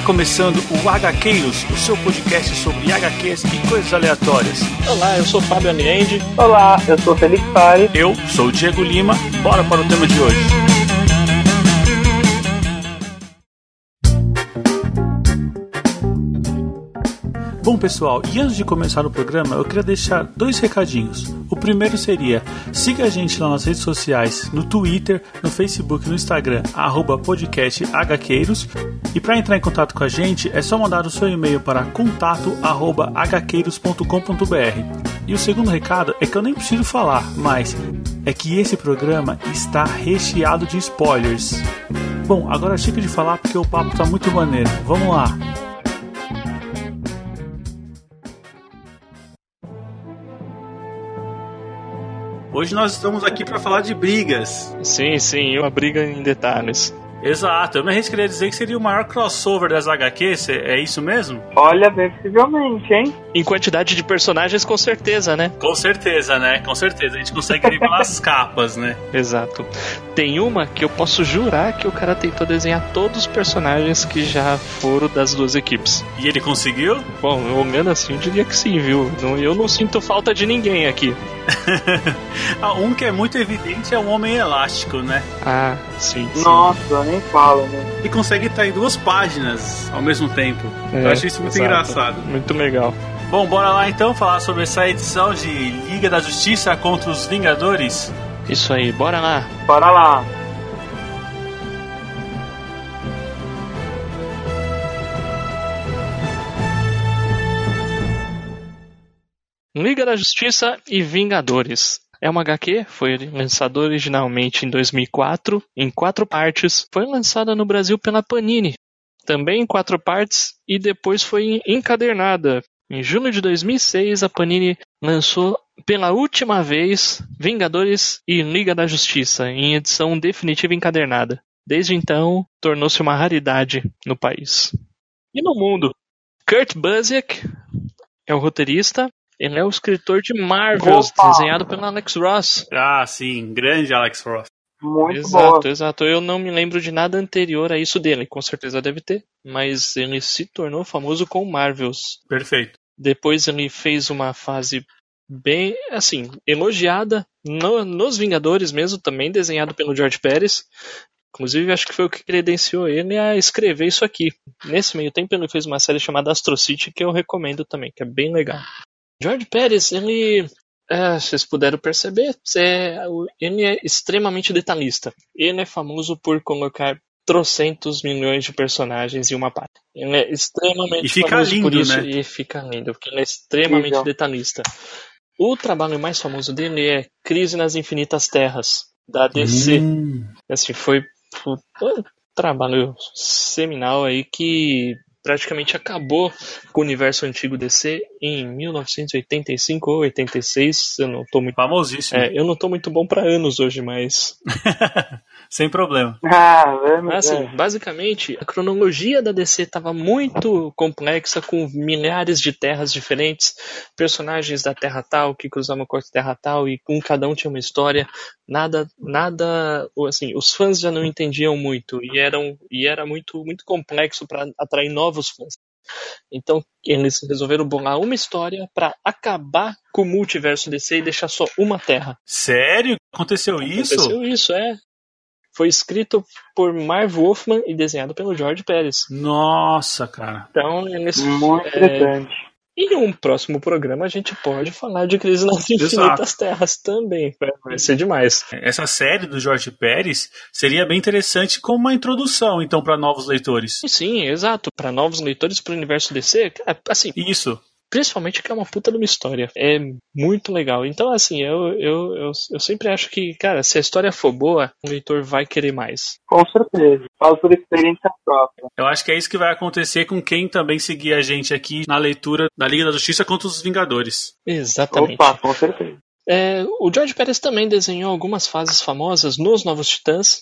começando o HQueiros, o seu podcast sobre HQs e coisas aleatórias. Olá, eu sou o Fábio Aniende. Olá, eu sou o Felix Pari. Eu sou o Diego Lima. Bora para o tema de hoje. Bom, pessoal, e antes de começar o programa, eu queria deixar 2 recadinhos. O primeiro seria, siga a gente lá nas redes sociais, no Twitter, no Facebook e no Instagram, @podcasthqueiros. E para entrar em contato com a gente, é só mandar o seu e-mail para contato@hqueiros.com.br. E o segundo recado é que eu nem preciso falar, mas é que esse programa está recheado de spoilers. Bom, agora chega de falar porque o papo tá muito maneiro. Vamos lá! Hoje nós estamos aqui para falar de brigas. Sim, uma briga em detalhes. Exato, eu me arriscaria dizer que seria o maior crossover das HQs, é isso mesmo? Olha, possivelmente, hein? Em quantidade de personagens, com certeza, né? Com certeza, a gente consegue ver pelas capas, né? Exato. Tem uma que eu posso jurar que o cara tentou desenhar todos os personagens que já foram das 2 equipes. E ele conseguiu? Bom, olhando assim, eu diria que sim, viu? Eu não sinto falta de ninguém aqui. Um que é muito evidente é o Homem Elástico, né? Ah, sim. Nossa, nem falo, né? E consegue estar em 2 páginas ao mesmo tempo. Eu acho isso muito engraçado. Muito legal. Bom, bora lá então falar sobre essa edição de Liga da Justiça contra os Vingadores. Isso aí, bora lá. Bora lá. Liga da Justiça e Vingadores. É uma HQ, foi lançada originalmente em 2004, em 4 partes. Foi lançada no Brasil pela Panini, também em 4 partes, e depois foi encadernada. Em junho de 2006, a Panini lançou pela última vez Vingadores e Liga da Justiça, em edição definitiva encadernada. Desde então, tornou-se uma raridade no país. E no mundo? Kurt Busiek é o roteirista. Ele é o escritor de Marvels, desenhado pelo Alex Ross. Ah, sim, grande Alex Ross. Muito boa. Exato. Eu não me lembro de nada anterior a isso dele. Com certeza deve ter. Mas ele se tornou famoso com Marvels. Perfeito. Depois ele fez uma fase bem, assim, elogiada nos Vingadores mesmo, também desenhado pelo George Pérez. Inclusive, acho que foi o que credenciou ele a escrever isso aqui. Nesse meio tempo, ele fez uma série chamada Astro City, que eu recomendo também, que é bem legal. George Pérez, ele, vocês puderam perceber, ele é extremamente detalhista. Ele é famoso por colocar trocentos milhões de personagens em uma página. Ele é extremamente famoso lindo, por isso, né? e fica lindo, porque ele é extremamente detalhista. O trabalho mais famoso dele é Crise nas Infinitas Terras, da DC. Assim, foi um trabalho seminal aí que praticamente acabou com o universo antigo DC em 1985 ou 86. Eu não tô muito famosíssimo. Eu não tô muito bom para anos hoje, mas sem problema. Assim, basicamente, a cronologia da DC estava muito complexa, com milhares de terras diferentes, personagens da Terra tal que cruzavam com a Terra tal, e cada um tinha uma história. Nada, assim, os fãs já não entendiam muito e era muito, muito complexo para atrair novos fãs. Então eles resolveram bolar uma história para acabar com o multiverso DC e deixar só uma Terra. Sério? Aconteceu isso? Aconteceu isso, Foi escrito por Marv Wolfman e desenhado pelo George Pérez. Nossa, cara. Então, eles... Muito interessante. Em um próximo programa a gente pode falar de Crise nas Infinitas Terras também. Vai ser demais. Essa série do George Pérez seria bem interessante como uma introdução, então, para novos leitores. Sim, exato. Para novos leitores para o universo DC, assim... Isso. Principalmente que é uma puta de uma história. É muito legal. Então, assim, eu sempre acho que, cara, se a história for boa, o leitor vai querer mais. Com certeza. Falo por experiência própria. Eu acho que é isso que vai acontecer com quem também seguir a gente aqui na leitura da Liga da Justiça contra os Vingadores. Exatamente. Opa, com certeza. O George Pérez também desenhou algumas fases famosas nos Novos Titãs.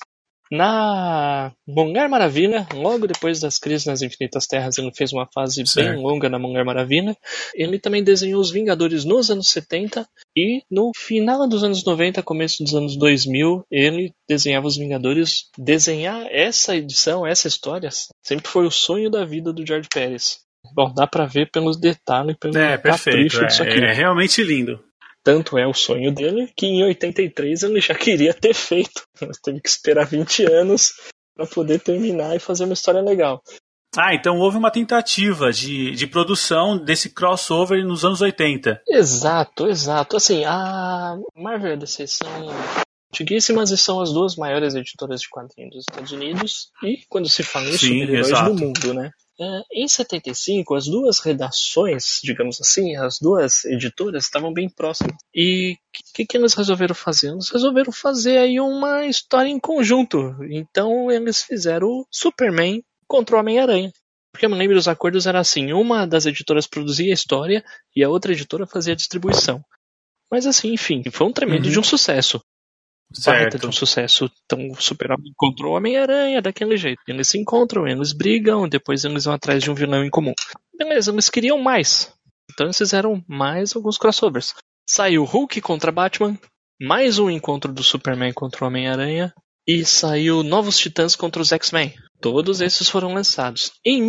Na Mulher Maravilha, logo depois das Crises nas Infinitas Terras, ele fez uma fase bem longa na Mulher Maravilha. Ele também desenhou os Vingadores nos anos 70 e no final dos anos 90, começo dos anos 2000, ele desenhava os Vingadores. Desenhar essa edição, essa história, sempre foi o sonho da vida do George Pérez. Bom, dá pra ver pelos detalhes, pelo capricho disso aqui. É realmente lindo. Tanto é o sonho dele que em 83 ele já queria ter feito. Mas teve que esperar 20 anos para poder terminar e fazer uma história legal. Então houve uma tentativa de produção desse crossover nos anos 80. Exato. Assim, a Marvel e a DC são antiguíssimas e são as duas maiores editoras de quadrinhos dos Estados Unidos. E quando se fala em super-heróis do mundo, né? Em 75, as duas redações, digamos assim, as duas editoras estavam bem próximas. E o que eles resolveram fazer? Eles resolveram fazer aí uma história em conjunto. Então eles fizeram o Superman contra o Homem-Aranha. Porque eu me lembro, os acordos eram assim, uma das editoras produzia a história e a outra editora fazia a distribuição. Mas assim, enfim, foi um tremendo de um sucesso. Baita de um sucesso. Então o Super-Homem encontrou o Homem-Aranha daquele jeito. Eles se encontram, eles brigam, depois eles vão atrás de um vilão em comum. Beleza, eles queriam mais. Então eles fizeram mais alguns crossovers. Saiu Hulk contra Batman, mais um encontro do Superman contra o Homem-Aranha, e saiu Novos Titãs contra os X-Men. Todos esses foram lançados. Em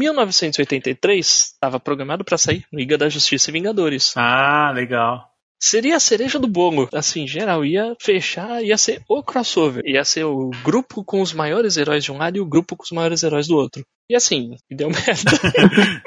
1983, estava programado para sair Liga da Justiça e Vingadores. Legal. Seria a cereja do bolo. Assim, geral, ia fechar, ia ser o crossover. Ia ser o grupo com os maiores heróis de um lado e o grupo com os maiores heróis do outro. E assim, deu merda.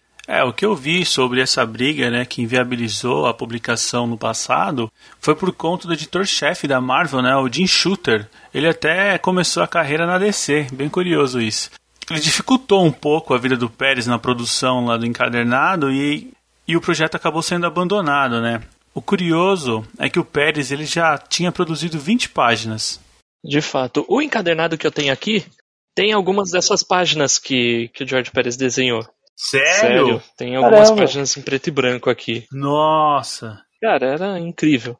O que eu vi sobre essa briga, né, que inviabilizou a publicação no passado, foi por conta do editor-chefe da Marvel, né, o Jim Shooter. Ele até começou a carreira na DC, bem curioso isso. Ele dificultou um pouco a vida do Pérez na produção lá do encadernado e o projeto acabou sendo abandonado, né. O curioso é que o Pérez ele já tinha produzido 20 páginas. De fato. O encadernado que eu tenho aqui tem algumas dessas páginas que o George Pérez desenhou. Sério? Tem algumas páginas em preto e branco aqui. Nossa! Cara, era incrível.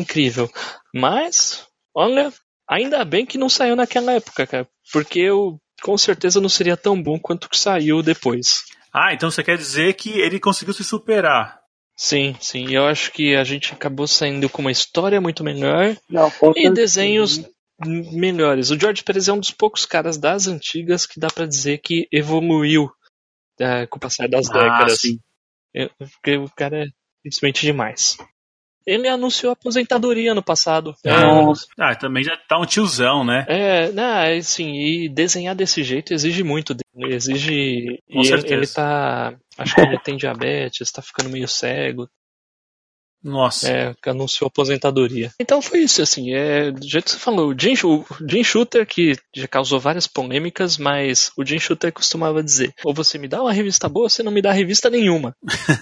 Mas, olha, ainda bem que não saiu naquela época, cara. Porque eu com certeza não seria tão bom quanto que saiu depois. Então você quer dizer que ele conseguiu se superar? Sim. Eu acho que a gente acabou saindo com uma história muito melhor e desenhos melhores. O George Pérez é um dos poucos caras das antigas que dá pra dizer que evoluiu com o passar das décadas. Sim. Porque o cara é simplesmente demais. Ele anunciou a aposentadoria no passado. Também já tá um tiozão, né? Assim, e desenhar desse jeito exige muito dele. Exige. Com certeza. Ele tá. Acho que ele tem diabetes, tá ficando meio cego. Nossa. Que anunciou a aposentadoria. Então foi isso, assim, do jeito que você falou, o Jim Shooter, que já causou várias polêmicas, mas o Jim Shooter costumava dizer, ou você me dá uma revista boa, ou você não me dá revista nenhuma.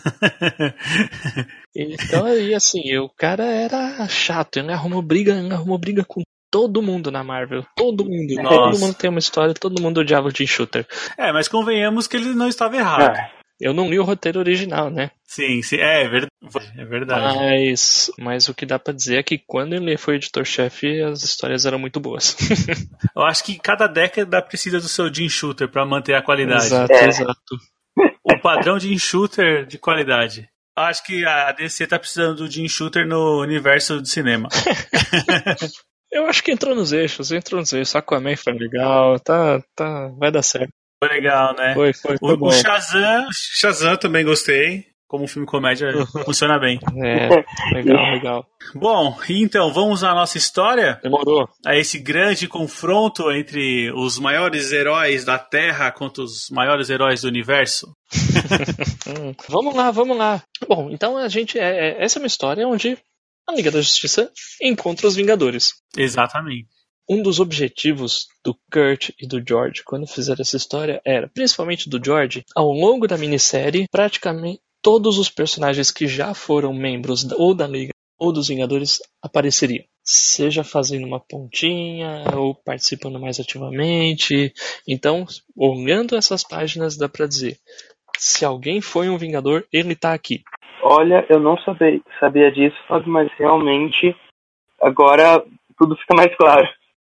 Então aí, assim, o cara era chato, ele arrumou briga com todo mundo na Marvel. Todo mundo. Nossa. Todo mundo tem uma história, todo mundo odiava o Jim Shooter. Mas convenhamos que ele não estava errado. Eu não li o roteiro original, né? Sim, é verdade. Mas o que dá pra dizer é que quando ele foi editor-chefe, as histórias eram muito boas. Eu acho que cada década precisa do seu Jim Shooter pra manter a qualidade. Exato. O padrão Jim Shooter de qualidade. Eu acho que a DC tá precisando do Jim Shooter no universo do cinema. Eu acho que entrou nos eixos. Aquaman foi legal, vai dar certo. Foi legal, né? Foi bom. O Shazam também gostei. Como filme comédia, funciona bem. Legal. Bom, então, vamos à nossa história? Demorou. A esse grande confronto entre os maiores heróis da Terra contra os maiores heróis do universo. Vamos lá. Bom, então essa é uma história onde a Liga da Justiça encontra os Vingadores. Exatamente. Um dos objetivos do Kurt e do George quando fizeram essa história era, principalmente do George, ao longo da minissérie, praticamente todos os personagens que já foram membros ou da Liga ou dos Vingadores apareceriam. Seja fazendo uma pontinha ou participando mais ativamente. Então, olhando essas páginas, dá pra dizer, se alguém foi um Vingador, ele tá aqui. Olha, eu não sabia disso, mas realmente agora tudo fica mais claro.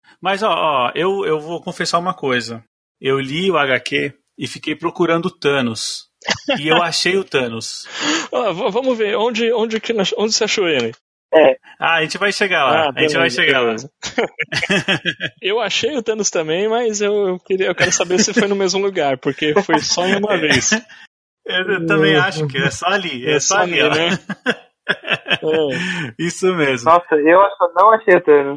Mas, ó, eu vou confessar uma coisa. Eu li o HQ e fiquei procurando o Thanos. E eu achei o Thanos. Vamos ver, onde você achou ele? A gente vai chegar lá. A gente vai chegar lá. Eu achei o Thanos também, mas eu quero saber se foi no mesmo lugar, porque foi só em uma vez. Eu também acho que é só ali. É só ali, né? Isso mesmo. Nossa, eu não achei o Thanos.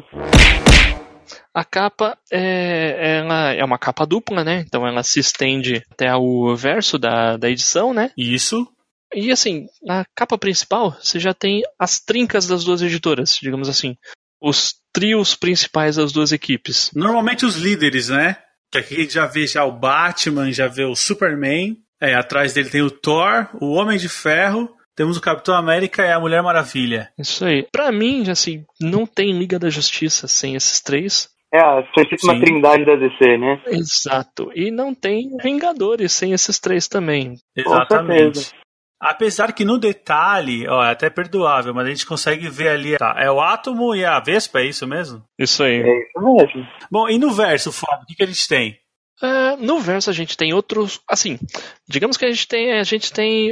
A capa ela é uma capa dupla, né? Então ela se estende até o verso da edição, né? Isso. E assim, na capa principal, você já tem as trincas das duas editoras, digamos assim. Os trios principais das duas equipes. Normalmente os líderes, né? Que aqui a gente já vê o Batman, já vê o Superman. Atrás dele tem o Thor, o Homem de Ferro. Temos o Capitão América e a Mulher Maravilha. Isso aí. Pra mim, assim, não tem Liga da Justiça sem esses três. A uma trindade da DC, né? Exato. E não tem Vingadores sem esses três também. Exatamente. Apesar que no detalhe, é até perdoável, mas a gente consegue ver ali, tá? É o Átomo e a Vespa, é isso mesmo? Isso aí. É isso mesmo. Bom, e no verso, Fábio, o que a gente tem? No verso a gente tem outros, assim, digamos que a gente tem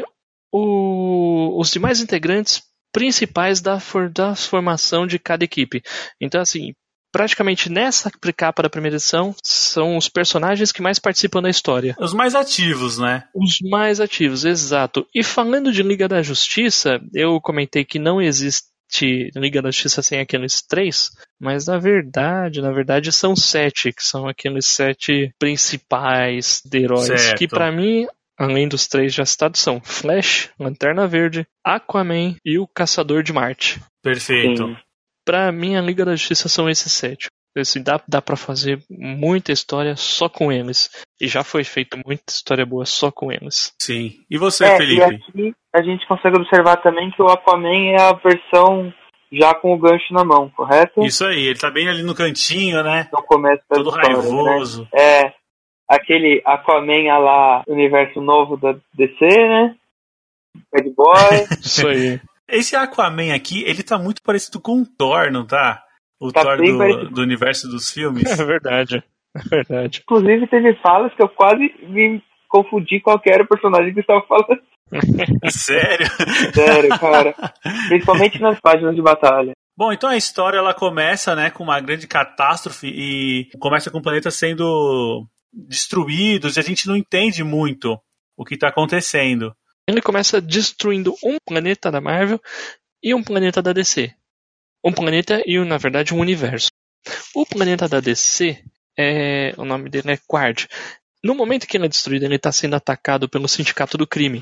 os demais integrantes principais da formação de cada equipe. Então, assim, praticamente nessa capa da primeira edição são os personagens que mais participam da história. Os mais ativos, né? Os mais ativos, exato. E falando de Liga da Justiça, eu comentei que não existe Liga da Justiça sem aqueles três, mas na verdade são 7, que são aqueles 7 principais de heróis, certo. Que pra mim, além dos 3 já citados, são Flash, Lanterna Verde, Aquaman e o Caçador de Marte. Perfeito. Sim. Pra mim, a Liga da Justiça são esses 7. Assim, dá pra fazer muita história só com eles. E já foi feita muita história boa só com eles. Sim. E você, Felipe? E aqui a gente consegue observar também que o Aquaman é a versão já com o gancho na mão, correto? Isso aí, ele tá bem ali no cantinho, né? No começo da todo história, raivoso. Né? Aquele Aquaman lá, universo novo da DC, né? Bad Boy. Isso aí. Esse Aquaman aqui, ele tá muito parecido com o Thor, não tá? O tá Thor do universo dos filmes. É verdade. Inclusive teve falas que eu quase me confundi qual que era o personagem que estava falando. Sério? Sério, cara. Principalmente nas páginas de batalha. Bom, então a história ela começa, né, com uma grande catástrofe e começa com o planeta sendo destruídos e a gente não entende muito o que está acontecendo. Ele começa destruindo um planeta da Marvel e um planeta da DC. Um planeta e, na verdade, um universo. O planeta da DC, o nome dele é Quard. No momento que ele é destruído, ele está sendo atacado pelo Sindicato do Crime.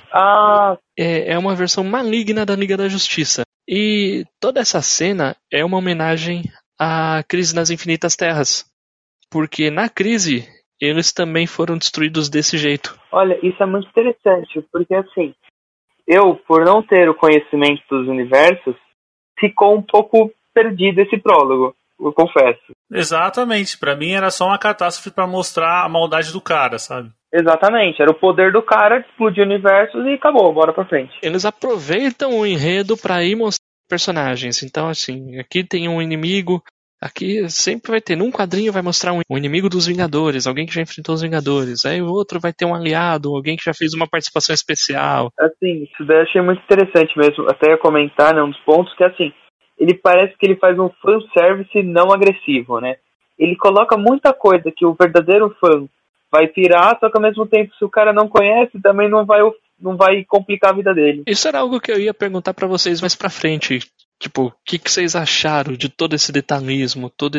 É uma versão maligna da Liga da Justiça. E toda essa cena é uma homenagem à Crise nas Infinitas Terras. Porque na crise, eles também foram destruídos desse jeito. Olha, isso é muito interessante, porque assim, eu, por não ter o conhecimento dos universos, ficou um pouco perdido esse prólogo, eu confesso. Exatamente, pra mim era só uma catástrofe pra mostrar a maldade do cara, sabe? Exatamente, era o poder do cara, explodir universos e acabou, bora pra frente. Eles aproveitam o enredo pra ir mostrar personagens, então assim, aqui tem um inimigo. Aqui sempre vai ter, num quadrinho vai mostrar um inimigo dos Vingadores, alguém que já enfrentou os Vingadores. Aí o outro vai ter um aliado, alguém que já fez uma participação especial. Assim, isso daí eu achei muito interessante mesmo. Até ia comentar, né, um dos pontos que assim, ele parece que ele faz um fanservice não agressivo, né? Ele coloca muita coisa que o verdadeiro fã vai pirar, só que ao mesmo tempo, se o cara não conhece, também não vai complicar a vida dele. Isso era algo que eu ia perguntar pra vocês mais pra frente. Tipo, o que vocês acharam de todo esse detalhismo, toda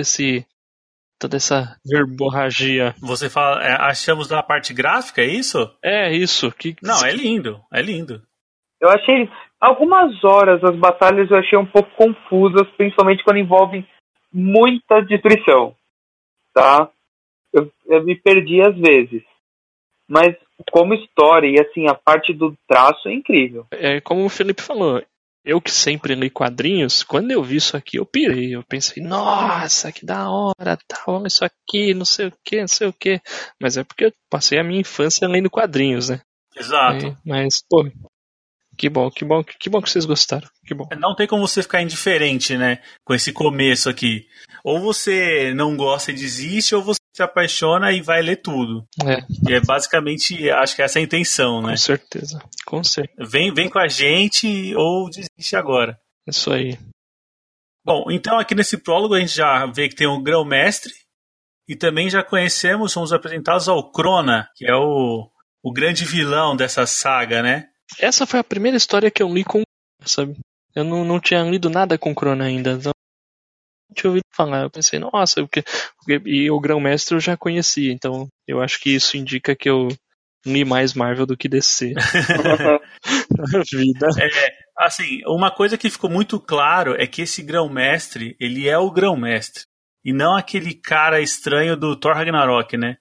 essa verborragia? Você fala, achamos da parte gráfica, é isso? É, isso. Não, é lindo, é lindo. Eu achei, algumas horas as batalhas eu achei um pouco confusas, principalmente quando envolvem muita destruição, tá? Eu me perdi às vezes. Mas como história e assim, a parte do traço é incrível. É como o Felipe falou. Eu que sempre li quadrinhos, quando eu vi isso aqui, eu pirei. Eu pensei, nossa, que da hora, olha isso aqui, não sei o que. Mas é porque eu passei a minha infância lendo quadrinhos, né? Exato. Mas, pô, Que bom que vocês gostaram. Que bom. Não tem como você ficar indiferente, né? Com esse começo aqui. Ou você não gosta e desiste, ou você se apaixona e vai ler tudo. E é basicamente, acho que essa é a intenção, né? Com certeza. Vem com a gente ou desiste agora. Isso aí. Bom, então aqui nesse prólogo a gente já vê que tem um grão-mestre e também já somos apresentados ao Crona, que é o grande vilão dessa saga, né? Essa foi a primeira história que eu li com, sabe? Eu não tinha lido nada com Crona ainda, então não tinha ouvido falar. Eu pensei, nossa, e o grão-mestre eu já conhecia, então eu acho que isso indica que eu li mais Marvel do que DC na vida. Assim, uma coisa que ficou muito claro é que esse grão-mestre, ele é o grão-mestre. E não aquele cara estranho do Thor Ragnarok, né?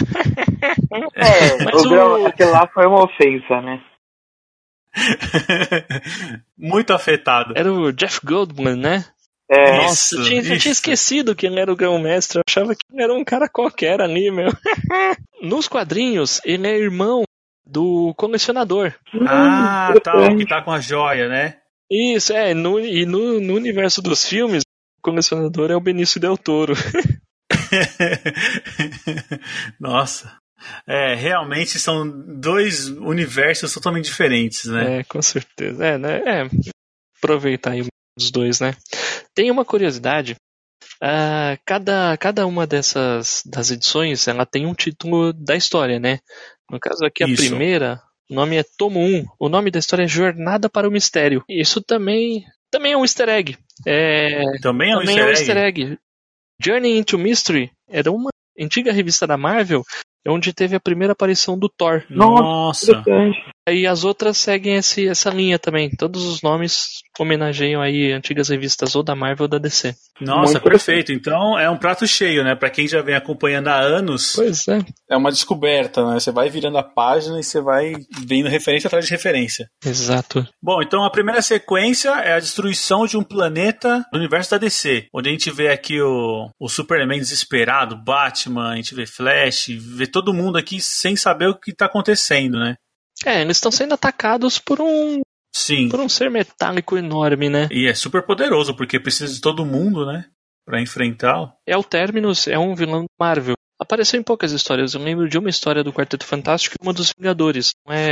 Mas aquele lá foi uma ofensa, né? Muito afetado. Era o Jeff Goldblum, né? Nossa, eu tinha esquecido que ele era o grão-mestre. Eu achava que ele era um cara qualquer ali, meu. Nos quadrinhos, ele é irmão do colecionador. O que tá com a joia, né? Isso, no universo dos filmes, o colecionador é o Benício Del Toro. Nossa. Realmente são dois universos totalmente diferentes, né? Com certeza. Aproveitar aí os dois, né? Tem uma curiosidade. Cada uma das edições, ela tem um título da história, né? No caso aqui, a primeira, o nome é Tomo 1. O nome da história é Jornada para o Mistério. Isso também é um easter egg. Também é um easter egg. Journey into Mystery era uma antiga revista da Marvel, onde teve a primeira aparição do Thor. Nossa! E as outras seguem essa linha também. Todos os nomes homenageiam aí antigas revistas ou da Marvel ou da DC. Nossa, perfeito. Então é um prato cheio, né? Pra quem já vem acompanhando há anos. Pois é. É uma descoberta, né? Você vai virando a página e você vai vendo referência atrás de referência. Exato. Bom, então a primeira sequência é a destruição de um planeta no universo da DC. Onde a gente vê aqui o Superman desesperado, Batman, a gente vê Flash, vê todo mundo aqui sem saber o que tá acontecendo, né? Eles estão sendo atacados por um ser metálico enorme, né? E é super poderoso, porque precisa de todo mundo, né? Pra enfrentá-lo. O Terminus é um vilão Marvel. Apareceu em poucas histórias. Eu lembro de uma história do Quarteto Fantástico e uma dos Vingadores.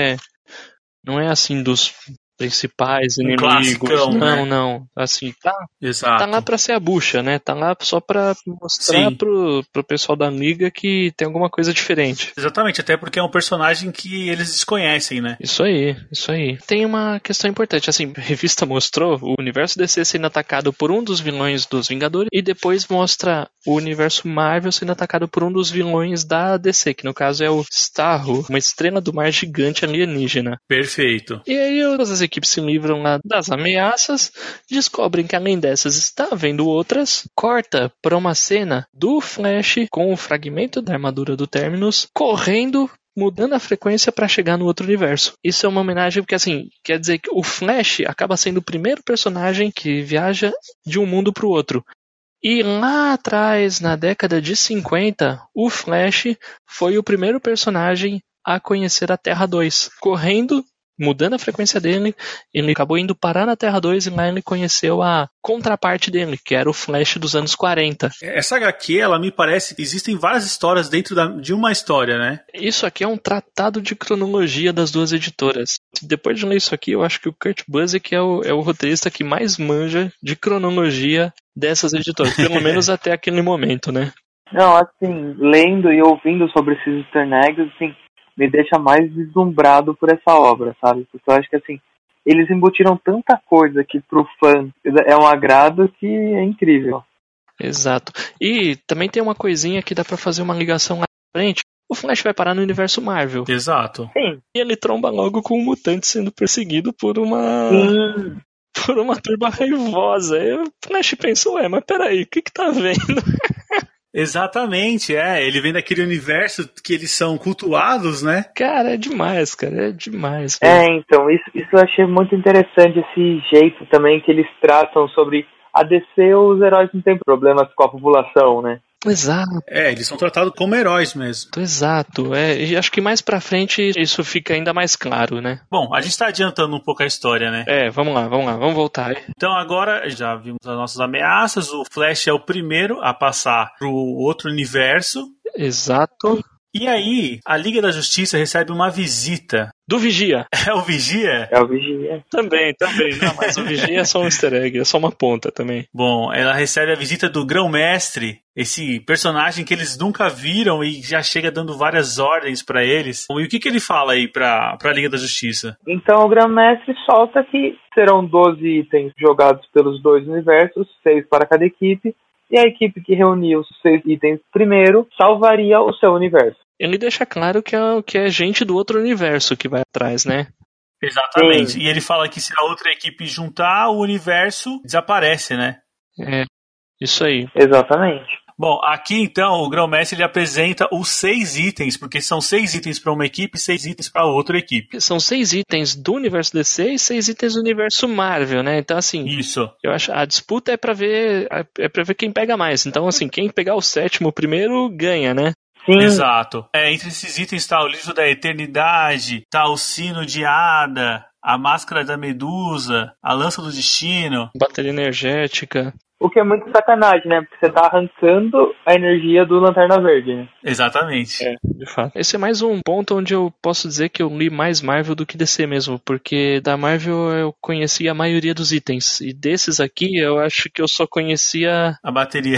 Não é assim dos principais inimigos. Não. Assim, tá lá pra ser a bucha, né? Tá lá só pra mostrar pro pessoal da Liga que tem alguma coisa diferente. Exatamente, até porque é um personagem que eles desconhecem, né? Isso aí. Tem uma questão importante, assim, a revista mostrou o universo DC sendo atacado por um dos vilões dos Vingadores e depois mostra o universo Marvel sendo atacado por um dos vilões da DC, que no caso é o Starro, uma estrela do mar gigante alienígena. Perfeito. E aí as equipes se livram lá das ameaças, descobrem que além dessas está havendo outras, corta para uma cena do Flash com o fragmento da armadura do Terminus correndo, mudando a frequência para chegar no outro universo. Isso é uma homenagem porque, assim, quer dizer que o Flash acaba sendo o primeiro personagem que viaja de um mundo para o outro. E lá atrás, na década de 50, o Flash foi o primeiro personagem a conhecer a Terra 2, correndo, mudando a frequência dele, ele acabou indo parar na Terra 2 e lá ele conheceu a contraparte dele, que era o Flash dos anos 40. Essa HQ, ela me parece que existem várias histórias dentro de uma história, né? Isso aqui é um tratado de cronologia das duas editoras. Depois de ler isso aqui, eu acho que o Kurt Busiek é o roteirista que mais manja de cronologia dessas editoras, pelo menos até aquele momento, né? Não, assim, lendo e ouvindo sobre esses easter eggs, assim, me deixa mais deslumbrado por essa obra, sabe? Porque eu acho que, assim, eles embutiram tanta coisa que pro fã é um agrado que é incrível. Exato. E também tem uma coisinha que dá pra fazer uma ligação lá na frente. O Flash vai parar no universo Marvel. Exato. Sim. E ele tromba logo com um mutante sendo perseguido por uma turba raivosa. Aí o Flash pensou, mas peraí, o que tá vendo? Exatamente, ele vem daquele universo que eles são cultuados, né? Cara, é demais, cara, demais. Então, isso eu achei muito interessante, esse jeito também que eles tratam sobre a DC, os heróis não têm problemas com a população, né? Exato. Eles são tratados como heróis mesmo. Exato. E acho que mais pra frente isso fica ainda mais claro, né? Bom, a gente tá adiantando um pouco a história, né? Vamos lá, vamos voltar. Então agora já vimos as nossas ameaças, o Flash é o primeiro a passar pro outro universo. Exato. E aí, a Liga da Justiça recebe uma visita. Do Vigia. É o Vigia? É o Vigia. Também. Não, mas o Vigia é só um easter egg, é só uma ponta também. Bom, ela recebe a visita do Grão-Mestre, esse personagem que eles nunca viram e já chega dando várias ordens pra eles. E o que ele fala aí pra Liga da Justiça? Então o Grão-Mestre solta que serão 12 itens jogados pelos dois universos, 6 para cada equipe, e a equipe que reuniu os 6 itens primeiro salvaria o seu universo. Ele deixa claro que é gente do outro universo que vai atrás, né? Exatamente. Sim. E ele fala que se a outra equipe juntar, o universo desaparece, né? Isso aí. Exatamente. Bom, aqui então o Grão-Mestre ele apresenta os 6 itens, porque são 6 itens para uma equipe e 6 itens para outra equipe. São 6 itens do universo DC e 6 itens do universo Marvel, né? Então, assim, Isso. Eu acho a disputa é pra ver quem pega mais. Então, assim, quem pegar o 7º primeiro ganha, né? Sim. Exato. Entre esses itens tá o livro da eternidade, tá o sino de Ada, a máscara da Medusa, a lança do destino, bateria energética. O que é muito sacanagem, né? Porque você tá arrancando a energia do Lanterna Verde, né? Exatamente. De fato. Esse é mais um ponto onde eu posso dizer que eu li mais Marvel do que DC mesmo, porque da Marvel eu conhecia a maioria dos itens, e desses aqui eu acho que eu só conhecia... A bateria.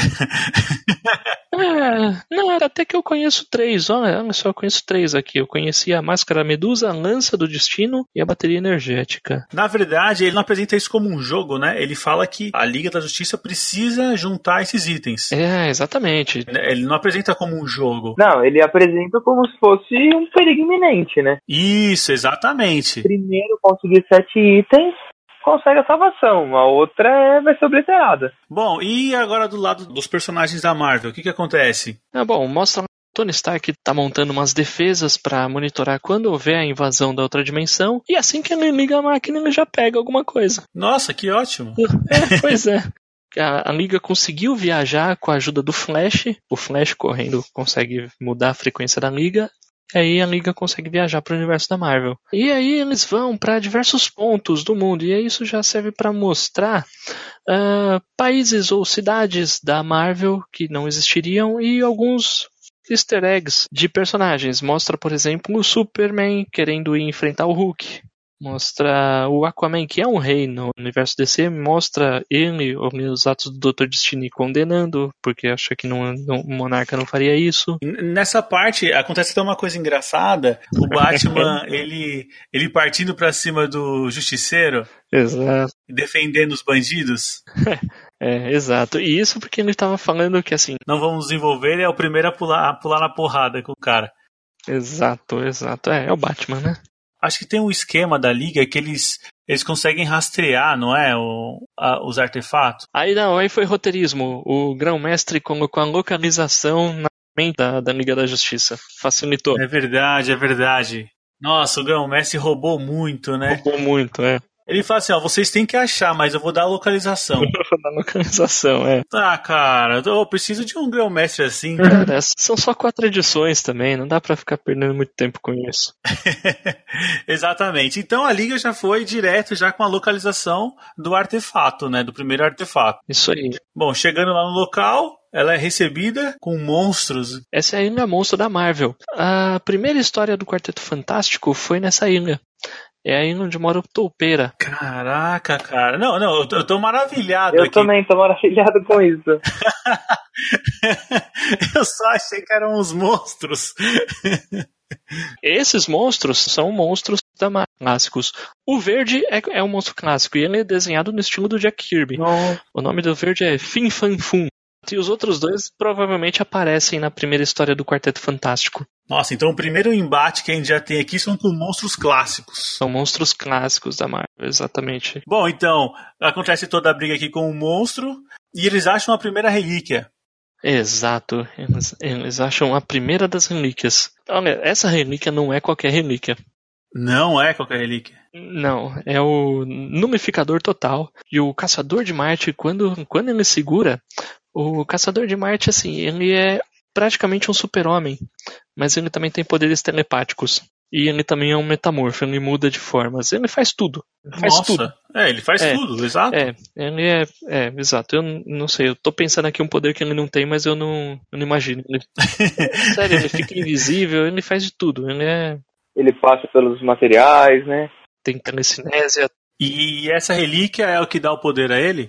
Não, era até que eu conheço 3, olha só, eu conheço 3 aqui. Eu conhecia a máscara Medusa, a lança do destino e a bateria energética. Na verdade, ele não apresenta isso como um jogo, né? Ele fala que a Liga da Justiça precisa juntar esses itens. Exatamente. Ele não apresenta como um jogo. Não, ele apresenta como se fosse um perigo iminente, né? Isso, exatamente. Primeiro conseguir 7 itens, consegue a salvação. A outra vai ser obliterada. Bom, e agora do lado dos personagens da Marvel, o que acontece? Bom, mostra Tony Stark tá montando umas defesas pra monitorar quando houver a invasão da outra dimensão, e assim que ele liga a máquina, ele já pega alguma coisa. Nossa, que ótimo. Pois é. A Liga conseguiu viajar com a ajuda do Flash. O Flash correndo consegue mudar a frequência da Liga. E aí a Liga consegue viajar para o universo da Marvel. E aí eles vão para diversos pontos do mundo. E aí isso já serve para mostrar países ou cidades da Marvel que não existiriam e alguns easter eggs de personagens. Mostra, por exemplo, o Superman querendo ir enfrentar o Hulk. Mostra o Aquaman, que é um rei no universo DC, mostra ele, os atos do Dr. Destiny condenando, porque acha que o Monarca não faria isso. Nessa parte, acontece até uma coisa engraçada, o Batman, ele partindo pra cima do Justiceiro, Exato. Defendendo os bandidos. Exato. E isso porque ele estava falando que assim... Não vamos desenvolver, ele é o primeiro a pular na porrada com o cara. Exato. É o Batman, né? Acho que tem um esquema da Liga que eles conseguem rastrear, não é? Os artefatos. Aí foi roteirismo. O Grão-Mestre colocou a localização na mente da Liga da Justiça. Facilitou. É verdade. Nossa, o Grão-Mestre roubou muito, né? Roubou muito, Ele fala assim, vocês têm que achar, mas eu vou dar a localização. Ah, cara, eu preciso de um Grão-Mestre assim. Cara, são só 4 edições também, não dá pra ficar perdendo muito tempo com isso. Exatamente. Então a Liga já foi direto já com a localização do artefato, né? Do primeiro artefato. Isso aí. Bom, chegando lá no local, ela é recebida com monstros. Essa é a Ilha Monstro da Marvel. A primeira história do Quarteto Fantástico foi nessa ilha. É aí onde mora o Toupeira. Caraca, cara. Não, eu tô maravilhado aqui. Eu também tô maravilhado com isso. Eu só achei que eram os monstros. Esses monstros são monstros clássicos. O verde é um monstro clássico e ele é desenhado no estilo do Jack Kirby. Nossa. O nome do verde é Fin Fan Fum. E os outros dois provavelmente aparecem na primeira história do Quarteto Fantástico. Nossa, então o primeiro embate que a gente já tem aqui são com monstros clássicos. São monstros clássicos da Marvel, exatamente. Bom, então, acontece toda a briga aqui com o monstro e eles acham a primeira relíquia. Exato, eles acham a primeira das relíquias. Olha, essa relíquia não é qualquer relíquia. Não é qualquer relíquia. Não, é o Numificador Total. E o Caçador de Marte, quando ele segura, O Caçador de Marte, assim, ele é praticamente um super-homem, mas ele também tem poderes telepáticos. E ele também é um metamorfo, ele muda de formas. Ele faz tudo. Nossa, ele faz tudo, exato. Ele exato. Eu não sei, eu tô pensando aqui um poder que ele não tem, mas eu não imagino. Sério, ele fica invisível, ele faz de tudo. Ele passa pelos materiais, né? Tem telecinésia. E essa relíquia é o que dá o poder a ele?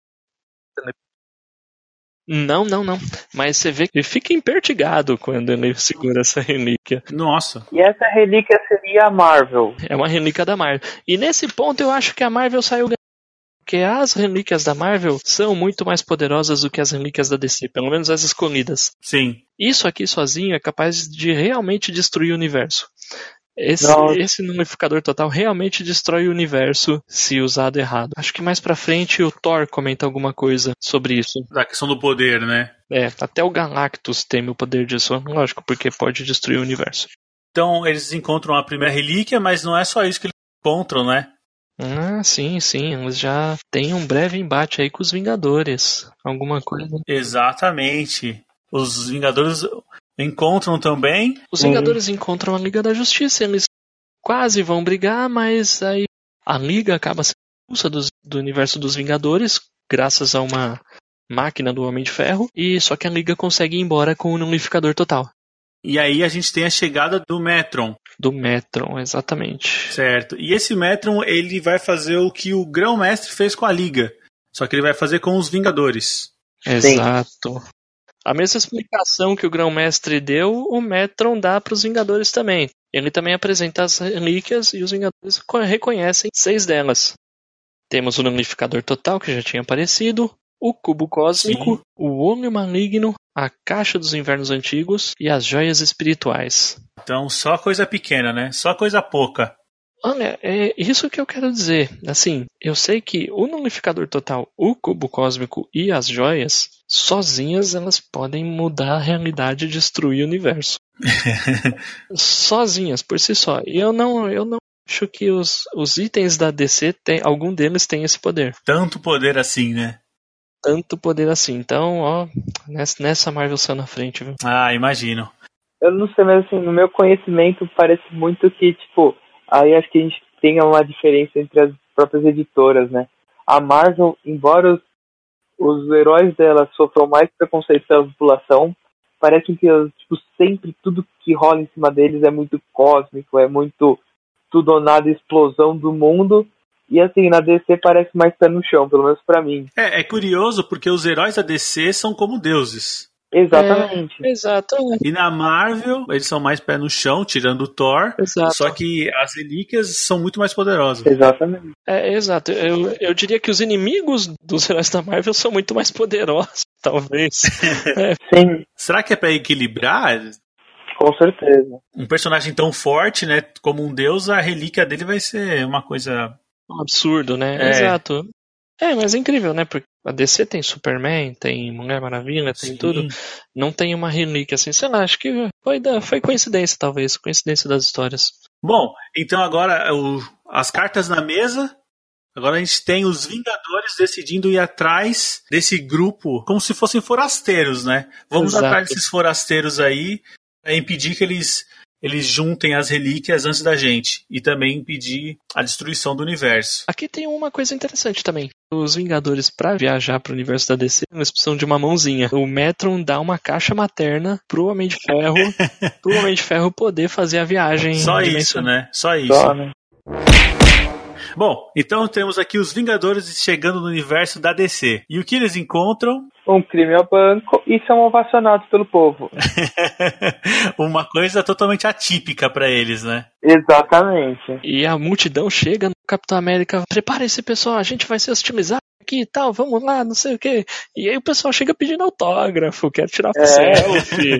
Não. Mas você vê que ele fica impertigado quando ele segura essa relíquia. Nossa. E essa relíquia seria a Marvel. É uma relíquia da Marvel. E nesse ponto eu acho que a Marvel saiu ganhando. Porque as relíquias da Marvel são muito mais poderosas do que as relíquias da DC. Pelo menos as escolhidas. Sim. Isso aqui sozinho é capaz de realmente destruir o universo. Esse nulificador total realmente destrói o universo se usado errado. Acho que mais pra frente o Thor comenta alguma coisa sobre isso. Da questão do poder, né? Até o Galactus teme o poder disso, lógico, porque pode destruir o universo. Então eles encontram a primeira relíquia, mas não é só isso que eles encontram, né? Sim, eles já têm um breve embate aí com os Vingadores. Alguma coisa. Exatamente. Os Vingadores encontram também. Os Vingadores encontram a Liga da Justiça. Eles quase vão brigar, mas aí a Liga acaba sendo expulsa do universo dos Vingadores, graças a uma máquina do Homem de Ferro. E só que a Liga consegue ir embora com o nulificador total. E aí a gente tem a chegada do Metron. Do Metron, exatamente. Certo. E esse Metron, ele vai fazer o que o Grão-Mestre fez com a Liga. Só que ele vai fazer com os Vingadores. Exato. A mesma explicação que o Grão-Mestre deu, o Metron dá para os Vingadores também. Ele também apresenta as relíquias e os Vingadores reconhecem 6 delas. Temos o Nulificador Total, que já tinha aparecido, o Cubo Cósmico, o Olho Maligno, a Caixa dos Invernos Antigos e as Joias Espirituais. Então, só coisa pequena, né? Só coisa pouca. Olha, é isso que eu quero dizer. Assim, eu sei que o Nulificador Total, o Cubo Cósmico e as Joias, sozinhas elas podem mudar a realidade e destruir o universo. Sozinhas, por si só. E eu não acho que os itens da DC, algum deles tem esse poder. Tanto poder assim, né? Tanto poder assim. Então, ó, nessa Marvel saiu na frente, viu? Ah, imagino. Eu não sei, mas assim, no meu conhecimento parece muito que, tipo, aí acho que a gente tem uma diferença entre as próprias editoras, né? A Marvel, embora os heróis dela sofram mais preconceito pela população, parece que, tipo, sempre tudo que rola em cima deles é muito cósmico, é muito tudo ou nada, explosão do mundo. E assim, na DC parece mais pé no chão, pelo menos pra mim. É curioso porque os heróis da DC são como deuses. Exatamente. Exato. E na Marvel, eles são mais pé no chão, tirando o Thor. Exato. Só que as relíquias são muito mais poderosas. Exatamente. Exato. Eu diria que os inimigos dos heróis da Marvel são muito mais poderosos, talvez. Sim. Será que é pra equilibrar? Com certeza. Um personagem tão forte, né, como um deus, a relíquia dele vai ser uma coisa... Um absurdo, né? Exato. Mas é incrível, né? Porque a DC tem Superman, tem Mulher Maravilha, tem Sim. tudo. Não tem uma relíquia assim. Sei lá, acho que foi coincidência, talvez. Coincidência das histórias. Bom, então agora as cartas na mesa. Agora a gente tem os Vingadores decidindo ir atrás desse grupo, como se fossem forasteiros, né? Vamos atrás desses forasteiros aí, para impedir que eles juntem as relíquias antes da gente. E também impedir a destruição do universo. Aqui tem uma coisa interessante também. Os Vingadores, para viajar para o universo da DC, eles precisam de uma mãozinha. O Metron dá uma caixa materna pro Homem de Ferro, poder fazer a viagem. Só isso, né? Só isso. Só, né? Bom, então temos aqui os Vingadores chegando no universo da DC. E o que eles encontram? Um crime ao banco e são ovacionados pelo povo. Uma coisa totalmente atípica pra eles, né? Exatamente. E a multidão chega no Capitão América. Prepara esse pessoal, a gente vai ser hostilizado aqui e tal, vamos lá, não sei o quê. E aí o pessoal chega pedindo autógrafo, quer tirar selfie.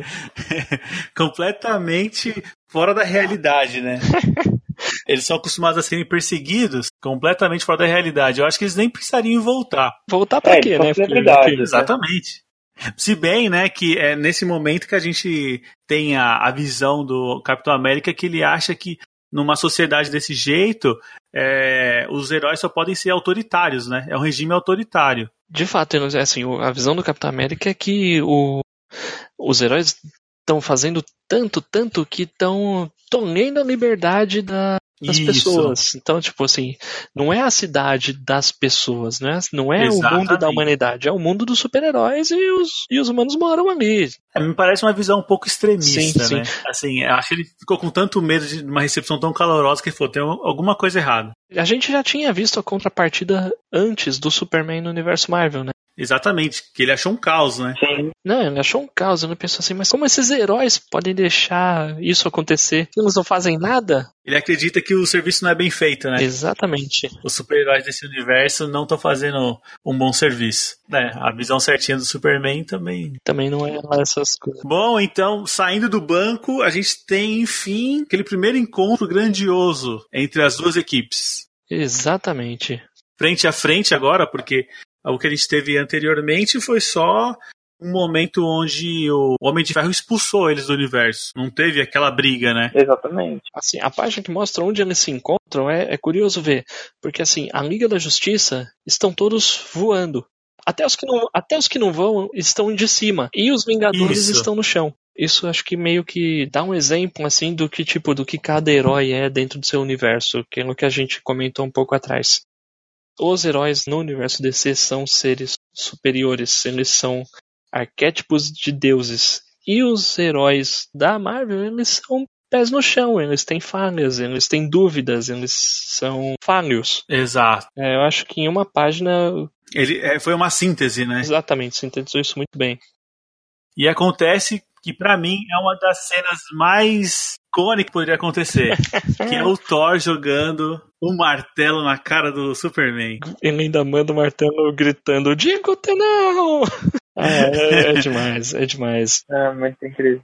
Completamente fora da realidade, né? Eles são acostumados a serem perseguidos completamente fora da realidade. Eu acho que eles nem precisariam voltar. Voltar pra quê, né? Exatamente. Se bem, né, que é nesse momento que a gente tem a visão do Capitão América, que ele acha que numa sociedade desse jeito, os heróis só podem ser autoritários, né? É um regime autoritário. De fato, assim, a visão do Capitão América é que os heróis estão fazendo tanto que estão tolhendo a liberdade das Isso. pessoas. Então, tipo assim, não é a cidade das pessoas, não é o mundo da humanidade, é o mundo dos super-heróis e os humanos moram ali. Me parece uma visão um pouco extremista, Sim. né? Assim, acho que ele ficou com tanto medo de uma recepção tão calorosa que ele falou, tem alguma coisa errada. A gente já tinha visto a contrapartida antes do Superman no universo Marvel, né? Exatamente, que ele achou um caos, né? Sim. Não, ele achou um caos, ele pensou assim, mas como esses heróis podem deixar isso acontecer? Eles não fazem nada? Ele acredita que o serviço não é bem feito, né? Exatamente. Os super-heróis desse universo não estão fazendo um bom serviço. A visão certinha do Superman também. Também não é lá essas coisas. Bom, então, saindo do banco, a gente tem, enfim, aquele primeiro encontro grandioso entre as duas equipes. Exatamente. Frente a frente agora, porque o que a gente teve anteriormente foi só um momento onde o Homem de Ferro expulsou eles do universo. Não teve aquela briga, né? Exatamente. Assim, a página que mostra onde eles se encontram é curioso ver. Porque, assim, a Liga da Justiça estão todos voando. Até os que não vão estão de cima. E os Vingadores estão no chão. Isso acho que meio que dá um exemplo, assim, do que cada herói é dentro do seu universo. Que é o que a gente comentou um pouco atrás. Os heróis no universo DC são seres superiores, eles são arquétipos de deuses. E os heróis da Marvel, eles são pés no chão, eles têm falhas, eles têm dúvidas, eles são falhos. Exato. Eu acho que em uma página... Foi uma síntese, né? Exatamente, sintetizou isso muito bem. E acontece que pra mim é uma das cenas mais icônicas que poderia acontecer, que é o Thor jogando o martelo na cara do Superman. Ele ainda manda o martelo gritando, Digo-te não! É demais, é demais. É muito incrível.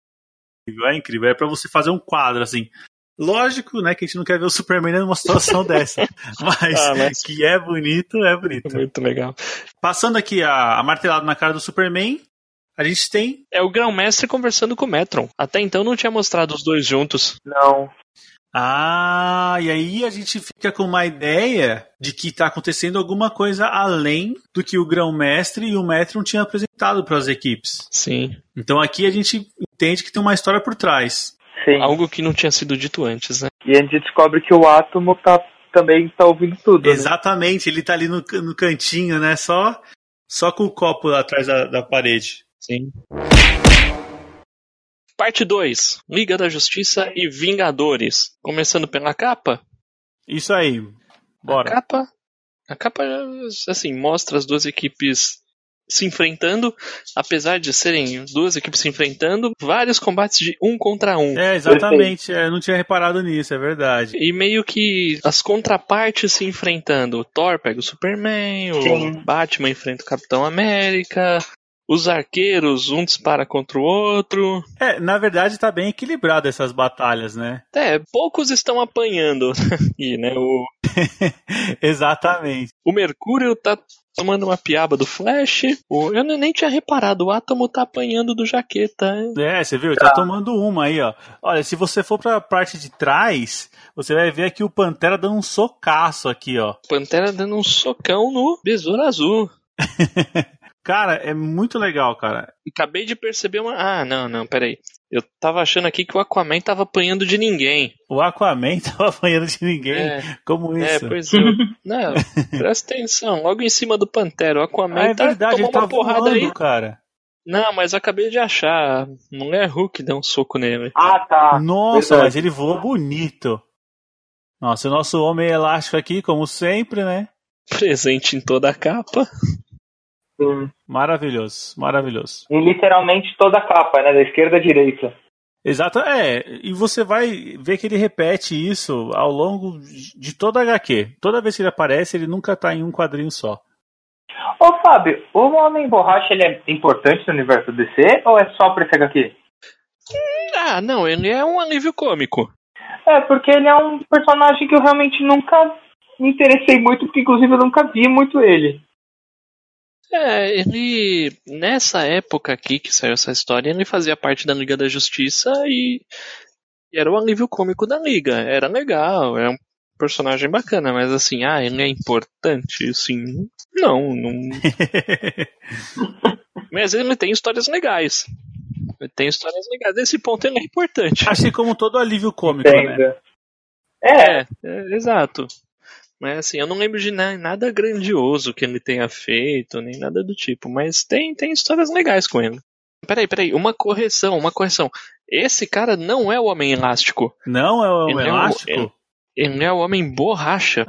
É incrível, é pra você fazer um quadro, assim. Lógico, né, que a gente não quer ver o Superman numa situação dessa, mas que é bonito, é bonito. É muito legal. Passando aqui a martelada na cara do Superman, a gente tem... É o Grão-Mestre conversando com o Metron. Até então não tinha mostrado os dois juntos. Não. E aí a gente fica com uma ideia de que está acontecendo alguma coisa além do que o Grão-Mestre e o Metron tinham apresentado para as equipes. Sim. Então aqui a gente entende que tem uma história por trás. Sim. Algo que não tinha sido dito antes, né? E a gente descobre que o Átomo também tá ouvindo tudo. Exatamente, né? Ele tá ali no cantinho, né? Só com o copo lá atrás da parede. Sim. Parte 2. Liga da Justiça e Vingadores. Começando pela capa. Isso aí. Bora. A capa, assim, mostra as duas equipes se enfrentando. Apesar de serem duas equipes se enfrentando, vários combates de 1 contra 1. Exatamente. Eu não tinha reparado nisso, é verdade. E meio que as contrapartes se enfrentando. O Thor pega o Superman, o Batman enfrenta o Capitão América... Os arqueiros, um dispara contra o outro. Na verdade tá bem equilibrado essas batalhas, né? Poucos estão apanhando. E, né, Exatamente. O Mercúrio tá tomando uma piaba do Flash. Eu nem tinha reparado, o Átomo tá apanhando do Jaqueta. Você viu? Ele tá tomando uma aí, ó. Olha, se você for pra parte de trás, você vai ver aqui o Pantera dando um socaço aqui, ó. Pantera dando um socão no Besouro Azul. Cara, é muito legal, cara. Acabei de perceber uma... não, peraí. Eu tava achando aqui que o Aquaman tava apanhando de ninguém. O Aquaman tava apanhando de ninguém? Como isso? Pois é. Não, presta atenção. Logo em cima do Pantera, o Aquaman é verdade, tomou ele tá uma porrada voando, aí. Cara. Não, mas eu acabei de achar. A mulher Hulk deu um soco nele. Tá. Nossa, mas ele voou bonito. Nossa, o nosso homem elástico aqui, como sempre, né? Presente em toda a capa. Sim. Maravilhoso, maravilhoso. E literalmente toda a capa, né? Da esquerda à direita. Exato, e você vai ver que ele repete isso ao longo de toda a HQ. Toda vez que ele aparece, ele nunca tá em um quadrinho só. Ô Fábio, o Homem Borracha ele é importante no universo DC ou é só pra esse HQ? Não, ele é um alívio cômico. Porque ele é um personagem que eu realmente nunca me interessei muito, porque inclusive eu nunca vi muito ele. Ele, nessa época aqui que saiu essa história, ele fazia parte da Liga da Justiça e era o alívio cômico da Liga. Era legal, era um personagem bacana, mas assim, ele é importante, assim, não. Mas ele tem histórias legais. Nesse ponto ele é importante. Assim como todo alívio cômico, né? Exato. Mas assim, eu não lembro de nada grandioso que ele tenha feito, nem nada do tipo, mas tem histórias legais com ele. Peraí, uma correção. Esse cara não é o Homem Elástico. Não é o Homem Elástico? Ele é o Homem Borracha.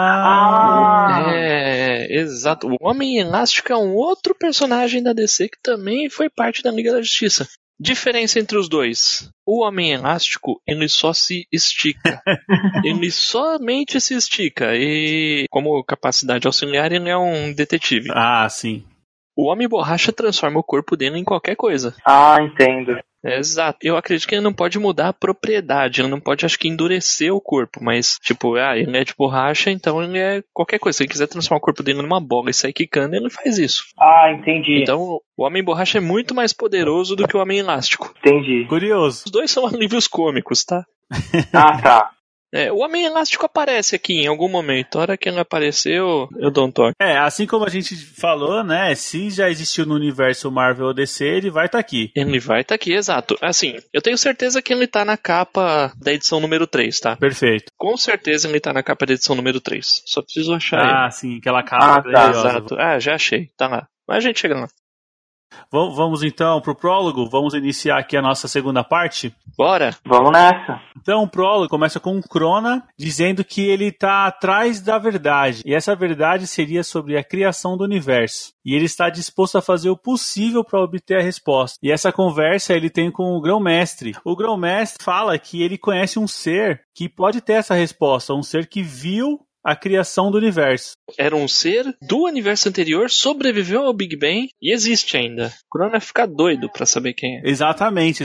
Exato. O Homem Elástico é um outro personagem da DC que também foi parte da Liga da Justiça. Diferença entre os dois. O Homem Elástico, ele só se estica. Ele somente se estica. E como capacidade auxiliar, ele é um detetive. Sim. O Homem Borracha transforma o corpo dele em qualquer coisa. Entendo. Exato. Eu acredito que ele não pode mudar a propriedade, ele não pode, acho que, endurecer o corpo, mas, tipo, ele é de borracha, então ele é qualquer coisa. Se ele quiser transformar o corpo dele numa bola e sair quicando, ele faz isso. Entendi. Então, o Homem Borracha é muito mais poderoso do que o Homem Elástico. Entendi. Curioso. Os dois são alívios cômicos, tá? Tá. O Homem Elástico aparece aqui em algum momento. A hora que ele apareceu, eu dou um toque. Assim como a gente falou, né? Se já existiu no universo Marvel ou DC, ele vai estar aqui. Ele vai estar aqui, exato. Assim, eu tenho certeza que ele tá na capa da edição número 3, tá? Perfeito. Com certeza ele tá na capa da edição número 3. Só preciso achar ele. Sim, aquela capa grandiosa. Exato. Já achei. Tá lá. Mas a gente chega lá. Vamos então pro prólogo? Vamos iniciar aqui a nossa segunda parte? Bora! Vamos nessa! Então o prólogo começa com o Crona dizendo que ele está atrás da verdade. E essa verdade seria sobre a criação do universo. E ele está disposto a fazer o possível para obter a resposta. E essa conversa ele tem com o Grão-Mestre. O Grão-Mestre fala que ele conhece um ser que pode ter essa resposta. Um ser que viu a criação do universo. Era um ser do universo anterior, sobreviveu ao Big Bang e existe ainda. O Crona vai ficar doido pra saber quem é. Exatamente.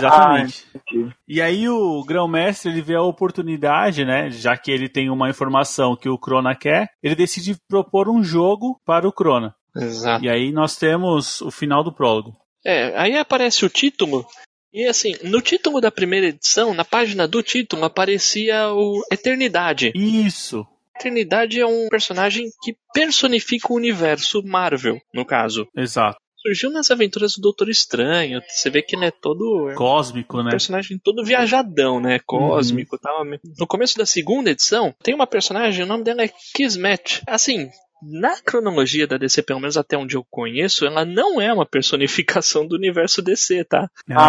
E aí o Grão-Mestre ele vê a oportunidade, né? Já que ele tem uma informação que o Crona quer, ele decide propor um jogo para o Crona. Exato. E aí nós temos o final do prólogo. Aí aparece o título. E assim, no título da primeira edição, na página do título, aparecia o Eternidade. Isso. Eternidade é um personagem que personifica o universo Marvel, no caso. Exato. Surgiu nas aventuras do Doutor Estranho. Você vê que ele é todo... cósmico, né? Personagem todo viajadão, né? Cósmico e tal. No começo da segunda edição, tem uma personagem, o nome dela é Kismet. Assim, na cronologia da DC, pelo menos até onde eu conheço, ela não é uma personificação do universo DC, tá?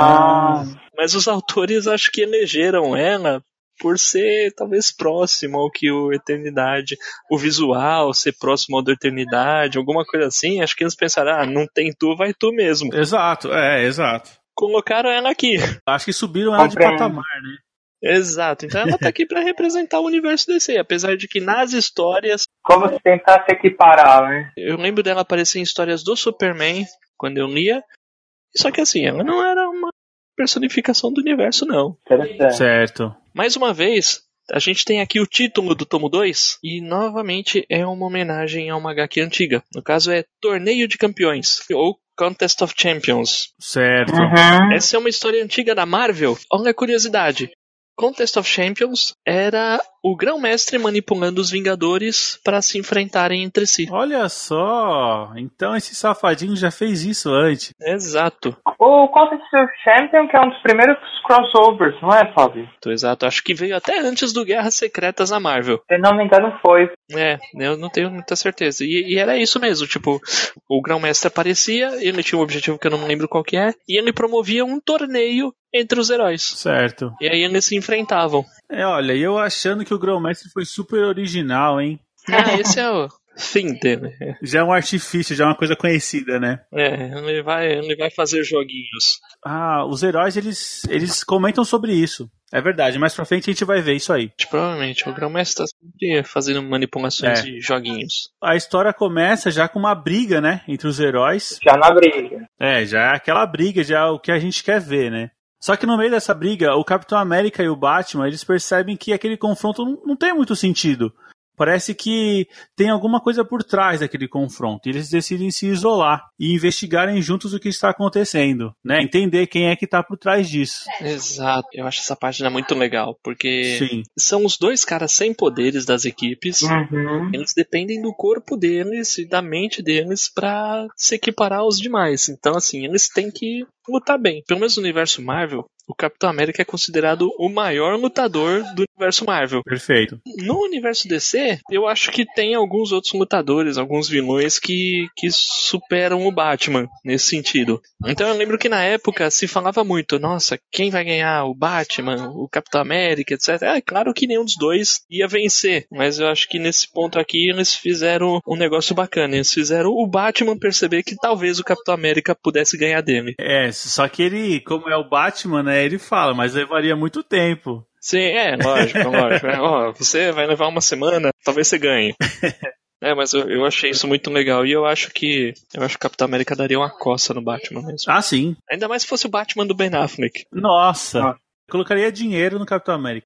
Mas os autores acho que elegeram ela por ser talvez próximo ao que o Eternidade, o visual ser próximo ao da Eternidade, alguma coisa assim. Acho que eles pensaram, não tem tu, vai tu mesmo. Exato. Colocaram ela aqui. Acho que subiram ela de patamar, né? Exato, então ela tá aqui pra representar o universo DC, apesar de que nas histórias... Como se tentar se equiparar, né? Eu lembro dela aparecer em histórias do Superman, quando eu lia, só que assim, ela não era uma personificação do universo, não. Interessante. Certo. Mais uma vez, a gente tem aqui o título do tomo 2, e novamente é uma homenagem a uma HQ antiga. No caso é Torneio de Campeões, ou Contest of Champions. Certo. Essa é uma história antiga da Marvel. Olha a curiosidade. Contest of Champions era o Grão-Mestre manipulando os Vingadores para se enfrentarem entre si. Olha só, então esse safadinho já fez isso antes. Exato. O Contest of Champions, que é um dos primeiros crossovers, não é, Fábio? Exato, acho que veio até antes do Guerras Secretas na Marvel. Se não me engano, foi. Eu não tenho muita certeza. E era isso mesmo, tipo, o Grão-Mestre aparecia, ele tinha um objetivo que eu não me lembro qual que é, e ele promovia um torneio entre os heróis. Certo. E aí eles se enfrentavam. Olha, eu achando que o Grão-Mestre foi super original, hein? Esse é o fim dele. Já é um artifício, já é uma coisa conhecida, né? Ele vai fazer joguinhos. Os heróis, eles comentam sobre isso. É verdade, mais pra frente a gente vai ver isso aí. Provavelmente, o Grão-Mestre tá sempre fazendo manipulações de joguinhos. A história começa já com uma briga, né? Entre os heróis. Já na briga. Já é aquela briga, já é o que a gente quer ver, né? Só que no meio dessa briga, o Capitão América e o Batman, eles percebem que aquele confronto não tem muito sentido. Parece que tem alguma coisa por trás daquele confronto. E eles decidem se isolar e investigarem juntos o que está acontecendo, né? Entender quem é que está por trás disso. Exato. Eu acho essa página muito legal, porque Sim. são os dois caras sem poderes das equipes. Eles dependem do corpo deles e da mente deles pra se equiparar aos demais. Então, assim, eles têm que lutar bem. Pelo menos no universo Marvel, o Capitão América é considerado o maior lutador do universo Marvel. Perfeito. No universo DC, eu acho que tem alguns outros lutadores, alguns vilões que superam o Batman nesse sentido. Então eu lembro que na época se falava muito, nossa, quem vai ganhar? O Batman, o Capitão América, etc. É claro que nenhum dos dois ia vencer, mas eu acho que nesse ponto aqui eles fizeram um negócio bacana. Eles fizeram o Batman perceber que talvez o Capitão América pudesse ganhar dele. Só que ele, como é o Batman, né, ele fala, mas levaria muito tempo. Sim, lógico. Você vai levar uma semana, talvez você ganhe. Mas eu achei isso muito legal. E eu acho que o Capitão América daria uma coça no Batman mesmo. Ah, sim. Ainda mais se fosse o Batman do Ben Affleck. Nossa. Colocaria dinheiro no Capitão América.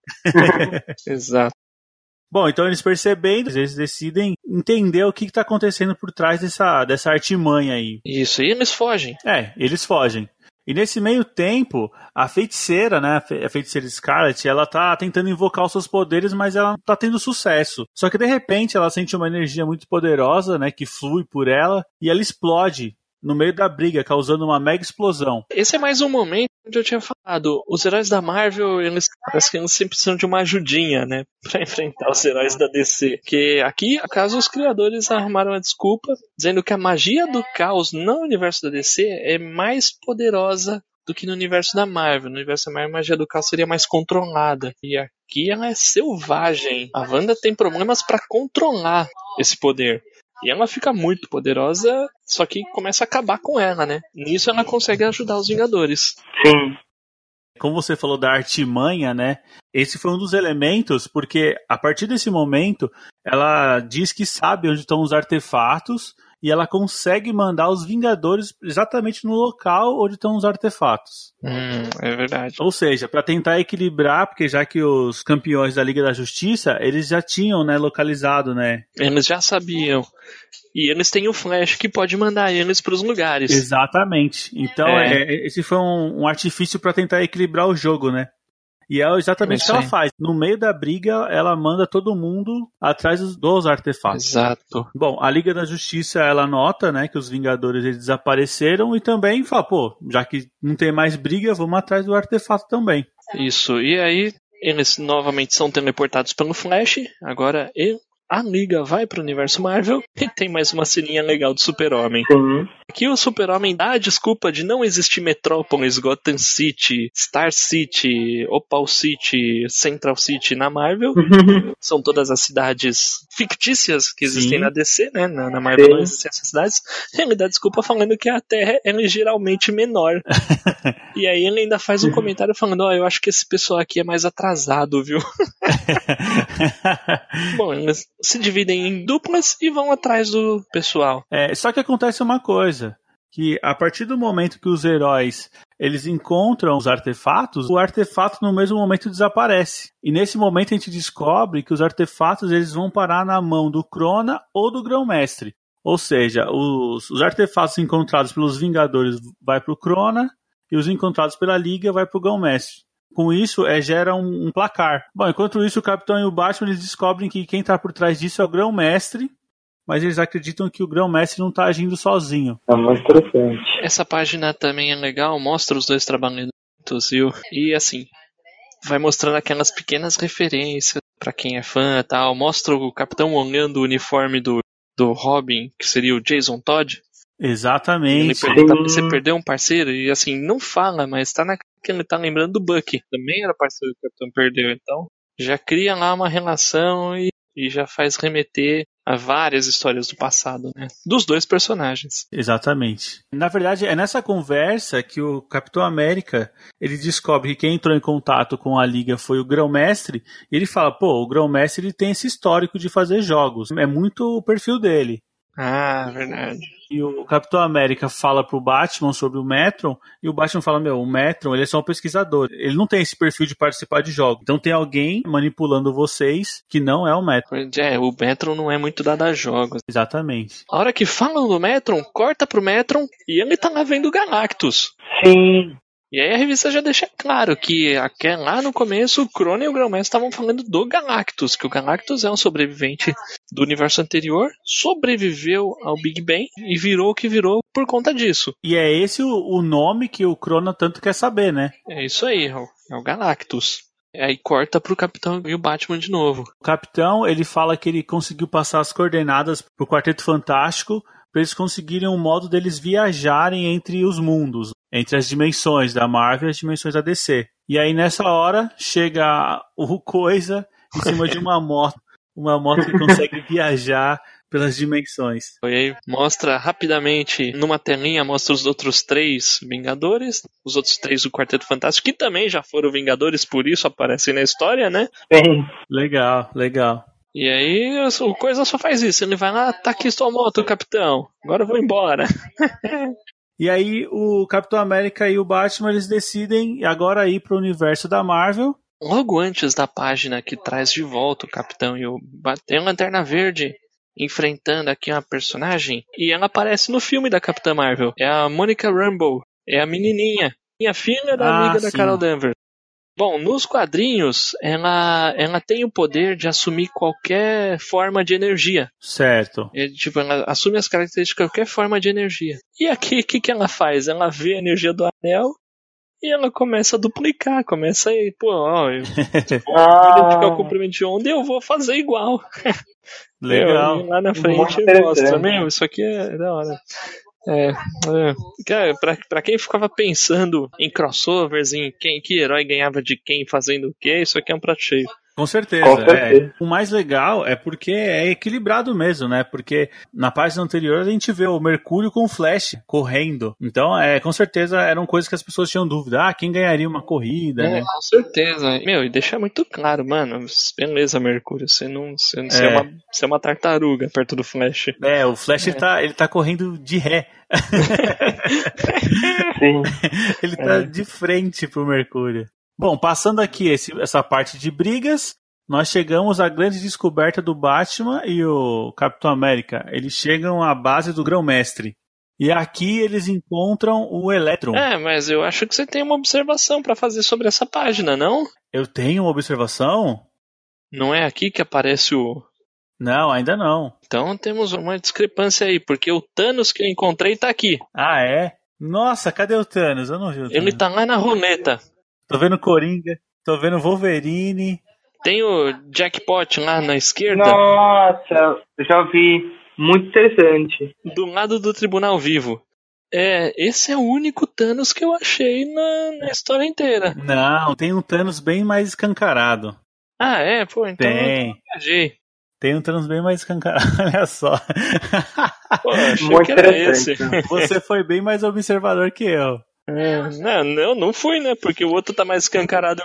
Exato. Bom, então eles percebendo, eles decidem entender o que está acontecendo por trás dessa artimanha aí. Isso, e eles fogem. Eles fogem. E nesse meio tempo, a feiticeira, né, a feiticeira Scarlet, ela tá tentando invocar os seus poderes, mas ela não tá tendo sucesso. Só que de repente ela sente uma energia muito poderosa, né, que flui por ela, e ela explode no meio da briga, causando uma mega explosão. Esse é mais um momento onde eu tinha falado, os heróis da Marvel, parece que eles sempre precisam de uma ajudinha, né, pra enfrentar os heróis da DC. Que aqui, acaso, os criadores arrumaram uma desculpa, dizendo que a magia do caos no universo da DC é mais poderosa do que no universo da Marvel. No universo da Marvel, a magia do caos seria mais controlada. E aqui ela é selvagem. A Wanda tem problemas pra controlar esse poder. E ela fica muito poderosa, só que começa a acabar com ela, né? Nisso ela consegue ajudar os Vingadores. Sim. Como você falou da artimanha, né? Esse foi um dos elementos, porque a partir desse momento, ela diz que sabe onde estão os artefatos e ela consegue mandar os Vingadores exatamente no local onde estão os artefatos. É verdade. Ou seja, para tentar equilibrar, porque já que os campeões da Liga da Justiça, eles já tinham, né, localizado, né? Eles já sabiam. E eles têm o Flash que pode mandar eles para os lugares. Exatamente. Então, esse foi um artifício para tentar equilibrar o jogo, né? E é exatamente o que ela faz. No meio da briga, ela manda todo mundo atrás dos artefatos. Exato. Bom, a Liga da Justiça, ela nota, né, que os Vingadores eles desapareceram e também fala, já que não tem mais briga, vamos atrás do artefato também. Isso. E aí, eles novamente são teleportados pelo Flash. Agora, a Liga vai pro universo Marvel e tem mais uma ceninha legal do Super-Homem. Sim. Aqui o Super-Homem dá a desculpa de não existir Metrópolis, Gotham City, Star City, Opal City, Central City na Marvel. São todas as cidades fictícias que existem na DC, né? Na Marvel não existem essas cidades. Ele dá desculpa falando que a Terra é ligeiramente menor. E aí ele ainda faz um comentário falando, eu acho que esse pessoal aqui é mais atrasado, viu? Bom, eles se dividem em duplas e vão atrás do pessoal. Só que acontece uma coisa, que a partir do momento que os heróis eles encontram os artefatos, o artefato no mesmo momento desaparece. E nesse momento a gente descobre que os artefatos eles vão parar na mão do Crona ou do Grão-Mestre. Ou seja, os artefatos encontrados pelos Vingadores vai para o Crona e os encontrados pela Liga vai para o Grão-Mestre. Com isso, gera um placar. Bom, enquanto isso, o Capitão e o Batman eles descobrem que quem está por trás disso é o Grão-Mestre, mas eles acreditam que o Grão-Mestre não está agindo sozinho. É muito interessante. Essa página também é legal, mostra os dois trabalhando juntos, viu? E assim, vai mostrando aquelas pequenas referências pra quem é fã e tal. Mostra o Capitão olhando o uniforme do Robin, que seria o Jason Todd. Exatamente. Ele pergunta, você perdeu um parceiro? E assim, não fala, mas tá que ele tá lembrando do Bucky. Também era parceiro que o Capitão perdeu, então já cria lá uma relação e já faz remeter a várias histórias do passado, né? Dos dois personagens. Exatamente. Na verdade, é nessa conversa que o Capitão América, ele descobre que quem entrou em contato com a Liga foi o Grão-Mestre, e ele fala, o Grão-Mestre ele tem esse histórico de fazer jogos, é muito o perfil dele. Ah, verdade. E o Capitão América fala pro Batman sobre o Metron, e o Batman fala, o Metron, ele é só um pesquisador, ele não tem esse perfil de participar de jogos. Então tem alguém manipulando vocês que não é o Metron. O Metron não é muito dado a jogos. Exatamente. A hora que falam do Metron, corta pro Metron e ele tá lá vendo o Galactus. Sim. E aí a revista já deixa claro que lá no começo o Crono e o Grão-Mestre estavam falando do Galactus, que o Galactus é um sobrevivente do universo anterior, sobreviveu ao Big Bang e virou o que virou por conta disso. E é esse o nome que o Crono tanto quer saber, né? É isso aí, é o Galactus. Aí corta pro Capitão e o Batman de novo. O Capitão, ele fala que ele conseguiu passar as coordenadas pro Quarteto Fantástico para eles conseguirem um modo deles viajarem entre os mundos, entre as dimensões da Marvel e as dimensões da DC. E aí nessa hora chega o Coisa em cima de uma moto que consegue viajar pelas dimensões. E aí mostra rapidamente, numa telinha, mostra os outros 3 Vingadores, os outros 3 do Quarteto Fantástico, que também já foram Vingadores, por isso aparecem na história, né? Sim. Legal. E aí o Coisa só faz isso, ele vai lá, tá aqui sua moto, capitão, agora eu vou embora. E aí o Capitão América e o Batman, eles decidem agora ir pro universo da Marvel. Logo antes da página que traz de volta o Capitão e o tem a Lanterna Verde enfrentando aqui uma personagem, e ela aparece no filme da Capitã Marvel. É a Monica Rambeau, é a menininha, minha filha da amiga da Carol Danvers. Bom, nos quadrinhos, ela tem o poder de assumir qualquer forma de energia. Certo. Ela assume as características de qualquer forma de energia. E aqui, o que ela faz? Ela vê a energia do anel e ela começa a duplicar, começa a ir, eu vou identificar o comprimento de onda e eu vou fazer igual. Legal. Lá na frente mostra, isso aqui é da hora. Cara, pra quem ficava pensando em crossovers, em que herói ganhava de quem fazendo o que, isso aqui é um prato cheio. Com certeza. O mais legal é porque é equilibrado mesmo, né? Porque na página anterior a gente vê o Mercúrio com o Flash correndo. Então, com certeza eram coisas que as pessoas tinham dúvida. Quem ganharia uma corrida, né? Com certeza. E deixar muito claro, mano, beleza, Mercúrio, você é uma tartaruga perto do Flash. O Flash ele tá correndo de ré. Sim. Ele tá de frente pro Mercúrio. Bom, passando aqui essa parte de brigas, nós chegamos à grande descoberta do Batman e o Capitão América. Eles chegam à base do Grão-Mestre. E aqui eles encontram o Electron. Mas eu acho que você tem uma observação pra fazer sobre essa página, não? Eu tenho uma observação? Não é aqui que aparece o... Não, ainda não. Então temos uma discrepância aí, porque o Thanos que eu encontrei tá aqui. Ah, é? Nossa, cadê o Thanos? Eu não vi o Thanos. Ele tá lá na runeta. Tô vendo Coringa, tô vendo Wolverine. Tem o Jackpot lá na esquerda. Nossa, eu já vi. Muito interessante. Do lado do Tribunal Vivo. Esse é o único Thanos que eu achei na história inteira. Não, tem um Thanos bem mais escancarado. Ah, Pô, então eu viajei. Tem um Thanos bem mais escancarado, olha só. Pô, achei muito que era interessante. esse. Você foi bem mais observador que eu. Não fui, né? Porque o outro tá mais escancarado.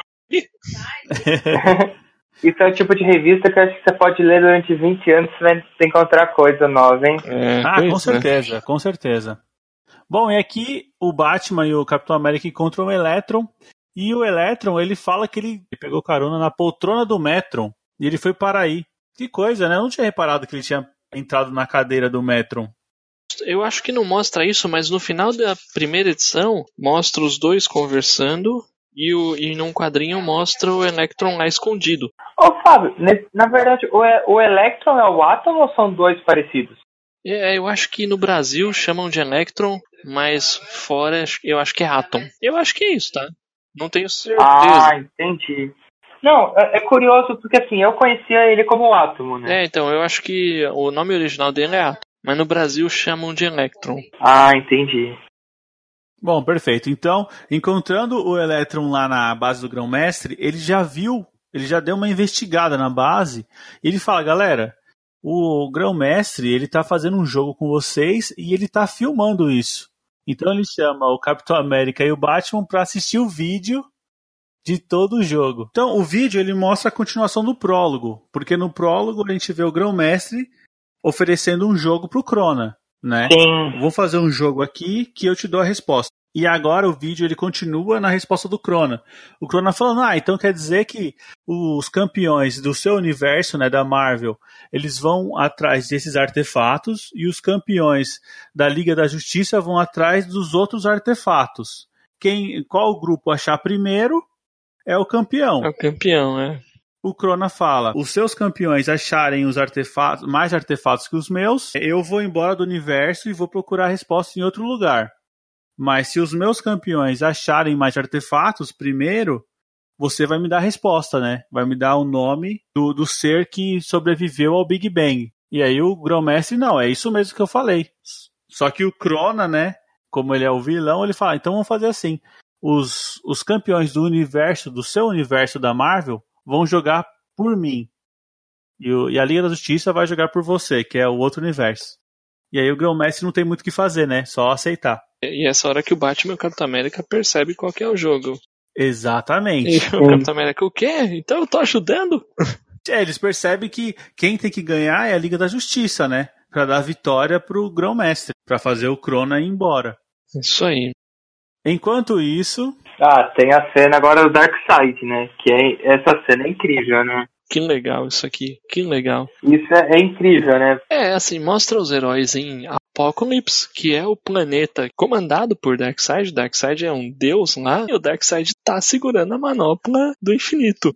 Isso é o tipo de revista que eu acho que você pode ler durante 20 anos e você vai encontrar coisa nova, hein? Com certeza. Bom, e aqui o Batman e o Capitão América encontram o Electron. E o Electron, ele fala que ele pegou carona na poltrona do Metron. E ele foi para aí. Que coisa, né? Eu não tinha reparado que ele tinha entrado na cadeira do Metron. Eu acho que não mostra isso, mas no final da primeira edição mostra os dois conversando e num quadrinho mostra o Electron lá escondido. Ô Fábio, na verdade o Electron é o Atom ou são dois parecidos? Eu acho que no Brasil chamam de Electron, mas fora eu acho que é Atom. Eu acho que é isso, tá? Não tenho certeza. Ah, entendi. Não, é curioso porque assim, eu conhecia ele como Átomo, né? Então, eu acho que o nome original dele é Atom, mas no Brasil chamam de Electron. Ah, entendi. Bom, perfeito. Então, encontrando o Electron lá na base do Grão-Mestre, ele já deu uma investigada na base, e ele fala, galera, o Grão-Mestre, ele tá fazendo um jogo com vocês e ele tá filmando isso. Então ele chama o Capitão América e o Batman para assistir o vídeo de todo o jogo. Então o vídeo ele mostra a continuação do prólogo, porque no prólogo a gente vê o Grão-Mestre oferecendo um jogo pro Crona, né? Sim. Vou fazer um jogo aqui que eu te dou a resposta. E agora o vídeo ele continua na resposta do Crona. O Crona falando, então quer dizer que os campeões do seu universo, né, da Marvel, eles vão atrás desses artefatos e os campeões da Liga da Justiça vão atrás dos outros artefatos. Qual grupo achar primeiro é o campeão. É o campeão, O Crona fala, os seus campeões acharem os artefatos, mais artefatos que os meus, eu vou embora do universo e vou procurar a resposta em outro lugar. Mas se os meus campeões acharem mais artefatos primeiro, você vai me dar a resposta, né? Vai me dar o nome do ser que sobreviveu ao Big Bang. E aí o Grão-Mestre, não, é isso mesmo que eu falei. Só que o Crona, né? Como ele é o vilão, ele fala, então vamos fazer assim. Os campeões do universo, do seu universo da Marvel, vão jogar por mim. E a Liga da Justiça vai jogar por você, que é o outro universo. E aí o Grão-Mestre não tem muito o que fazer, né? Só aceitar. E essa hora que o Batman e o Capitão América percebem qual que é o jogo. Exatamente. E o Capitão América, o quê? Então eu tô ajudando? Eles percebem que quem tem que ganhar é a Liga da Justiça, né? Pra dar vitória pro Grão-Mestre, pra fazer o Crona ir embora. Isso aí. Enquanto isso... tem a cena agora do Darkseid, né? Essa cena é incrível, né? Que legal isso aqui, que legal. Isso é incrível, né? Assim, mostra os heróis em Apokolips, que é o planeta comandado por Darkseid. Darkseid é um deus lá, e o Darkseid tá segurando a manopla do infinito.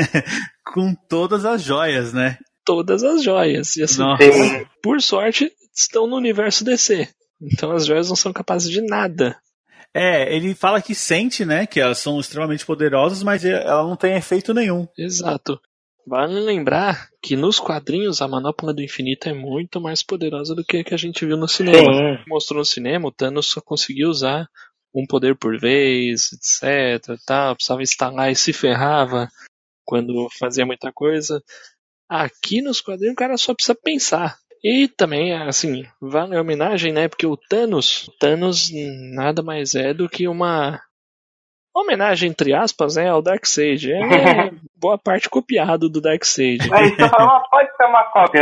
Com todas as joias, né? Todas as joias. E assim, por sorte, estão no universo DC. Então as joias não são capazes de nada. Ele fala que sente, né, que elas são extremamente poderosas, mas ela não tem efeito nenhum. Exato. Vale lembrar que nos quadrinhos a Manopla do Infinito é muito mais poderosa do que a gente viu no cinema. Sim. Mostrou no cinema, o Thanos só conseguia usar um poder por vez, etc. Precisava instalar e se ferrava quando fazia muita coisa. Aqui nos quadrinhos o cara só precisa pensar. E também, assim, vale a homenagem, né? Porque o Thanos nada mais é do que uma homenagem, entre aspas, né, ao Darkseid. É boa parte copiado do Darkseid. Mas isso pode ser uma cópia,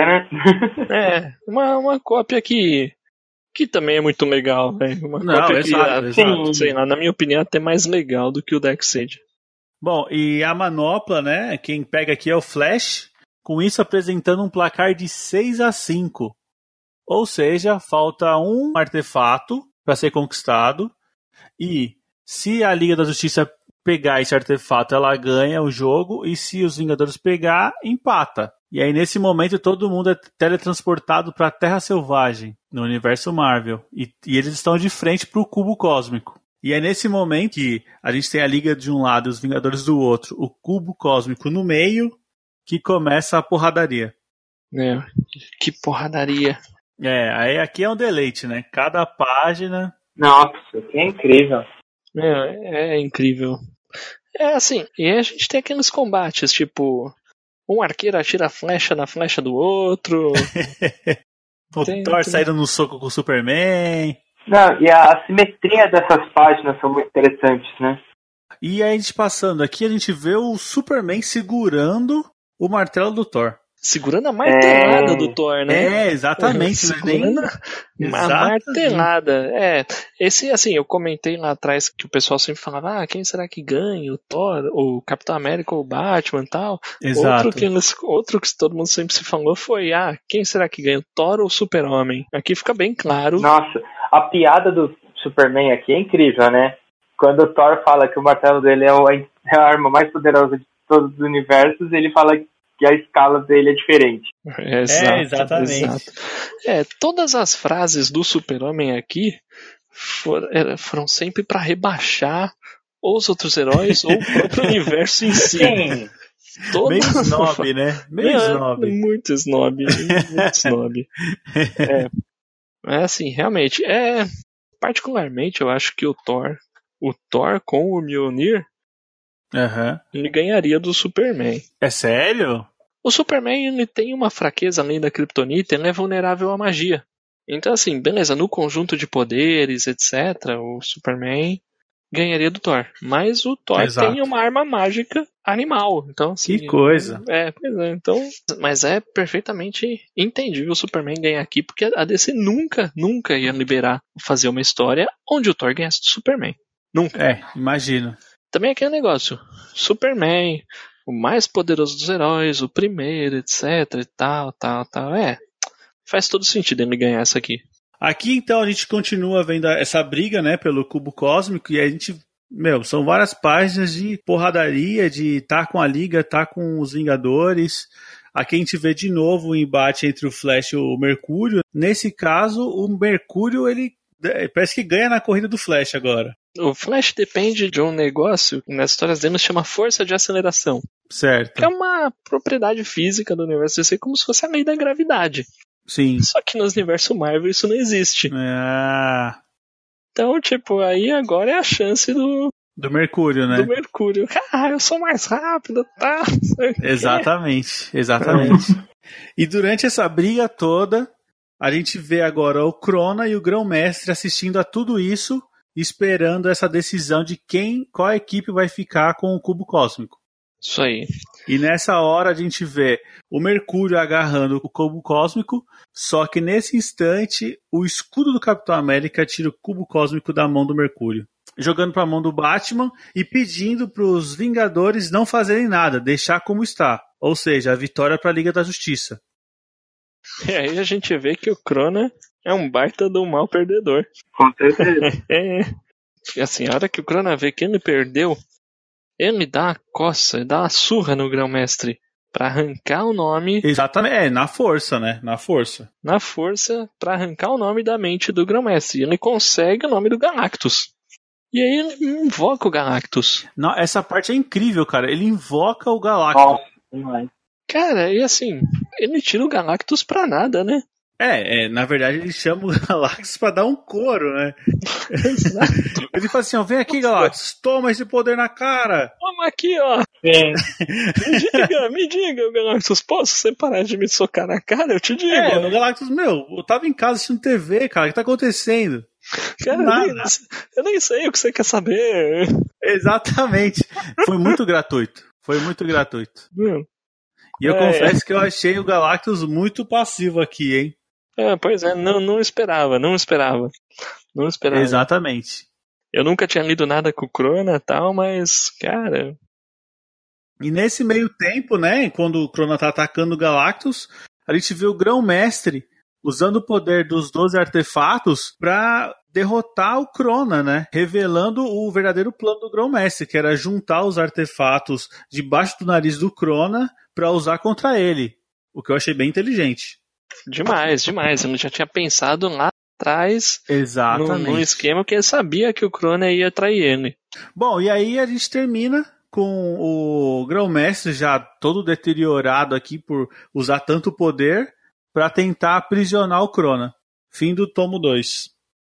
né? Uma cópia que também é muito legal, né? Uma cópia exato. Sei lá, na minha opinião, até mais legal do que o Darkseid. Bom, e a manopla, né, quem pega aqui é o Flash, com isso apresentando um placar de 6-5. Ou seja, falta um artefato para ser conquistado e se a Liga da Justiça pegar esse artefato, ela ganha o jogo, e se os Vingadores pegar, empata. E aí, nesse momento, todo mundo é teletransportado para a Terra Selvagem, no universo Marvel. E eles estão de frente para o cubo cósmico. E é nesse momento que a gente tem a Liga de um lado e os Vingadores do outro, o cubo cósmico no meio, que começa a porradaria. Que porradaria. Aí aqui é um deleite, né? Cada página... Nossa, que é incrível. É incrível. Assim, e aí a gente tem aqueles combates, tipo, um arqueiro atira a flecha na flecha do outro. O Thor saindo no soco com o Superman. Não, e a simetria dessas páginas são muito interessantes, né? E aí a gente passando aqui, a gente vê o Superman segurando o martelo do Thor. Segurando a martelada do Thor, né? Exatamente. Segurando a martelada. Esse, assim, eu comentei lá atrás que o pessoal sempre falava, quem será que ganha? O Thor, o Capitão América ou o Batman e tal. Exato. Outro que todo mundo sempre se falou foi, quem será que ganha? O Thor ou o Super-Homem? Aqui fica bem claro. Nossa, a piada do Superman aqui é incrível, né? Quando o Thor fala que o martelo dele é a arma mais poderosa de todos os universos, ele fala que a escala dele é diferente. Exatamente. Exato. Todas as frases do Super-Homem aqui foram sempre para rebaixar os outros heróis ou o próprio universo em si. Sim. Meio snob, né? Meio snob. Muito snob. Muito snob. Assim, realmente, particularmente eu acho que o Thor com o Mjolnir, ele ganharia do Superman. É sério? O Superman, ele tem uma fraqueza além da Kryptonita, ele é vulnerável à magia. Então, assim, beleza, no conjunto de poderes, etc., o Superman ganharia do Thor. Mas o Thor Exato. tem uma arma mágica animal. Então, assim, Que coisa. Pois é. Então, mas é perfeitamente entendível o Superman ganhar aqui, porque a DC nunca ia liberar fazer uma história onde o Thor ganhasse do Superman. Nunca. Imagino. Também é aquele negócio. Superman, o mais poderoso dos heróis, o primeiro, etc e tal. Faz todo sentido ele ganhar essa aqui. Aqui, então, a gente continua vendo essa briga, né, pelo cubo cósmico, e a gente, são várias páginas de porradaria, de tá com a Liga, tá com os Vingadores. Aqui a gente vê de novo o embate entre o Flash e o Mercúrio. Nesse caso, o Mercúrio, ele parece que ganha na corrida do Flash agora. O Flash depende de um negócio que nas histórias dele se chama força de aceleração. Certo. Que é uma propriedade física do universo DC, como se fosse a lei da gravidade. Sim. Só que no universo Marvel isso não existe. Então, aí agora é a chance do Mercúrio, né? Do Mercúrio. Eu sou mais rápido, tá? Exatamente. E durante essa briga toda, a gente vê agora o Crona e o Grão-Mestre assistindo a tudo isso, esperando essa decisão de qual equipe vai ficar com o cubo cósmico. Isso aí. E nessa hora a gente vê o Mercúrio agarrando o cubo cósmico, só que nesse instante o escudo do Capitão América tira o cubo cósmico da mão do Mercúrio, jogando para a mão do Batman e pedindo para os Vingadores não fazerem nada, deixar como está. Ou seja, a vitória para a Liga da Justiça. E aí a gente vê que o Crona é um baita do mal perdedor. Com certeza. E assim, a hora que o Crona vê que ele perdeu, ele dá a coça, dá uma surra no Grão-Mestre pra arrancar o nome... Exatamente, na força, né? Na força. Na força, pra arrancar o nome da mente do Grão-Mestre. E ele consegue o nome do Galactus. E aí ele invoca o Galactus. Não, essa parte é incrível, cara. Ele invoca o Galactus. Nossa, demais. Cara, e assim, ele tira o Galactus pra nada, né? Na verdade ele chama o Galactus pra dar um couro, né? Exato. Ele fala assim, vem aqui, Galactus, toma esse poder na cara. Toma aqui, ó. Me diga, Galactus, posso você parar de me socar na cara? Eu te digo. O Galactus, eu tava em casa assistindo TV, cara, o que tá acontecendo? Cara, eu nem sei o que você quer saber. Exatamente. Foi muito gratuito. E eu confesso que eu achei o Galactus muito passivo aqui, hein? Pois é, não esperava. Exatamente. Eu nunca tinha lido nada com o Crona e tal, mas, cara... E nesse meio tempo, né, quando o Crona tá atacando o Galactus, a gente vê o Grão-Mestre usando o poder dos 12 artefatos pra derrotar o Crona, né? Revelando o verdadeiro plano do Grão-Mestre, que era juntar os artefatos debaixo do nariz do Crona pra usar contra ele. O que eu achei bem inteligente. Demais. Eu já tinha pensado lá atrás. Exatamente. No esquema que ele sabia que o Crona ia trair ele. Bom, e aí a gente termina com o Grão-Mestre já todo deteriorado aqui por usar tanto poder pra tentar aprisionar o Crona. Fim do tomo 2.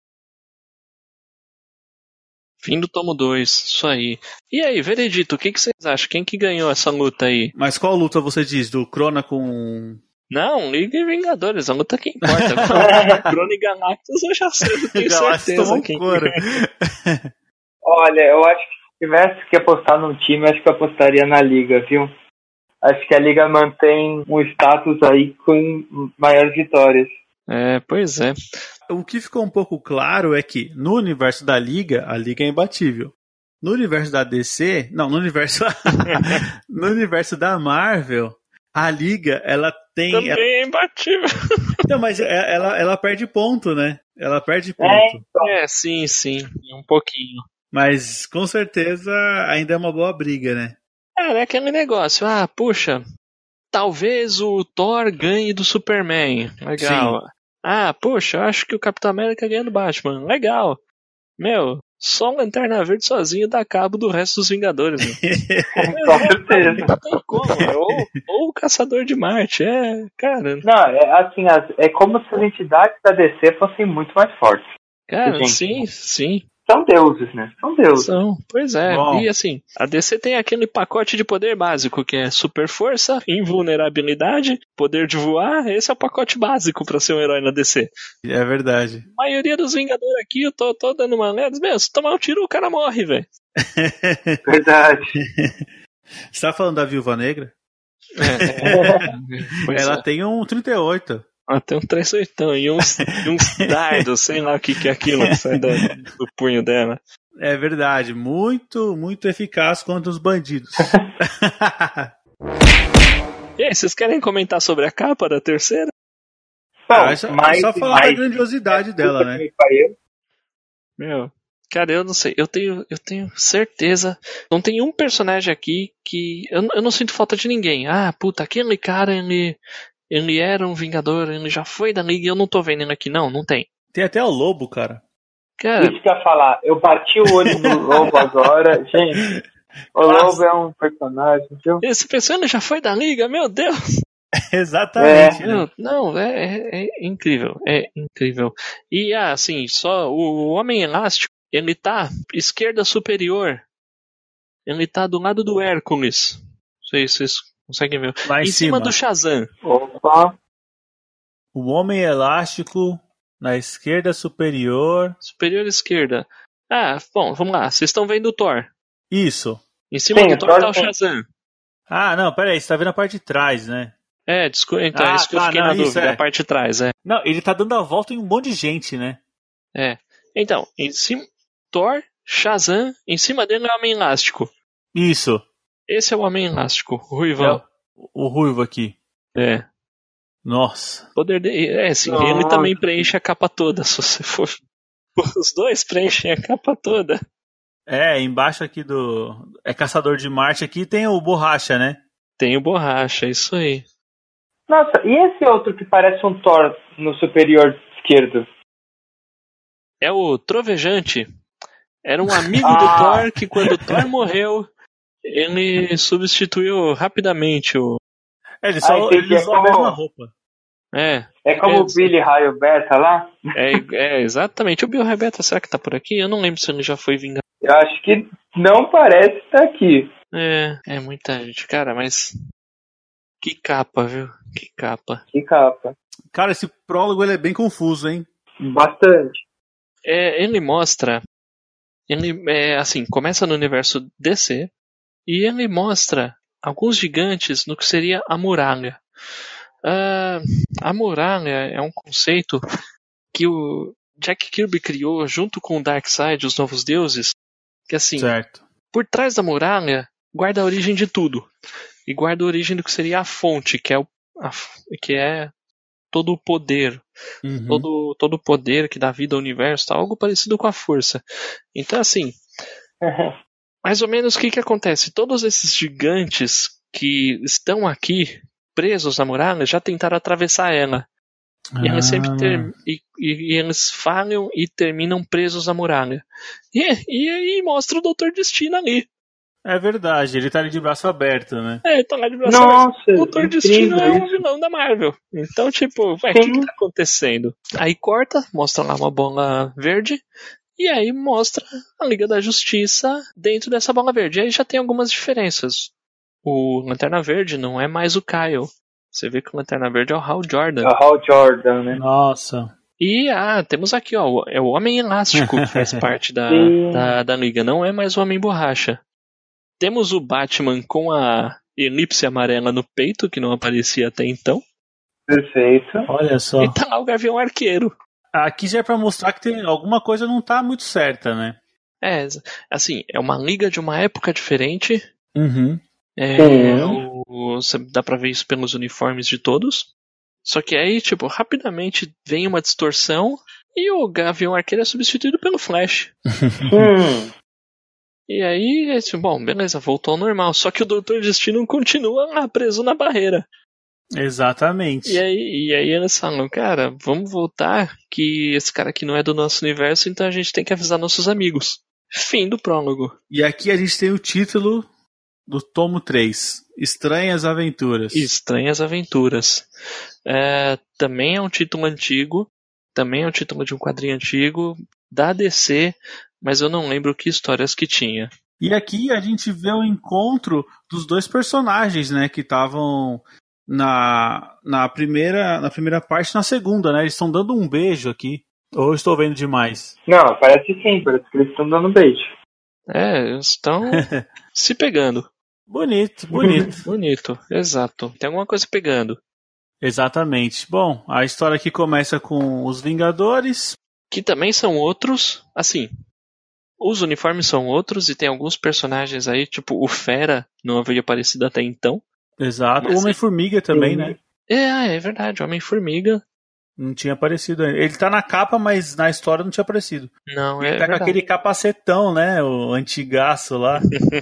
Fim do tomo 2, isso aí. E aí, veredito, o que vocês acham? Quem que ganhou essa luta aí? Mas qual luta você diz? Do Crona com... Não, Liga e Vingadores, a luta que importa. Crona e Galactus eu já sei, eu tenho certeza. Quem Olha, eu acho que se tivesse que apostar num time, acho que eu apostaria na Liga, viu? Acho que a Liga mantém um status aí com maiores vitórias. Pois é. O que ficou um pouco claro é que no universo da Liga, a Liga é imbatível. No universo da DC, não, no universo no universo da Marvel, a Liga, ela tem... Também é imbatível. Não, mas ela perde ponto, né? Ela perde ponto. Sim, um pouquinho. Mas com certeza ainda é uma boa briga, né? É aquele negócio, puxa, talvez o Thor ganhe do Superman. Legal. Sim. Poxa, eu acho que o Capitão América ganha do Batman. Legal. Só o Lanterna Verde sozinho dá cabo do resto dos Vingadores. Com certeza. Não tem como. Ou o Caçador de Marte. Cara. Não, assim, é como se as entidades da DC fossem muito mais fortes. Cara, sim. são deuses, né? São deuses. Pois é. Bom. E assim, a DC tem aquele pacote de poder básico, que é super força, invulnerabilidade, poder de voar. Esse é o pacote básico pra ser um herói na DC. É verdade. A maioria dos Vingadores aqui, eu tô dando uma leda, se tomar um tiro, o cara morre, velho. Verdade. Você tá falando da Viúva Negra? Pois Ela é. tem um 38. Ela tem um 38 e uns dardos, sei lá o que é aquilo que sai do punho dela. É verdade. Muito, muito eficaz contra os bandidos. E aí, vocês querem comentar sobre a capa da terceira? Bom, só falar da grandiosidade dela, né? Meu, cara, eu não sei. Eu tenho certeza. Não tem um personagem aqui que. Eu não sinto falta de ninguém. Ah, puta, aquele cara, ele era um Vingador, ele já foi da Liga e eu não tô vendo ele aqui. Não tem. Tem até o Lobo, cara. Cara, Isso que eu ia falar. Eu bati o olho no Lobo agora. Gente, o Lobo é um personagem, viu? esse pessoal ele já foi da Liga, meu Deus! Exatamente. Né? Não, é incrível. É incrível. E assim, só o Homem Elástico, ele tá esquerda superior. Ele tá do lado do Hércules. Não sei se vocês conseguem ver. Lá em cima cima do Shazam. Opa. O Homem Elástico na esquerda superior. Superior esquerda. Bom, vamos lá. Vocês estão vendo o Thor. Isso. Em cima do Thor tá o Shazam. Ah, não, peraí, você tá vendo a parte de trás, né? Desculpa, então, é isso que eu fiquei na dúvida, a parte de trás, Não, ele tá dando a volta em um monte de gente, né? Então, em cima, Thor, Shazam, em cima dele é o Homem Elástico. Isso. Esse é o Homem Elástico, o Ruivão. O Ruivo aqui. Nossa. O poder dele, sim, ele também preenche a capa toda, se você for. Os dois preenchem a capa toda. Embaixo aqui do... É Caçador de Marte aqui, tem o Borracha, né? Tem o Borracha, isso aí. Nossa, e esse outro que parece um Thor no superior esquerdo? É o Trovejante. Era um amigo do Thor que quando o Thor morreu, ele substituiu rapidamente o... Ele usou a mesma roupa. É como o Billy Raio Beta lá? Exatamente. O Bill Rebeta, será que tá por aqui? Eu não lembro se ele já foi vingado. Eu acho que não parece estar aqui. É muita gente. Cara, mas... Que capa, viu? Que capa. Cara, esse prólogo ele é bem confuso, hein? Bastante. Ele mostra... assim, começa no universo DC e ele mostra alguns gigantes no que seria a muralha. A muralha é um conceito que o Jack Kirby criou junto com o Darkseid, os Novos Deuses, que assim, certo. Por trás da muralha guarda a origem de tudo. E guarda a origem do que seria a fonte, que é todo o poder. Uhum. Todo o poder que dá vida ao universo, tá? Algo parecido com a força. Então, assim, mais ou menos o que acontece? Todos esses gigantes que estão aqui, presos na muralha, já tentaram atravessar ela. E eles sempre e eles falham e terminam presos na muralha. E aí mostra o Dr. Destino ali. É verdade, ele tá ali de braço aberto, né? Ele tá lá de braço aberto. O Dr. Destino é um vilão da Marvel. Então, tipo, o que tá acontecendo? Aí corta, mostra lá uma bola verde. E aí mostra a Liga da Justiça dentro dessa bola verde. E aí já tem algumas diferenças. O Lanterna Verde não é mais o Kyle. Você vê que o Lanterna Verde é o Hal Jordan. É o Hal Jordan, né? Nossa. E temos aqui, ó, é o Homem Elástico que faz parte da Liga. Não é mais o Homem Borracha. Temos o Batman com a elipse amarela no peito, que não aparecia até então. Perfeito. Olha só. E tá lá o Gavião Arqueiro. Aqui já é pra mostrar que tem alguma coisa não tá muito certa, né? Assim, é uma liga de uma época diferente. Uhum. Dá pra ver isso pelos uniformes de todos. Só que aí, tipo, rapidamente vem uma distorção e o Gavião Arqueiro é substituído pelo Flash. E aí, bom, beleza, voltou ao normal. Só que o Dr. Destino continua lá preso na barreira. Exatamente. E aí eles falam, cara, vamos voltar, que esse cara aqui não é do nosso universo, então a gente tem que avisar nossos amigos. Fim do prólogo. E aqui a gente tem o título do tomo 3, Estranhas Aventuras. Estranhas Aventuras. Também é um título antigo, também é um título de um quadrinho antigo, da DC, mas eu não lembro que histórias que tinha. E aqui a gente vê o encontro dos dois personagens, né, que estavam na primeira parte e na segunda, né? Eles estão dando um beijo aqui. Ou eu estou vendo demais? Não, parece sim, parece que eles estão dando beijo. Eles estão se pegando. Bonito. Bonito, exato. Tem alguma coisa pegando. Exatamente. Bom, a história aqui começa com os Vingadores. Que também são outros, assim... Os uniformes são outros e tem alguns personagens aí, tipo o Fera, não havia aparecido até então. Exato. O Homem-Formiga também, né? É verdade, o Homem-Formiga. Não tinha aparecido ainda. Ele tá na capa, mas na história não tinha aparecido. Não, Ele tá com aquele capacetão, né? O antigaço lá.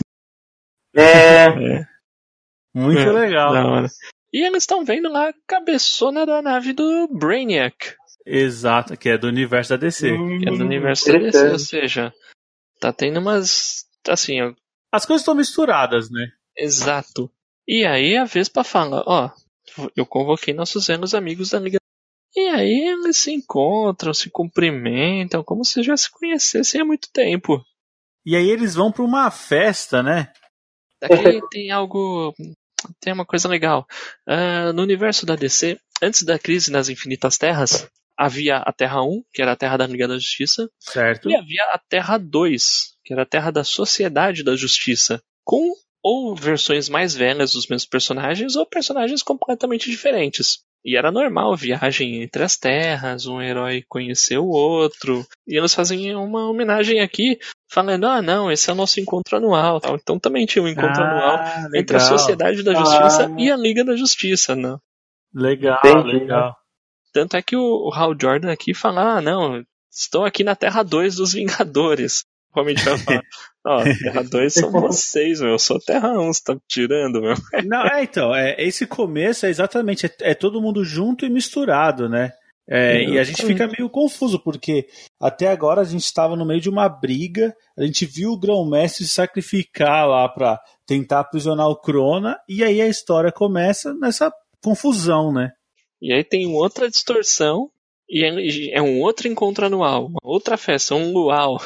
Muito legal. Da hora. E eles estão vendo lá a cabeçona da nave do Brainiac. Exato, que é do universo da DC. Que é do universo da DC, ou seja, tá tendo umas... Assim, as coisas estão misturadas, né? Exato. E aí a Vespa fala, eu convoquei nossos velhos amigos da Liga. E aí eles se encontram, se cumprimentam, como se já se conhecessem há muito tempo. E aí eles vão pra uma festa, né? Aqui tem uma coisa legal. No universo da DC, antes da crise nas Infinitas Terras, havia a Terra 1, que era a Terra da Liga da Justiça. Certo. E havia a Terra 2, que era a Terra da Sociedade da Justiça. Com ou versões mais velhas dos mesmos personagens, ou personagens completamente diferentes. E era normal viagem entre as terras, um herói conhecer o outro. E eles fazem uma homenagem aqui, falando, não, esse é o nosso encontro anual. Tal. Então também tinha um encontro anual entre a Sociedade da Justiça e a Liga da Justiça. Né? Legal. Tanto é que o Hal Jordan aqui fala, não, estou aqui na Terra 2 dos Vingadores. Realmente vai falar, Terra 2 são vocês, meu, eu sou Terra 1, você tá tirando, meu. Não, então, esse começo é exatamente, é todo mundo junto e misturado, né? E a gente fica meio confuso, porque até agora a gente estava no meio de uma briga, a gente viu o Grão-Mestre se sacrificar lá pra tentar aprisionar o Crona, e aí a história começa nessa confusão, né? E aí tem outra distorção, e é um outro encontro anual, uma outra festa, um luau.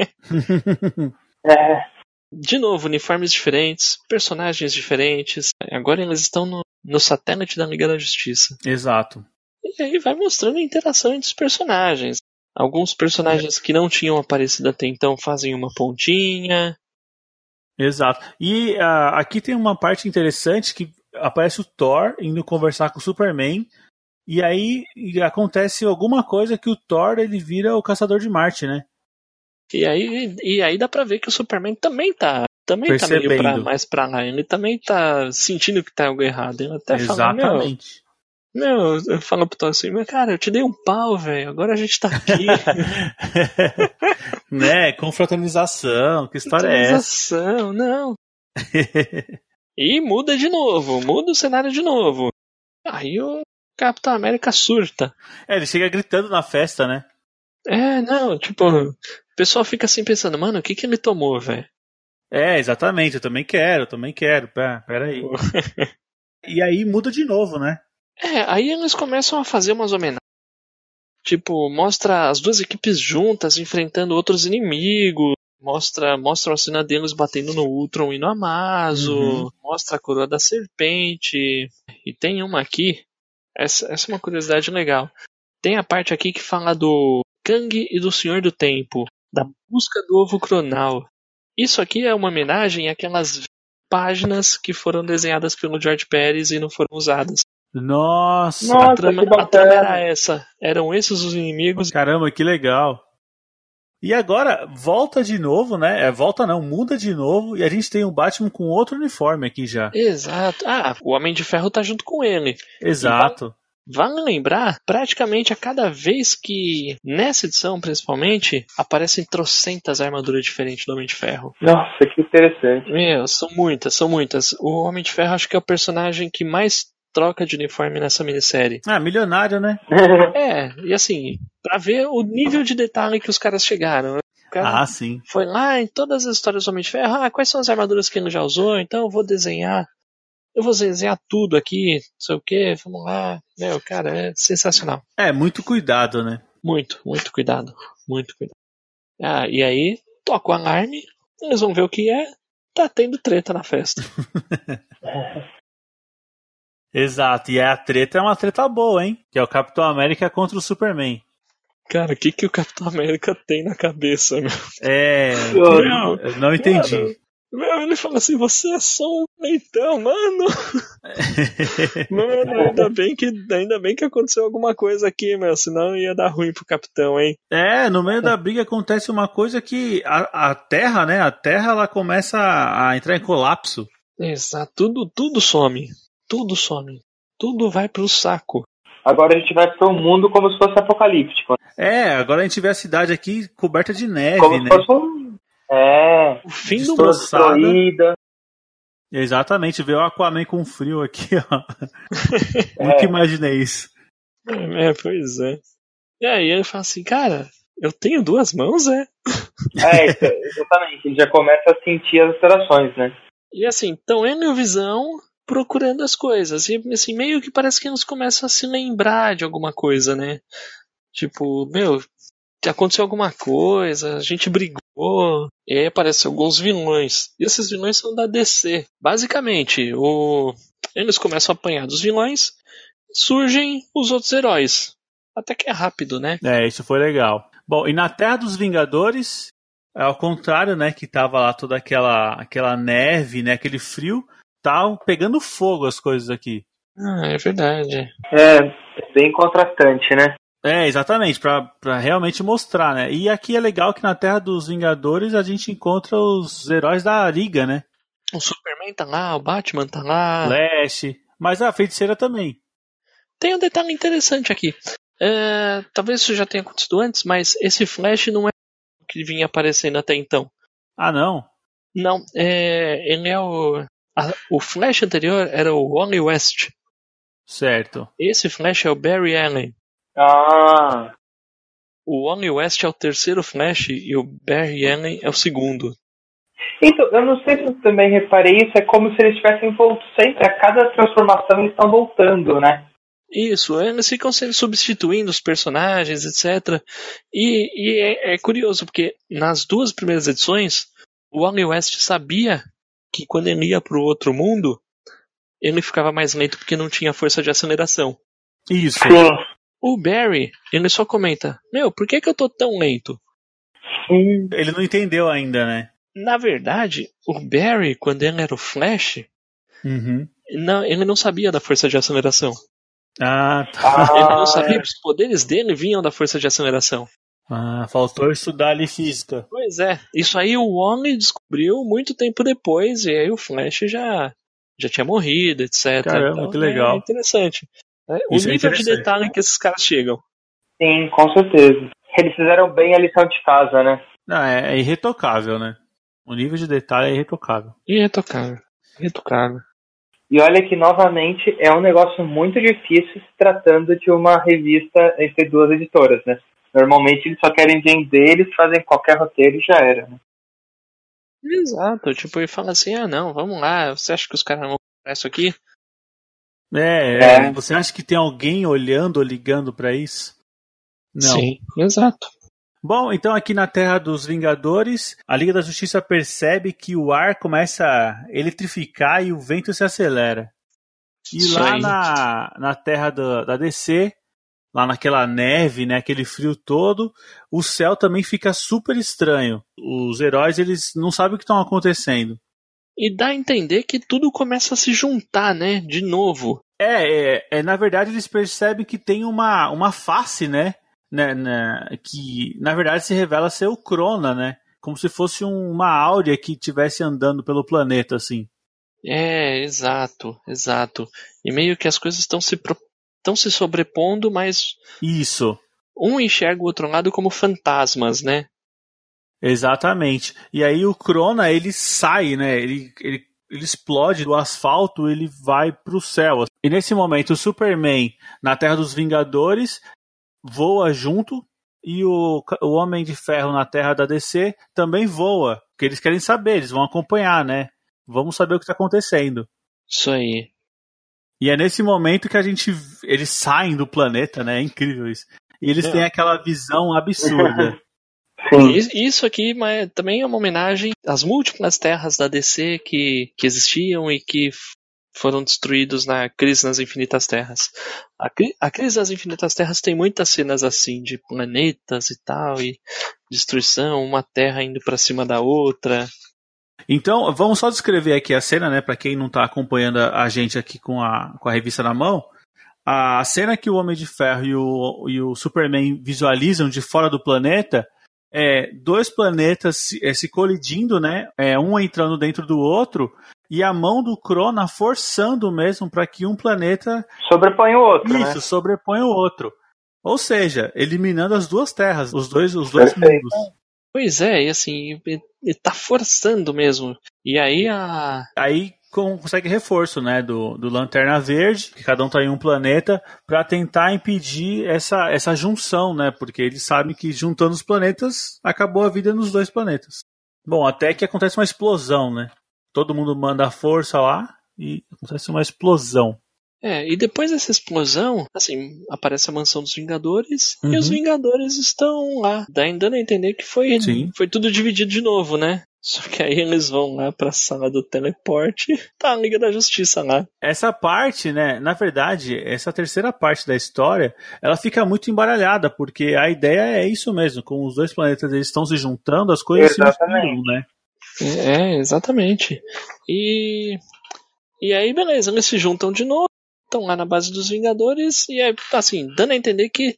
De novo, uniformes diferentes, personagens diferentes. Agora eles estão no satélite da Liga da Justiça. Exato. E aí vai mostrando a interação entre os personagens. Alguns personagens que não tinham aparecido até então fazem uma pontinha. Exato. E aqui tem uma parte interessante que aparece o Thor indo conversar com o Superman. E aí acontece alguma coisa que o Thor ele vira o Caçador de Marte, né? E aí dá pra ver que o Superman também tá meio mais pra lá. Ele também tá sentindo que tá algo errado. Ele até Exatamente. fala, eu falo pro Thor assim, mas cara, eu te dei um pau, velho, agora a gente tá aqui. Né, confraternização, que história é essa? Confraternização, não. E muda o cenário de novo. Aí o Capitão América surta. Ele chega gritando na festa, né? O pessoal fica assim pensando, mano, o que ele tomou, velho? Exatamente, eu também quero. Pera aí. E aí muda de novo, né? Aí eles começam a fazer umas homenagens. Tipo, mostra as duas equipes juntas enfrentando outros inimigos. Mostra a cena deles batendo no Ultron e no Amazo. Mostra a coroa da serpente. E tem uma aqui. Essa é uma curiosidade legal. Tem a parte aqui que fala do Kang e do Senhor do Tempo. Da busca do ovo cronal. Isso aqui é uma homenagem àquelas páginas que foram desenhadas pelo George Pérez e não foram usadas. Nossa, a trama era essa. Eram esses os inimigos. Caramba, que legal. E agora, volta de novo, né? Muda de novo. E a gente tem um Batman com outro uniforme aqui já. Exato. O Homem de Ferro tá junto com ele. Exato. Vale lembrar, praticamente a cada vez que, nessa edição principalmente, aparecem trocentas armaduras diferentes do Homem de Ferro. Nossa, que interessante. São muitas. O Homem de Ferro acho que é o personagem que mais troca de uniforme nessa minissérie. Milionário, né? E assim, pra ver o nível de detalhe que os caras chegaram. O cara sim. foi lá em todas as histórias do Homem de Ferro, quais são as armaduras que ele já usou, então eu vou desenhar tudo aqui, não sei o que, vamos lá. Meu, cara, é sensacional. Muito cuidado, né? Muito cuidado. Muito cuidado. E aí toca o alarme, eles vão ver o que é, tá tendo treta na festa. Exato, e a treta é uma treta boa, hein? Que é o Capitão América contra o Superman. Cara, o que o Capitão América tem na cabeça, meu? Eu não entendi. Meu, ele fala assim, você é só um leitão, mano. Mano, ainda bem que aconteceu alguma coisa aqui, meu, senão ia dar ruim pro Capitão, hein? No meio da briga acontece uma coisa que a Terra, né? A Terra, ela começa a entrar em colapso. Exato, tudo some. Tudo some. Tudo vai pro saco. Agora a gente vai pro mundo como se fosse apocalíptico. Agora a gente vê a cidade aqui coberta de neve, como né? Se fosse o fim do mundo. Destruída. Exatamente, vê o Aquaman com frio aqui, ó. Nunca imaginei isso. Pois é. E aí ele fala assim, cara, eu tenho 2 mãos, Exatamente. Ele já começa a sentir as alterações, né? E assim, então ele e o Visão procurando as coisas. E assim, meio que parece que eles começam a se lembrar de alguma coisa, né? Tipo, meu, aconteceu alguma coisa, a gente brigou. E aí aparecem alguns vilões. E esses vilões são da DC. Basicamente, eles começam a apanhar dos vilões, surgem os outros heróis. Até que é rápido, né? Isso foi legal. Bom, e na Terra dos Vingadores, é ao contrário, né? Que tava lá toda aquela neve, né? Aquele frio. Tá pegando fogo as coisas aqui. É verdade. É bem contrastante, né? Exatamente, pra realmente mostrar, né? E aqui é legal que na Terra dos Vingadores a gente encontra os heróis da Liga, né? O Superman tá lá, o Batman tá lá. Flash, mas a Feiticeira também. Tem um detalhe interessante aqui. Talvez isso já tenha acontecido antes, mas esse Flash não é o que vinha aparecendo até então. Ah, não? Não, ele é o Flash anterior era o Wally West. Certo. Esse Flash é o Barry Allen. O Wally West é o terceiro Flash e o Barry Allen é o segundo. Então, eu não sei se eu também reparei isso, é como se eles tivessem voltado sempre, a cada transformação eles estão voltando, né? Isso, eles ficam sendo substituindo os personagens, etc. E é curioso, porque nas 2 primeiras edições, o Wally West sabia que quando ele ia pro outro mundo, ele ficava mais lento porque não tinha força de aceleração. Isso. Sim. O Barry, ele só comenta, por que eu tô tão lento? Ele não entendeu ainda, né? Na verdade, o Barry, quando ele era o Flash, ele não sabia da força de aceleração. Ah, tá. Ele não sabia que os poderes dele vinham da força de aceleração. Faltou estudar ali física. Pois é, isso aí o Wally descobriu muito tempo depois, e aí o Flash já tinha morrido, etc. Caramba, então, que legal. É interessante. O Isso nível é de detalhe que esses caras chegam. Sim, com certeza. Eles fizeram bem a lição de casa, né? Não, é irretocável, né? O nível de detalhe é irretocável. Irretocável. E olha que, novamente, é um negócio muito difícil se tratando de uma revista entre 2 editoras, né? Normalmente eles só querem vender, eles fazem qualquer roteiro e já era, né? Exato, tipo, ele fala assim, não, vamos lá, você acha que os caras não vão comprar isso aqui? Você acha que tem alguém olhando ou ligando pra isso? Não. Sim, exato. Bom, então aqui na Terra dos Vingadores, a Liga da Justiça percebe que o ar começa a eletrificar e o vento se acelera. E Isso lá aí. na Terra da DC, lá naquela neve, né, aquele frio todo, o céu também fica super estranho. Os heróis, eles não sabem o que estão acontecendo. E dá a entender que tudo começa a se juntar, né, de novo. Na verdade, eles percebem que tem uma face, né, que na verdade se revela ser o Crona, né? Como se fosse uma áurea que estivesse andando pelo planeta, assim. Exato. E meio que as coisas estão se sobrepondo, mas Isso. um enxerga o outro lado como fantasmas, né? Exatamente. E aí o Crona, ele sai, né? Ele explode do asfalto, ele vai pro céu. E nesse momento o Superman, na Terra dos Vingadores, voa junto, e o Homem de Ferro na Terra da DC também voa, porque eles querem saber, eles vão acompanhar, né? Vamos saber o que está acontecendo. Isso aí. E é nesse momento que eles saem do planeta, né? É incrível isso. E eles têm aquela visão absurda. Sim. Isso aqui também é uma homenagem às múltiplas terras da DC que existiam e que foram destruídos na Crise nas Infinitas Terras. A Crise nas Infinitas Terras tem muitas cenas assim, de planetas e tal, e destruição, uma terra indo pra cima da outra. Então, vamos só descrever aqui a cena, né, para quem não tá acompanhando a gente aqui com a revista na mão. A cena que o Homem de Ferro e o Superman visualizam de fora do planeta é dois planetas se colidindo, né, um entrando dentro do outro, e a mão do Crona forçando mesmo para que um planeta sobrepõe o outro, isso, né? sobrepõe o outro. Ou seja, eliminando as duas terras, os dois Perfeito. mundos. Pois é, e assim, ele tá forçando mesmo. E aí Aí consegue reforço, né, do Lanterna Verde, que cada um tá em um planeta, para tentar impedir essa junção, né, porque eles sabem que juntando os planetas, acabou a vida nos dois planetas. Bom, até que acontece uma explosão, né? Todo mundo manda a força lá e acontece uma explosão. e depois dessa explosão, assim, aparece a mansão dos Vingadores e os Vingadores estão lá, dando a entender que foi tudo dividido de novo, né? Só que aí eles vão lá pra sala do teleporte, tá a Liga da Justiça lá. Essa parte, né, na verdade, essa terceira parte da história, ela fica muito embaralhada, porque a ideia é isso mesmo, com os dois planetas eles estão se juntando, as coisas se misturam, né? Exatamente. E aí, beleza, eles se juntam de novo, estão lá na base dos Vingadores, e é assim, dando a entender que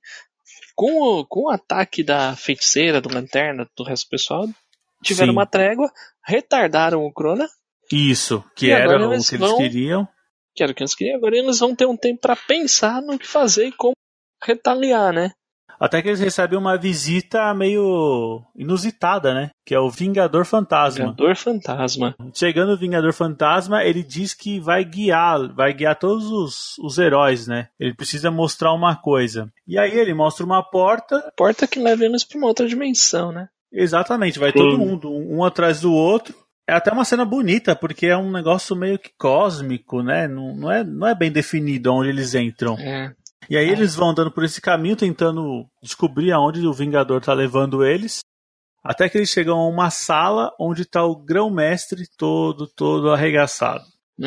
com o ataque da feiticeira, do Lanterna, do resto do pessoal, tiveram uma trégua, retardaram o Crona. Isso, que era o que eles queriam. Que era o que eles queriam, agora eles vão ter um tempo pra pensar no que fazer e como retaliar, né? Até que eles recebem uma visita meio inusitada, né? Que é o Vingador Fantasma. Vingador Fantasma. Chegando o Vingador Fantasma, ele diz que vai guiar todos os heróis, né? Ele precisa mostrar uma coisa. E aí ele mostra uma porta. Porta que leva eles pra uma outra dimensão, né? Exatamente, vai todo mundo, um atrás do outro. É até uma cena bonita, porque é um negócio meio que cósmico, né? Não é bem definido onde eles entram. E aí eles vão andando por esse caminho, tentando descobrir aonde o Vingador tá levando eles. Até que eles chegam a uma sala onde tá o Grão-Mestre todo arregaçado.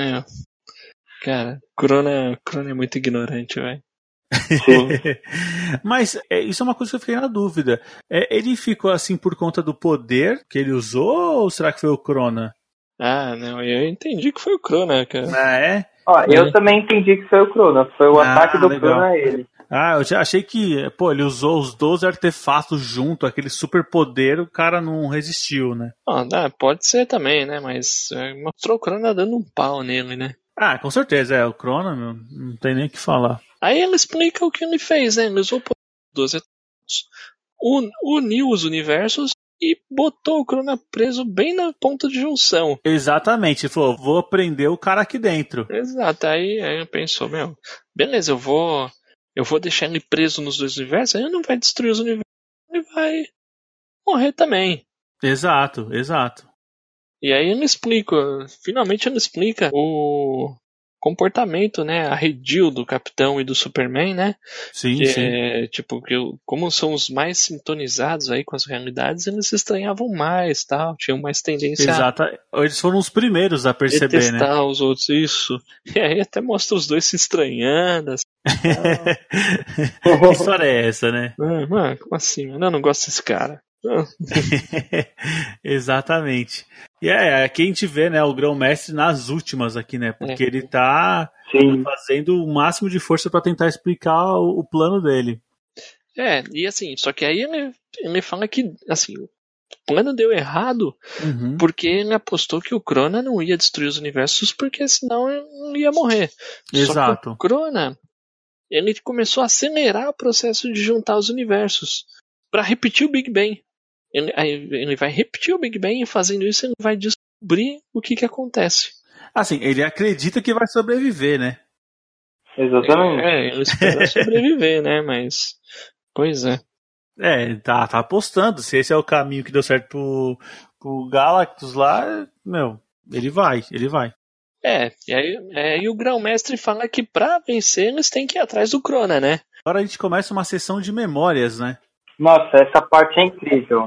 Cara, Crona é muito ignorante, velho. Mas isso é uma coisa que eu fiquei na dúvida. Ele ficou assim por conta do poder que ele usou ou será que foi o Crona? Não, eu entendi que foi o Crona, cara. Eu também entendi que foi o Crona. Foi o ataque do Crona a ele. Eu já achei que, ele usou os 12 artefatos junto, aquele super poder, o cara não resistiu, né? Pode ser também, né? Mas mostrou o Crona dando um pau nele, né? Com certeza, o Crona, meu, não tem nem o que falar. Aí ele explica o que ele fez, né? Ele usou 12 artefatos, uniu os universos e botou o Crona preso bem na ponta de junção. Exatamente, ele falou, vou prender o cara aqui dentro. Exato, aí ele pensou, beleza, eu vou deixar ele preso nos dois universos, aí ele não vai destruir os universos, ele vai morrer também. Exato. E aí finalmente ele explica o comportamento, né, arredio do Capitão e do Superman, né? Sim. Como são os mais sintonizados aí com as realidades, eles se estranhavam mais, tal, tinham mais tendência eles foram os primeiros a perceber, né? Detestar os outros, isso. E aí até mostra os dois se estranhando, assim. Que história é essa, né? Mano, como assim? Eu não gosto desse cara. Exatamente. E aqui a gente vê, né, o Grão-Mestre nas últimas aqui, né? Porque ele tá fazendo o máximo de força para tentar explicar o plano dele. E assim, só que aí ele fala que, assim, o plano deu errado porque ele apostou que o Crona não ia destruir os universos porque senão ele ia morrer. Exato. Só que o Crona, ele começou a acelerar o processo de juntar os universos para repetir o Big Bang. Ele vai repetir o Big Bang e fazendo isso ele vai descobrir o que acontece. Assim, ele acredita que vai sobreviver, né? Exatamente. Ele espera sobreviver, né? Mas, pois é. Tá apostando. Se esse é o caminho que deu certo pro Galactus lá, ele vai. E aí o Grão-Mestre fala que pra vencer eles têm que ir atrás do Crona, né? Agora a gente começa uma sessão de memórias, né? Nossa, essa parte é incrível.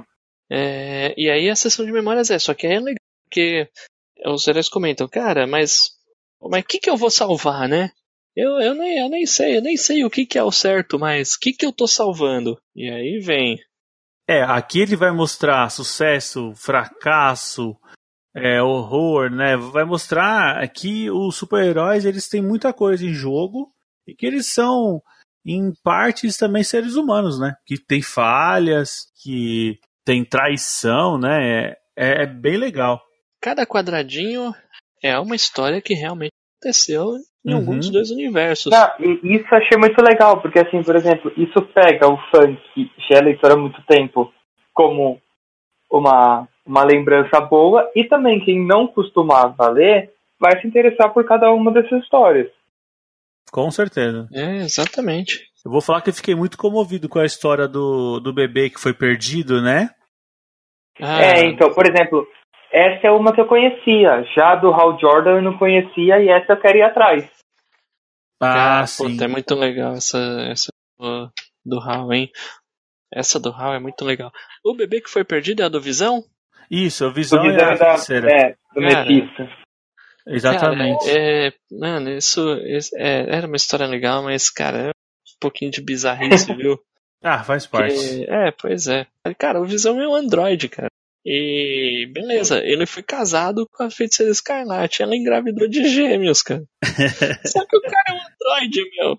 E aí a sessão de memórias só que aí é legal, porque os heróis comentam, cara, mas o que eu vou salvar, né? Eu nem sei o que é o certo, mas o que eu tô salvando? E aí vem. Aqui ele vai mostrar sucesso, fracasso, horror, né? Vai mostrar que os super-heróis eles têm muita coisa em jogo e que eles são, em partes, também seres humanos, né? Que tem falhas, que tem traição, né? É bem legal. Cada quadradinho é uma história que realmente aconteceu em algum dos dois universos. E isso eu achei muito legal, porque assim, por exemplo, isso pega o fã que já é leitor há muito tempo como uma lembrança boa, e também quem não costumava ler vai se interessar por cada uma dessas histórias. Com certeza. Exatamente. Eu vou falar que eu fiquei muito comovido com a história do bebê que foi perdido, né? Então, por exemplo, essa é uma que eu conhecia. Já do Hal Jordan eu não conhecia, e essa eu quero ir atrás. Sim. Puta, é muito legal essa do Hal, hein? Essa do Hal é muito legal. O bebê que foi perdido é a do Visão? Isso, a Visão é a feiticeira. Do Mephisto. Exatamente. Cara, mano, isso era uma história legal, mas, cara, é um pouquinho de bizarrice, viu? Faz parte. Pois é. Cara, o Visão é um androide, cara. E beleza, ele foi casado com a Feiticeira Escarlate. Ela engravidou de gêmeos, cara. Só que o cara é um androide, meu.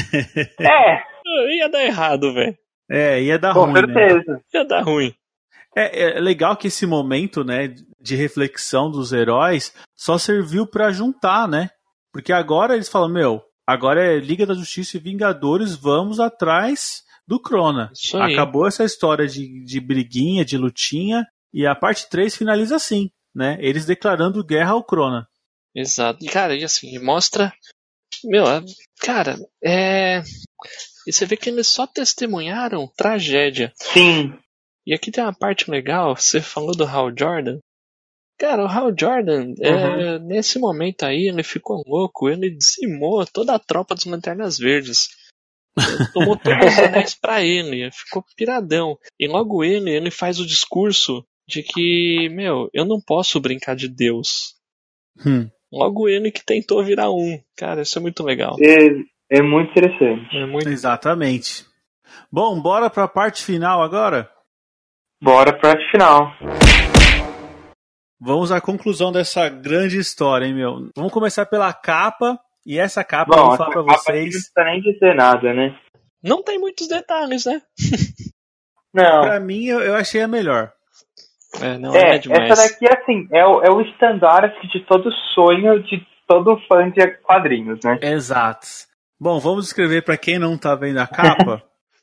Ia dar errado, velho. Ia dar ruim, com certeza. Né? Ia dar ruim. É legal que esse momento, né, de reflexão dos heróis só serviu pra juntar, né? Porque agora eles falam, agora é Liga da Justiça e Vingadores, vamos atrás do Crona. Acabou essa história de briguinha, de lutinha, e a parte 3 finaliza assim, né? Eles declarando guerra ao Crona. Exato. E, cara, e assim, mostra... cara, E você vê que eles só testemunharam tragédia. Sim. E aqui tem uma parte legal, você falou do Hal Jordan. Cara, o Hal Jordan, nesse momento aí, ele ficou louco, ele dizimou toda a tropa dos Lanternas Verdes. Ele tomou todos os anéis pra ele, ficou piradão. E logo ele faz o discurso de que, eu não posso brincar de Deus. Logo ele que tentou virar um. Cara, isso é muito legal. É muito interessante. Exatamente. Bom, bora pra parte final agora? Bora pra parte final. Vamos à conclusão dessa grande história, hein, meu? Vamos começar pela capa. E essa capa, eu vou falar pra vocês... Não precisa nem dizer nada, né? Não tem muitos detalhes, né? Não. Pra mim, eu achei a melhor. Não é demais. Essa daqui, assim, é o estandarte de todo sonho de todo fã de quadrinhos, né? Exato. Bom, vamos descrever pra quem não tá vendo a capa.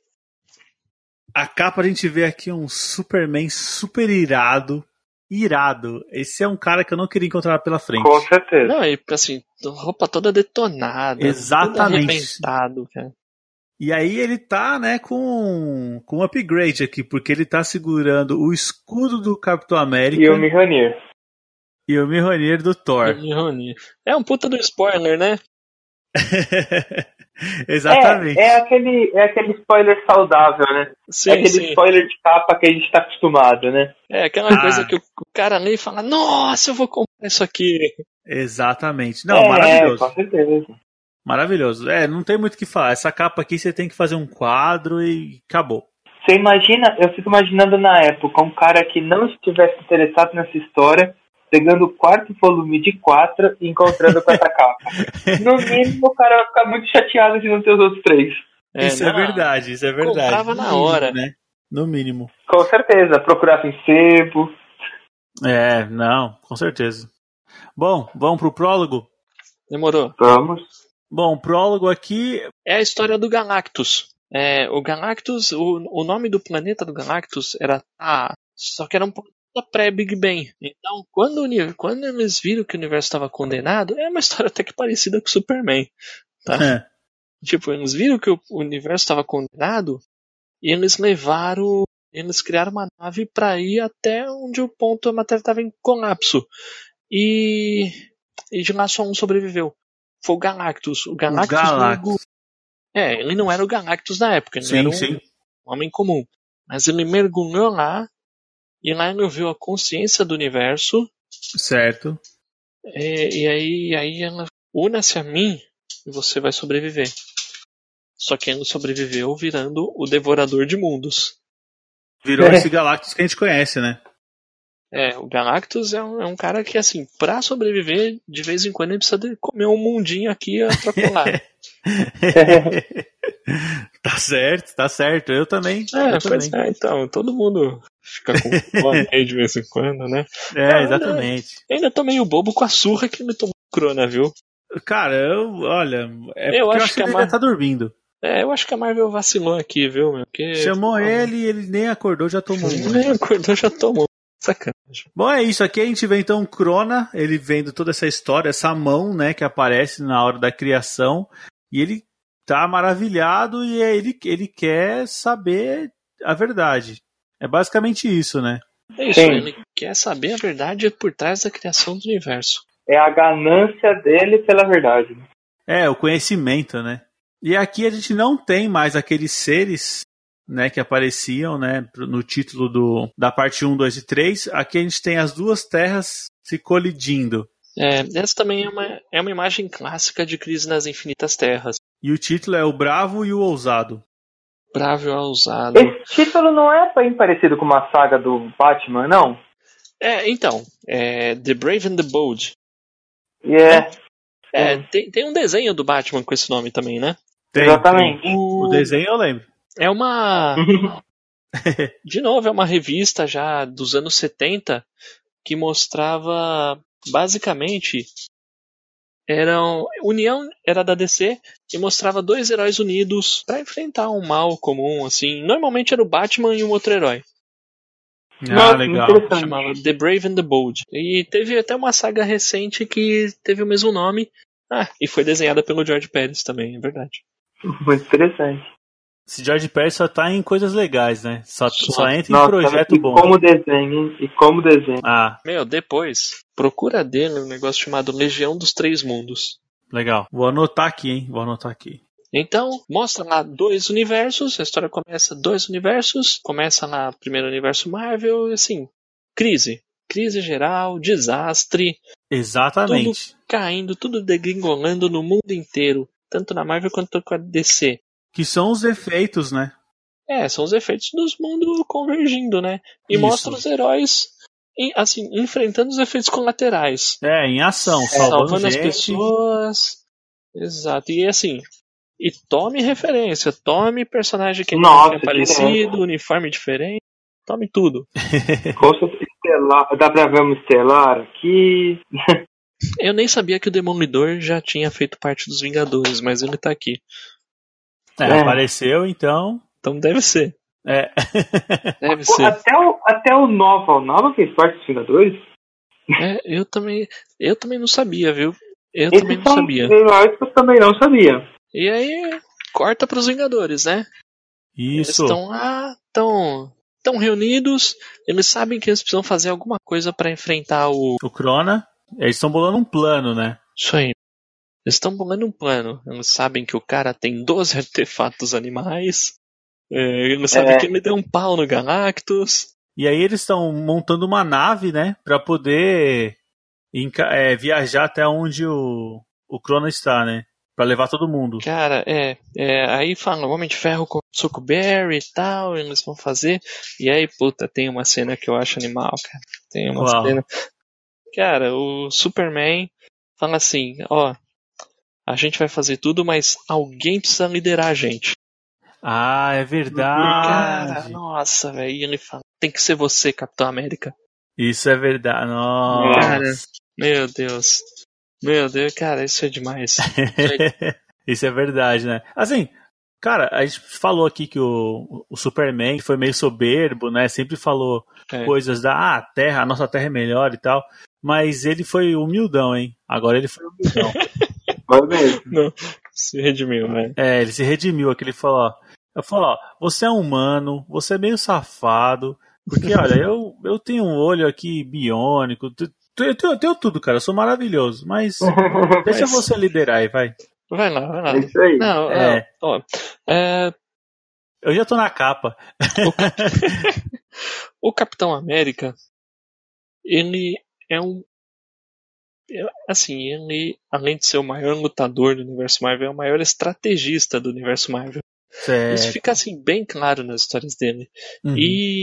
A capa a gente vê aqui um Superman super irado. Esse é um cara que eu não queria encontrar pela frente. Com certeza. Não, e assim, roupa toda detonada. Exatamente. Tudo arrebentado, cara. E aí ele tá, né, com um upgrade aqui, porque ele tá segurando o escudo do Capitão América. E o Mjolnir. E o Mjolnir do Thor. É um puta do spoiler, né? Exatamente. É aquele spoiler saudável, né? Sim, aquele spoiler de capa que a gente tá acostumado, né? É aquela coisa que o cara lê e fala, nossa, eu vou comprar isso aqui. Exatamente. Não, maravilhoso. Com certeza. Maravilhoso. Não tem muito o que falar. Essa capa aqui você tem que fazer um quadro e acabou. Você imagina, eu fico imaginando na época, um cara que não estivesse interessado nessa história, pegando o quarto volume de 4 e encontrando com essa capa. No mínimo, o cara vai ficar muito chateado de não ter os outros 3. Isso é verdade. Comprava na hora. Né? No mínimo. Com certeza. Procurava em sebo. Não, com certeza. Bom, vamos pro prólogo? Demorou. Vamos. Bom, o prólogo aqui... É a história do Galactus. O Galactus, o nome do planeta do Galactus era só que era um pouco pré-Big Bang. Então, quando eles viram que o universo estava condenado, é uma história até que parecida com o Superman. Tá? Tipo, eles viram que o universo estava condenado e eles criaram uma nave para ir até onde o ponto a matéria estava em colapso. E de lá só um sobreviveu. Foi o Galactus. O Galactus. Ele não era o Galactus na época. Ele era um homem comum. Mas ele mergulhou lá E lá ele viu a consciência do universo. Certo. E aí ela, una-se a mim e você vai sobreviver. Só que ele sobreviveu virando o devorador de mundos. Virou esse Galactus que a gente conhece, né? O Galactus é um cara que, assim, pra sobreviver, de vez em quando ele precisa de comer um mundinho aqui atropelar. Tá certo. Eu também. Então, todo mundo fica com fome aí de vez em quando, né? Exatamente. Ainda tô meio bobo com a surra que me tomou Crona, viu? Cara, olha, eu acho que ele ainda tá dormindo. Eu acho que a Marvel vacilou aqui, viu, meu? Chamou ele e ele nem acordou, já tomou. Nem acordou, já tomou. Sacanagem. Bom, é isso. Aqui a gente vê então Crona, ele vendo toda essa história, essa mão, né, que aparece na hora da criação, e ele tá maravilhado e ele quer saber a verdade. É basicamente isso, né? É isso, ele quer saber a verdade por trás da criação do universo. É a ganância dele pela verdade. O conhecimento, né? E aqui a gente não tem mais aqueles seres, né, que apareciam, né, no título da parte 1, 2 e 3. Aqui a gente tem as duas terras se colidindo. Essa também é uma imagem clássica de Crise nas Infinitas Terras. E o título é O Bravo e o Ousado. Bravo e o Ousado. Esse título não é bem parecido com uma saga do Batman, não? Então, The Brave and the Bold. Tem um desenho do Batman com esse nome também, né? Exatamente. O desenho eu lembro. É uma... De novo, é uma revista já dos anos 70 que mostrava, basicamente, União era da DC e mostrava dois heróis unidos para enfrentar um mal comum, assim. Normalmente era o Batman e um outro herói. Legal. Chamava The Brave and the Bold. E teve até uma saga recente que teve o mesmo nome. E foi desenhada pelo George Pérez também, é verdade. Muito interessante. Esse George Pérez só tá em coisas legais, né? Só entra em projeto bom. Como desenho. Depois, procura dele um negócio chamado Legião dos Três Mundos. Legal. Vou anotar aqui, hein? Então, mostra lá dois universos, a história começa dois universos, começa lá primeiro universo Marvel, assim, crise geral, desastre. Exatamente. Tudo caindo, tudo degringolando no mundo inteiro, tanto na Marvel quanto com a DC. Que são os efeitos, né? São os efeitos dos mundos convergindo, né? E mostra os heróis, assim, enfrentando os efeitos colaterais. Em ação, salvando as pessoas. Exato. E assim, tome referência, tome personagem que não é parecido, uniforme diferente, tome tudo. Dá pra ver um Estelar aqui. Eu nem sabia que o Demolidor já tinha feito parte dos Vingadores, mas ele tá aqui. Apareceu, então. Então deve ser. Deve ser. Até o Nova fez parte dos Vingadores? Eu também não sabia, viu? Eu também não sabia. Eu também não sabia. E aí, corta pros Vingadores, né? Isso. Eles estão lá, estão reunidos, eles sabem que eles precisam fazer alguma coisa pra enfrentar o Crona. Eles estão bolando um plano, né? Isso aí. Eles estão bolando um plano. Eles sabem que o cara tem 12 artefatos animais. Eles sabem que ele deu um pau no Galactus. E aí eles estão montando uma nave, né? Pra poder viajar até onde o Crona está, né? Pra levar todo mundo. Cara, aí fala, o Homem de Ferro com o Succuberry e tal, eles vão fazer. E aí, tem uma cena que eu acho animal, cara. Tem uma cena... Cara, o Superman fala assim, a gente vai fazer tudo, mas alguém precisa liderar a gente. É verdade. Cara, nossa, velho. E ele fala, tem que ser você, Capitão América. Isso é verdade. Nossa. Cara, meu Deus, cara, isso é demais. Isso é verdade, né? Assim, cara, a gente falou aqui que o Superman foi meio soberbo, né? Sempre falou coisas da Terra, a nossa Terra é melhor e tal. Mas ele foi humildão, hein? Agora ele foi humildão. Não, se redimiu, né? Ele se redimiu. Aqui ele falou, você é humano, você é meio safado, porque, olha, eu tenho um olho aqui biônico, eu tenho tudo, cara, eu sou maravilhoso, mas deixa você liderar aí, vai. Vai lá. É isso aí. Não, Eu já tô na capa. O Capitão América, ele é assim, ele, além de ser o maior lutador do universo Marvel, é o maior estrategista do universo Marvel. Isso Certo. fica assim bem claro nas histórias dele. Uhum.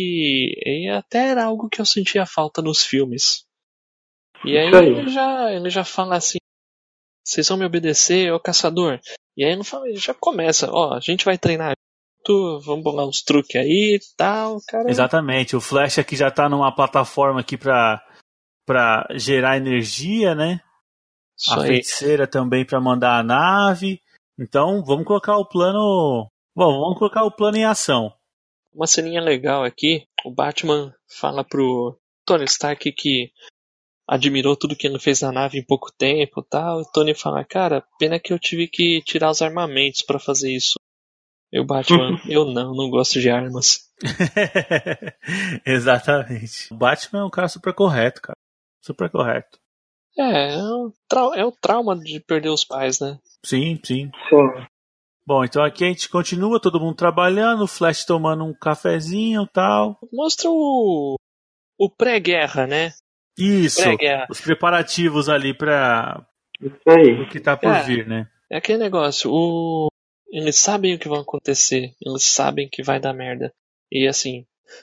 E até era algo que eu sentia falta nos filmes. E aí Isso aí. ele já fala assim: vocês vão me obedecer, ô caçador. E aí ele já começa: ó, a gente vai treinar junto, vamos bolar uns truques aí e tal, cara. Exatamente. O Flash aqui já tá numa plataforma aqui pra gerar energia, né? Isso A aí. feiticeira também pra mandar a nave. Então, vamos colocar o plano... Bom, vamos colocar o plano em ação. Uma ceninha legal aqui, o Batman fala pro Tony Stark que admirou tudo que ele fez na nave em pouco tempo e tal. O Tony fala: cara, pena que eu tive que tirar os armamentos pra fazer isso. E o Batman: eu não gosto de armas. Exatamente. O Batman é um cara super correto, cara. Super correto. É o trauma de perder os pais, né? Sim, sim. Sim. Bom, então aqui a gente continua, todo mundo trabalhando, o Flash tomando um cafezinho e tal. Mostra o pré-guerra, né? Isso, Pré-guerra. os preparativos ali para Isso aí. o que tá por vir, né? É aquele negócio, eles sabem o que vai acontecer, eles sabem que vai dar merda. E assim,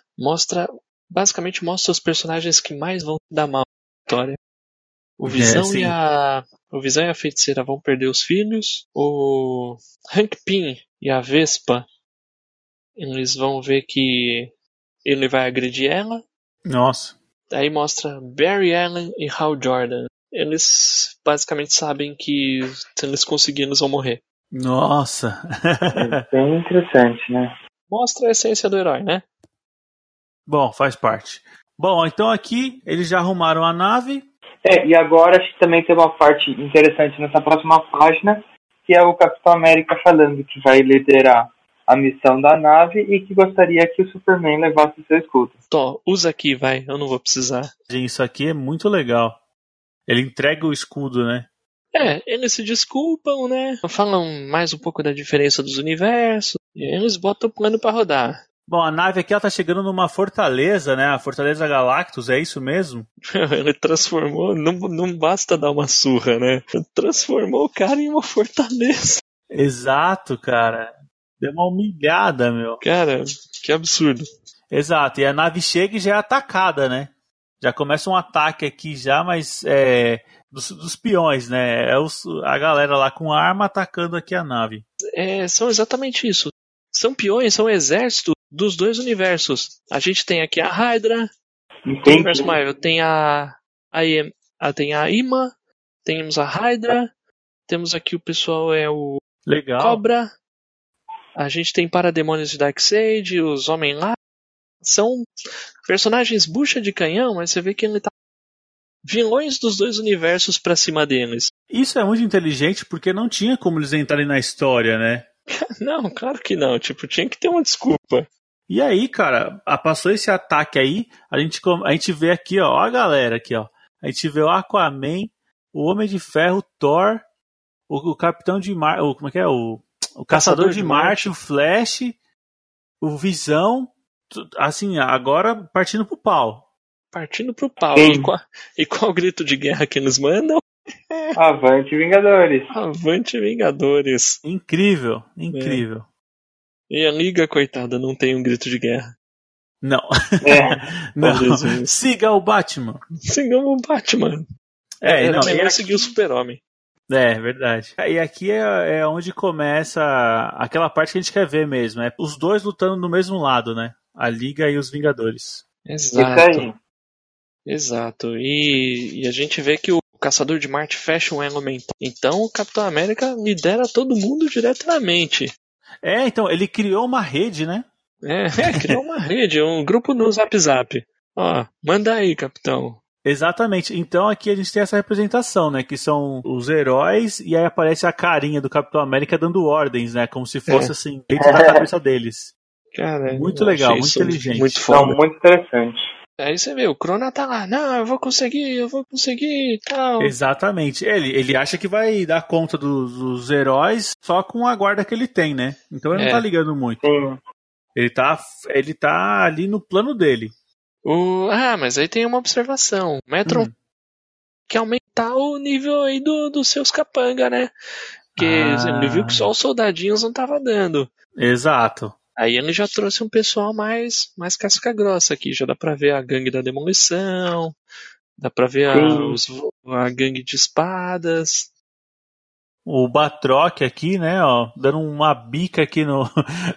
basicamente mostra os personagens que mais vão dar mal na história. O Visão sim. o Visão e a Feiticeira vão perder os filhos. O Hank Pym e a Vespa, eles vão ver que ele vai agredir ela. Nossa. Aí mostra Barry Allen e Hal Jordan. Eles basicamente sabem que se eles conseguirem, eles vão morrer. Nossa. É bem interessante, né? Mostra a essência do herói, né? Bom, faz parte. Bom, então aqui eles já arrumaram a nave. E agora acho que também tem uma parte interessante nessa próxima página, que é o Capitão América falando que vai liderar a missão da nave e que gostaria que o Superman levasse seu escudo. Tó, usa aqui, vai, eu não vou precisar. Isso aqui é muito legal. Ele entrega o escudo, né? Eles se desculpam, né? Falam mais um pouco da diferença dos universos. E eles botam o plano pra rodar. Bom, a nave aqui ela tá chegando numa fortaleza, né? A Fortaleza Galactus, é isso mesmo? Ele transformou, não basta dar uma surra, né? Transformou o cara em uma fortaleza. Exato, cara. Deu uma humilhada, meu. Cara, que absurdo. Exato, e a nave chega e já é atacada, né? Já começa um ataque aqui já, mas dos peões, né? A galera lá com arma atacando aqui a nave. São exatamente isso. São peões, são exércitos dos dois universos. A gente tem aqui a Hydra, do universo Marvel, tem tem a Ima, temos a Hydra, temos aqui o pessoal o Legal. Cobra, a gente tem Parademônios de Darkseid, os Homem lá. São personagens bucha de canhão, mas você vê que ele tá vilões dos dois universos pra cima deles. Isso é muito inteligente porque não tinha como eles entrarem na história, né? Não, claro que não. Tipo, tinha que ter uma desculpa. E aí, cara, passou esse ataque aí, a gente vê aqui, ó a galera aqui, ó. A gente vê o Aquaman, o Homem de Ferro, Thor, o Capitão de Marte, como é que é? O Caçador de Marte, o Flash, o Visão, assim, agora partindo pro pau. Partindo pro pau. E qual grito de guerra que eles mandam? Avante, Vingadores! Avante, Vingadores! Incrível, incrível. E a Liga, coitada, não tem um grito de guerra. Não. Não. Siga o Batman. Siga o Batman. Era melhor seguir o Super-Homem. É, verdade. E aqui é onde começa aquela parte que a gente quer ver mesmo. É os dois lutando no mesmo lado, né? A Liga e os Vingadores. Exato. Exato. E a gente vê que o Caçador de Marte fecha um elo mental. Então o Capitão América lidera todo mundo diretamente. Então, ele criou uma rede, né? Criou uma rede, um grupo no Zap Zap. Ó, manda aí, capitão. Exatamente. Então aqui a gente tem essa representação, né? Que são os heróis e aí aparece a carinha do Capitão América dando ordens, né? Como se fosse assim, dentro da cabeça deles. Cara, muito legal, muito inteligente. Muito foda. Não, muito interessante. Aí você vê, o Crona tá lá, não, eu vou conseguir e tal. Exatamente. Ele acha que vai dar conta dos heróis só com a guarda que ele tem, né? Então ele não tá ligando muito. Sim. Ele tá ali no plano dele. Mas aí tem uma observação. O Metron quer aumentar o nível aí dos seus capanga, né? Porque ele viu que só os soldadinhos não tava dando. Exato. Aí ele já trouxe um pessoal mais casca grossa aqui. Já dá pra ver a gangue da demolição. Dá pra ver a gangue de espadas. O Batroc aqui, né, ó, dando uma bica aqui na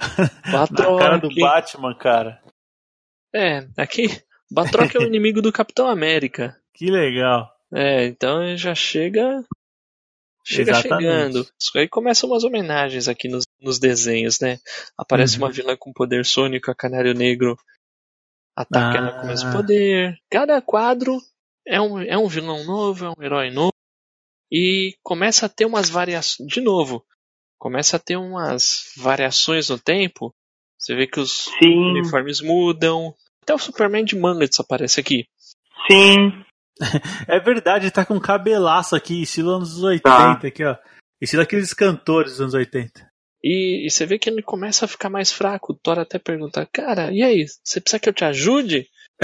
cara do Batman, cara. Aqui, o Batroc é o inimigo do Capitão América. Que legal. Então ele já chega chegando. Aí começam umas homenagens aqui nos desenhos, né? Aparece uma vilã com poder sônico, a Canário Negro ataca ela com o mesmo poder. Cada quadro é um vilão novo, é um herói novo. E começa a ter umas variações. De novo, começa a ter umas variações no tempo. Você vê que os uniformes mudam. Até o Superman de Mullets aparece aqui. Sim. É verdade, ele tá com um cabelaço aqui, estilo anos 80, aqui, ó. Estilo aqueles cantores dos anos 80. E você vê que ele começa a ficar mais fraco. O Thor até pergunta, cara, e aí, você precisa que eu te ajude?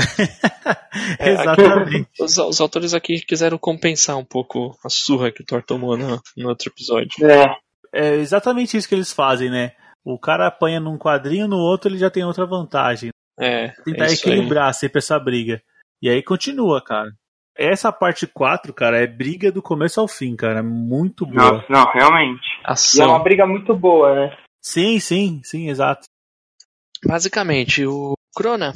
Exatamente. Os autores aqui quiseram compensar um pouco a surra que o Thor tomou no outro episódio. É exatamente isso que eles fazem, né? O cara apanha num quadrinho, no outro ele já tem outra vantagem. Tentar equilibrar sempre essa briga. E aí continua, cara. Essa parte 4, cara, é briga do começo ao fim, cara. Muito boa. Nossa, não, realmente. Ação. E é uma briga muito boa, né? Sim, exato. Basicamente, o Crona,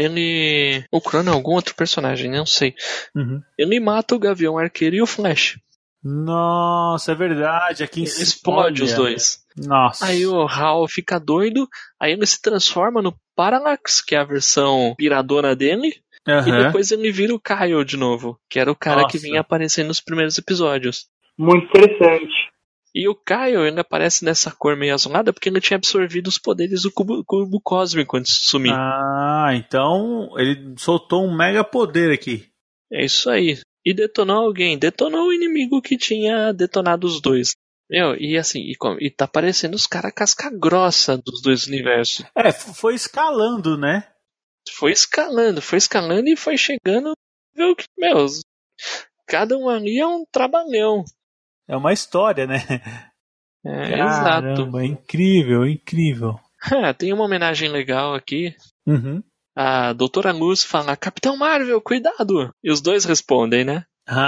o Crona é algum outro personagem, não sei. Ele mata o Gavião Arqueiro e o Flash. Nossa, é verdade. Aqui ele explode os dois. Nossa. Aí o Hal fica doido, aí ele se transforma no Parallax, que é a versão piradona dele. E depois ele vira o Kyle de novo, que era o cara que vinha aparecendo nos primeiros episódios. Muito interessante. E o Kyle ainda aparece nessa cor meio azulada porque ele tinha absorvido os poderes do cubo cósmico antes de sumir. Então ele soltou um mega poder aqui. É isso aí. E detonou alguém. Detonou o inimigo que tinha detonado os dois. E assim, e tá aparecendo os caras casca grossa dos dois universos. Foi escalando, né? Foi escalando e foi chegando. Cada um ali é um trabalhão. É uma história, né? Exato. Incrível. Tem uma homenagem legal aqui. A Doutora Luz fala, Capitão Marvel, cuidado! E os dois respondem, né?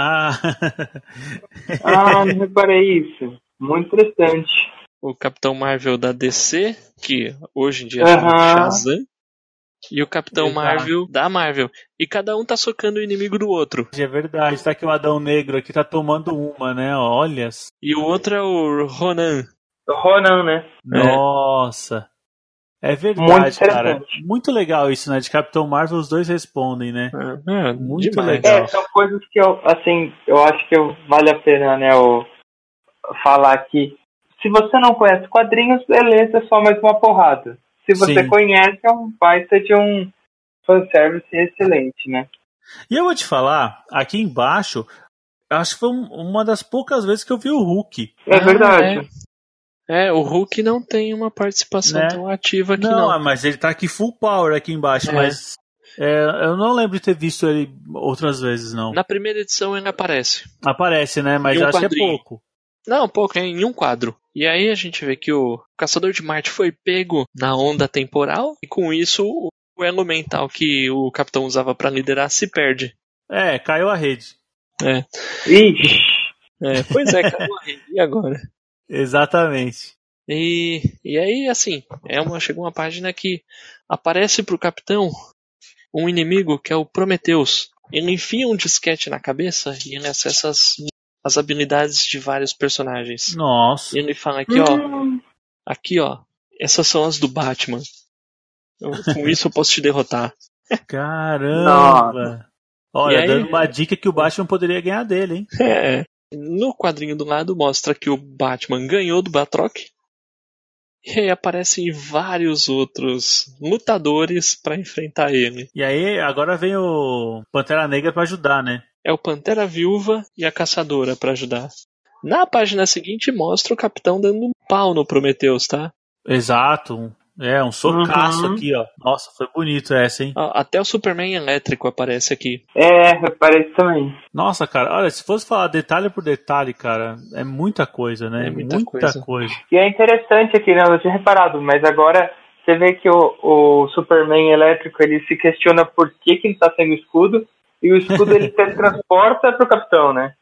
Não reparei isso. Muito interessante. O Capitão Marvel da DC, que hoje em dia chama de Shazam. E o Capitão Marvel da Marvel. E cada um tá socando o inimigo do outro. É verdade, tá que o Adão Negro aqui tá tomando uma, né? Olha. E o outro é o Ronan. O Ronan, né? Nossa. É verdade, cara. Muito legal isso, né? De Capitão Marvel os dois respondem, né? Muito demais. legal. São coisas que eu acho que vale a pena, né? Falar aqui. Se você não conhece quadrinhos, beleza, é só mais uma porrada. Se você conhece, é um baita de um fanservice excelente, né? E eu vou te falar, aqui embaixo, acho que foi uma das poucas vezes que eu vi o Hulk. É verdade. O Hulk não tem uma participação tão ativa aqui, não. Não, mas ele tá aqui full power aqui embaixo, mas eu não lembro de ter visto ele outras vezes, não. Na primeira edição ele aparece. Aparece, né? Mas acho que é pouco. Não, pouco, é em um quadro. E aí a gente vê que o Caçador de Marte foi pego na onda temporal e com isso o elo mental que o Capitão usava pra liderar se perde. Caiu a rede. Ixi. Pois caiu a rede. E agora? Exatamente. E aí, assim, chegou uma página que aparece pro Capitão um inimigo que é o Prometheus. Ele enfia um disquete na cabeça e ele acessa as habilidades de vários personagens. Nossa. E ele fala aqui ó, essas são as do Batman. Com isso eu posso te derrotar. Caramba! Olha, dando uma dica que o Batman poderia ganhar dele, hein? No quadrinho do lado mostra que o Batman ganhou do Batroc. E aí aparecem vários outros lutadores pra enfrentar ele. E aí agora vem o Pantera Negra pra ajudar, né? É o Pantera Viúva e a Caçadora pra ajudar. Na página seguinte mostra o Capitão dando um pau no Prometheus, tá? Exato. Um socaço aqui, ó. Nossa, foi bonito essa, hein? Até o Superman elétrico aparece aqui. Aparece também. Nossa, cara, olha, se fosse falar detalhe por detalhe, cara, é muita coisa, né? É muita coisa. E é interessante aqui, né? Eu não tinha reparado, mas agora você vê que o Superman elétrico, ele se questiona por que ele tá sem o escudo, e o escudo ele teletransporta pro Capitão, né?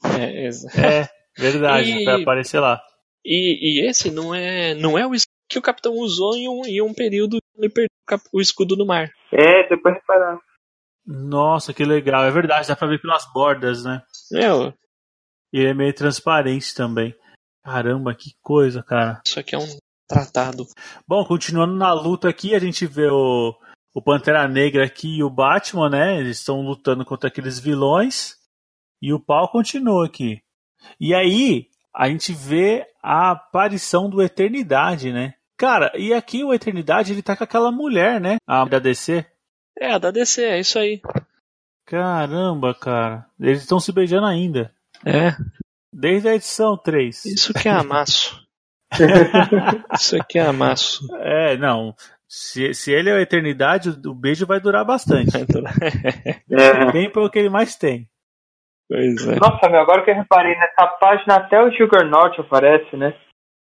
Verdade, vai aparecer lá. E esse não é o escudo que o Capitão usou em um período que ele perdeu o escudo no mar. Depois reparar. Nossa, que legal. É verdade, dá pra ver pelas bordas, né? E ele é meio transparente também. Caramba, que coisa, cara. Isso aqui é um tratado. Bom, continuando na luta aqui, a gente vê o Pantera Negra aqui e o Batman, né? Eles estão lutando contra aqueles vilões. E o pau continua aqui. E aí, a gente vê a aparição do Eternidade, né? Cara, e aqui o Eternidade, ele tá com aquela mulher, né? A da DC. A da DC, é isso aí. Caramba, cara. Eles estão se beijando ainda. Desde a edição 3. Isso que é amasso. Isso aqui é amasso. Não. Se ele é a Eternidade, o beijo vai durar bastante. Bem pelo que ele mais tem. Pois é. Nossa, meu, agora que eu reparei, nessa página até o Juggernaut aparece, né?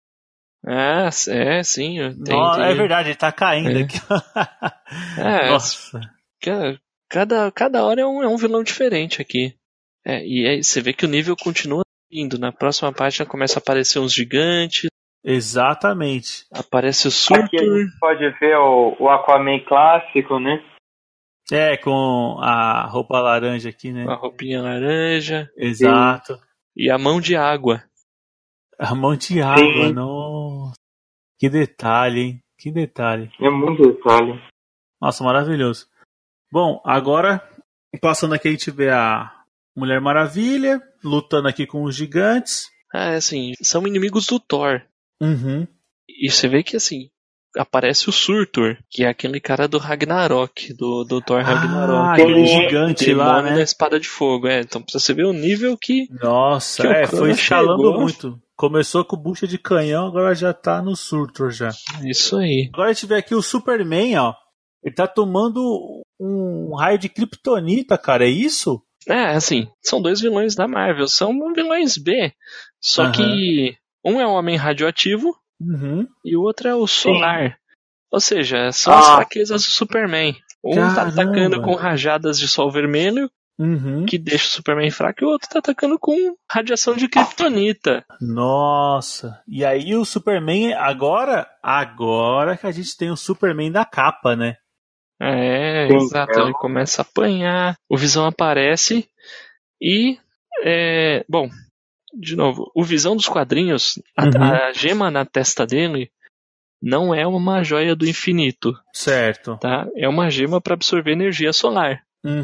Sim. É verdade, ele tá caindo aqui. Nossa. Cada hora é um vilão diferente aqui. E aí você vê que o nível continua indo. Na próxima página começa a aparecer uns gigantes. Exatamente. Aparece o Surtur. Aqui a gente pode ver o Aquaman clássico, né? Com a roupa laranja aqui, né? A roupinha laranja. Exato. E a mão de água. A mão de água, nossa. Que detalhe, hein? Que detalhe. É muito detalhe. Nossa, maravilhoso. Bom, agora, passando aqui, a gente vê a Mulher Maravilha lutando aqui com os gigantes. Assim, são inimigos do Thor. Uhum. E você vê que, assim, aparece o Surtur, que é aquele cara do Ragnarok, do Thor Ragnarok. Aquele gigante lá, né? Da espada de fogo, Então, pra você ver o nível que... Nossa, que foi escalando muito. Começou com bucha de canhão, agora já tá no Surtur já. Isso aí. Agora a gente vê aqui o Superman, ó. Ele tá tomando um raio de kryptonita, cara, é isso? Assim, são dois vilões da Marvel, são vilões B. Só que um é o Homem Radioativo e o outro é o Solar. Ou seja, são as fraquezas do Superman. Um tá atacando com rajadas de sol vermelho, que deixa o Superman fraco, e o outro tá atacando com radiação de kryptonita. Nossa, e aí o Superman, agora que a gente tem o Superman da capa, né? Exato, ele começa a apanhar, o Visão aparece e, bom, de novo, o Visão dos quadrinhos, a gema na testa dele não é uma joia do infinito. Certo. Tá? É uma gema para absorver energia solar.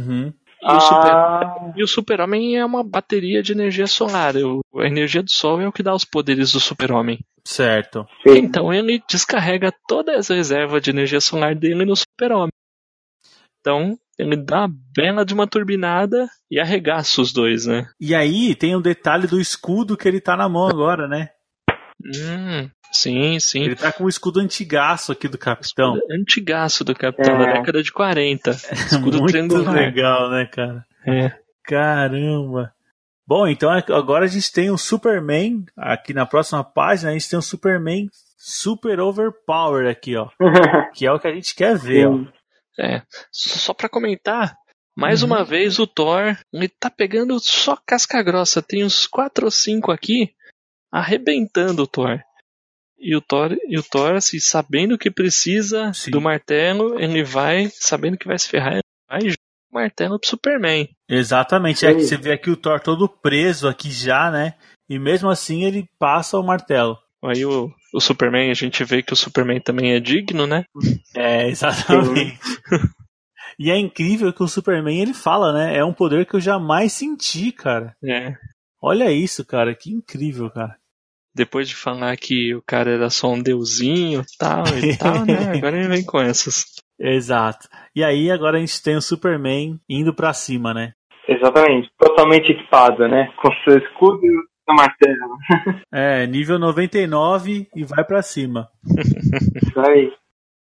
E o Super-Homem é uma bateria de energia solar. A energia do Sol é o que dá os poderes do Super-Homem. Certo. Então ele descarrega toda essa reserva de energia solar dele no Super-Homem. Então ele dá uma bela de uma turbinada e arregaça os dois, né? E aí tem um detalhe do escudo que ele tá na mão agora, né? Sim. Ele tá com o escudo antigaço aqui do Capitão. Antigaço do Capitão, da década de 40. Escudo muito triangular. Legal, né, cara? Caramba. Bom, então agora a gente tem o Superman, aqui na próxima página, a gente tem o Superman super overpower aqui, ó. Que é o que a gente quer ver, ó. Só pra comentar, mais uma vez o Thor, ele tá pegando só casca grossa. Tem uns 4 ou 5 aqui, arrebentando o Thor. E o Thor, assim, sabendo que precisa do martelo, ele vai, sabendo que vai se ferrar, ele vai jogar o martelo pro Superman. Exatamente, que você vê aqui o Thor todo preso aqui já, né? E mesmo assim ele passa o martelo. Aí o Superman, a gente vê que o Superman também é digno, né? Exatamente. E é incrível que o Superman, ele fala, né? É um poder que eu jamais senti, cara. Olha isso, cara, que incrível, cara. Depois de falar que o cara era só um deusinho e tal, né? Agora ele vem com essas. Exato. E aí agora a gente tem o Superman indo pra cima, né? Exatamente. Totalmente equipado, né? Com seu escudo e seu martelo. Nível 99 e vai pra cima. Isso aí.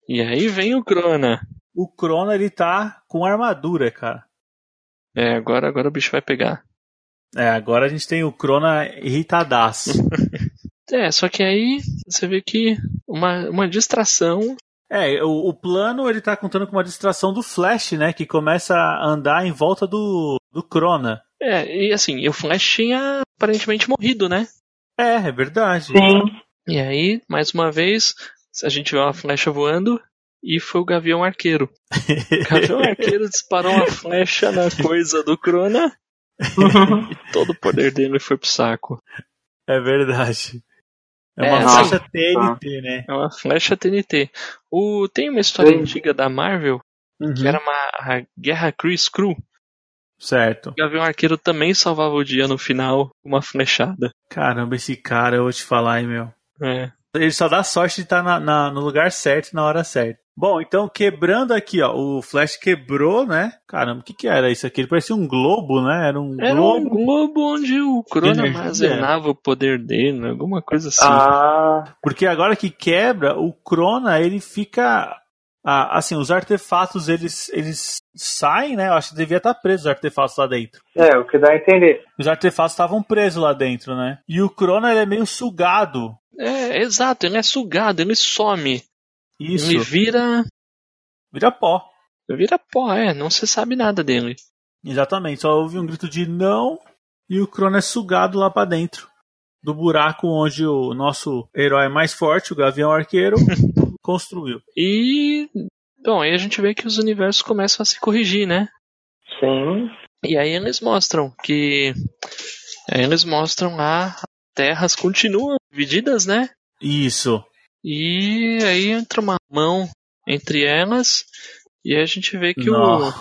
E aí vem o Crona. O Crona, ele tá com armadura, cara. Agora o bicho vai pegar. Agora a gente tem o Crona irritadaço. Só que aí você vê que uma distração. O plano, ele tá contando com uma distração do Flash, né? Que começa a andar em volta do Crona. E assim, o Flash tinha aparentemente morrido, né? É verdade. Sim. E aí, mais uma vez, a gente vê uma flecha voando e foi o Gavião Arqueiro. O Gavião Arqueiro disparou uma flecha na coisa do Crona e todo o poder dele foi pro saco. É verdade. É uma flecha TNT, né? É uma flecha TNT. Tem uma história antiga da Marvel, que era a Guerra Kree-Skrull. Certo. O Gavião Arqueiro também salvava o dia no final com uma flechada. Caramba, esse cara, eu vou te falar, hein, meu. Ele só dá sorte de estar no lugar certo, na hora certa. Bom, então, quebrando aqui, ó, o Flash quebrou, né? Caramba, o que era isso aqui? Ele parecia um globo, né? Era um globo onde o Crona armazenava o poder dele, alguma coisa assim. Porque agora que quebra, o Crona, ele fica... assim, os artefatos, eles saem, né? Eu acho que devia estar preso os artefatos lá dentro. O que dá a entender. Os artefatos estavam presos lá dentro, né? E o Crona, ele é meio sugado. Exato, ele é sugado, ele some. Isso. Ele vira pó. Vira pó, não se sabe nada dele. Exatamente, só ouve um grito de não e o Crona é sugado lá pra dentro do buraco onde o nosso herói mais forte, o Gavião Arqueiro, construiu. Bom, aí a gente vê que os universos começam a se corrigir, né? Sim. E aí eles mostram que... as terras continuam divididas, né? Isso. E aí entra uma mão entre elas e a gente vê que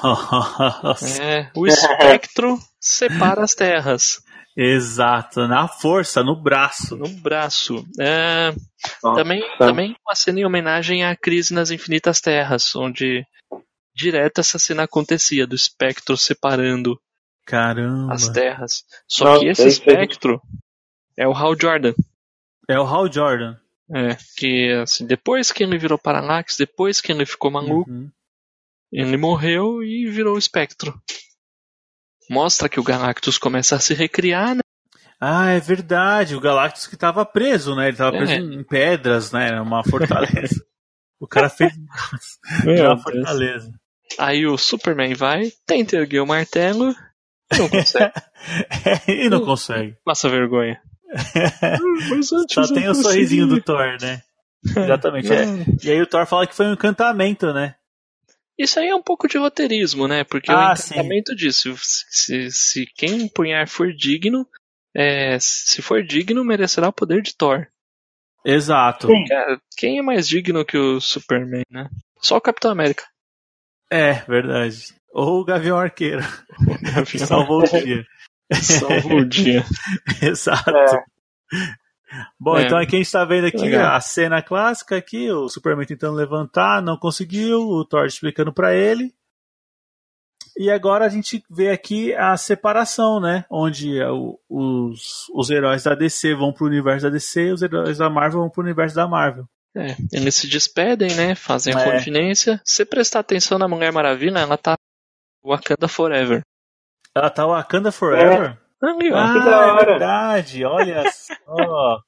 o espectro separa as terras. Exato, na força, no braço. No braço. Também uma cena em homenagem à Crise nas Infinitas Terras, onde direto essa cena acontecia, do espectro separando as terras. Só que esse espectro é o Hal Jordan. É o Hal Jordan. Que assim, depois que ele virou Parallax, depois que ele ficou maluco, ele morreu e virou o espectro. Mostra que o Galactus começa a se recriar, né? É verdade, o Galactus que estava preso, né? Ele estava preso em pedras, né? Uma fortaleza. O cara fez uma fortaleza. Aí o Superman vai, tenta erguer o martelo e não consegue. E não consegue. Passa vergonha. Só tem o sorrisinho do Thor, né? Exatamente. E aí o Thor fala que foi um encantamento, né? Isso aí é um pouco de roteirismo, né? Porque o encantamento disso, se quem empunhar for digno, se for digno, merecerá o poder de Thor. Exato. Quem é mais digno que o Superman, né? Só o Capitão América. Verdade. Ou o Gavião Arqueiro. Salvou o dia. Salvou o dia. Exato. Bom, então aqui a gente tá vendo aqui a cena clássica aqui, o Superman tentando levantar, não conseguiu, o Thor explicando pra ele. E agora a gente vê aqui a separação, né? Onde os heróis da DC vão pro universo da DC e os heróis da Marvel vão pro universo da Marvel. Eles se despedem, né? Fazem a continência. Se prestar atenção na Mulher Maravilha, ela tá Wakanda Forever. Ela tá Wakanda Forever? Ali, ó. É verdade, olha só.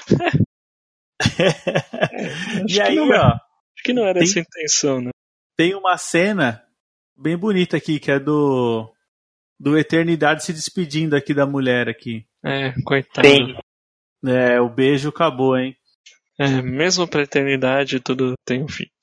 E aí, acho que não era essa a intenção, né? Tem uma cena bem bonita aqui, que é do Eternidade se despedindo aqui da mulher aqui. Coitado. Sim. O beijo acabou, hein? Mesmo pra Eternidade, tudo tem um fim.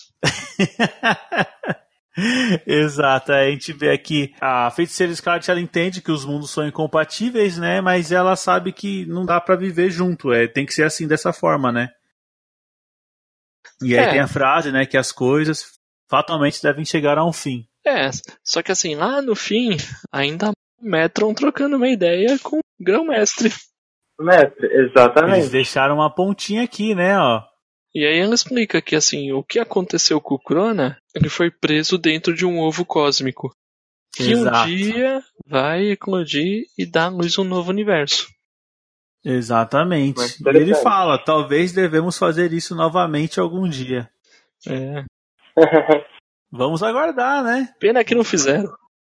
Exato, a gente vê aqui a Feiticeira Escarlate, ela entende que os mundos são incompatíveis, né? Mas ela sabe que não dá pra viver junto, tem que ser assim, dessa forma, né? E aí tem a frase, né, que as coisas fatalmente devem chegar a um fim. Só que assim, lá no fim, ainda Metron trocando uma ideia com o Grão-Mestre. Exatamente. Eles deixaram uma pontinha aqui, né, ó. E aí ela explica que assim, o que aconteceu com o Crona, ele foi preso dentro de um ovo cósmico. Que um dia vai eclodir e dar à luz um novo universo. Exatamente. E ele fala, talvez devemos fazer isso novamente algum dia. Vamos aguardar, né? Pena que não fizeram.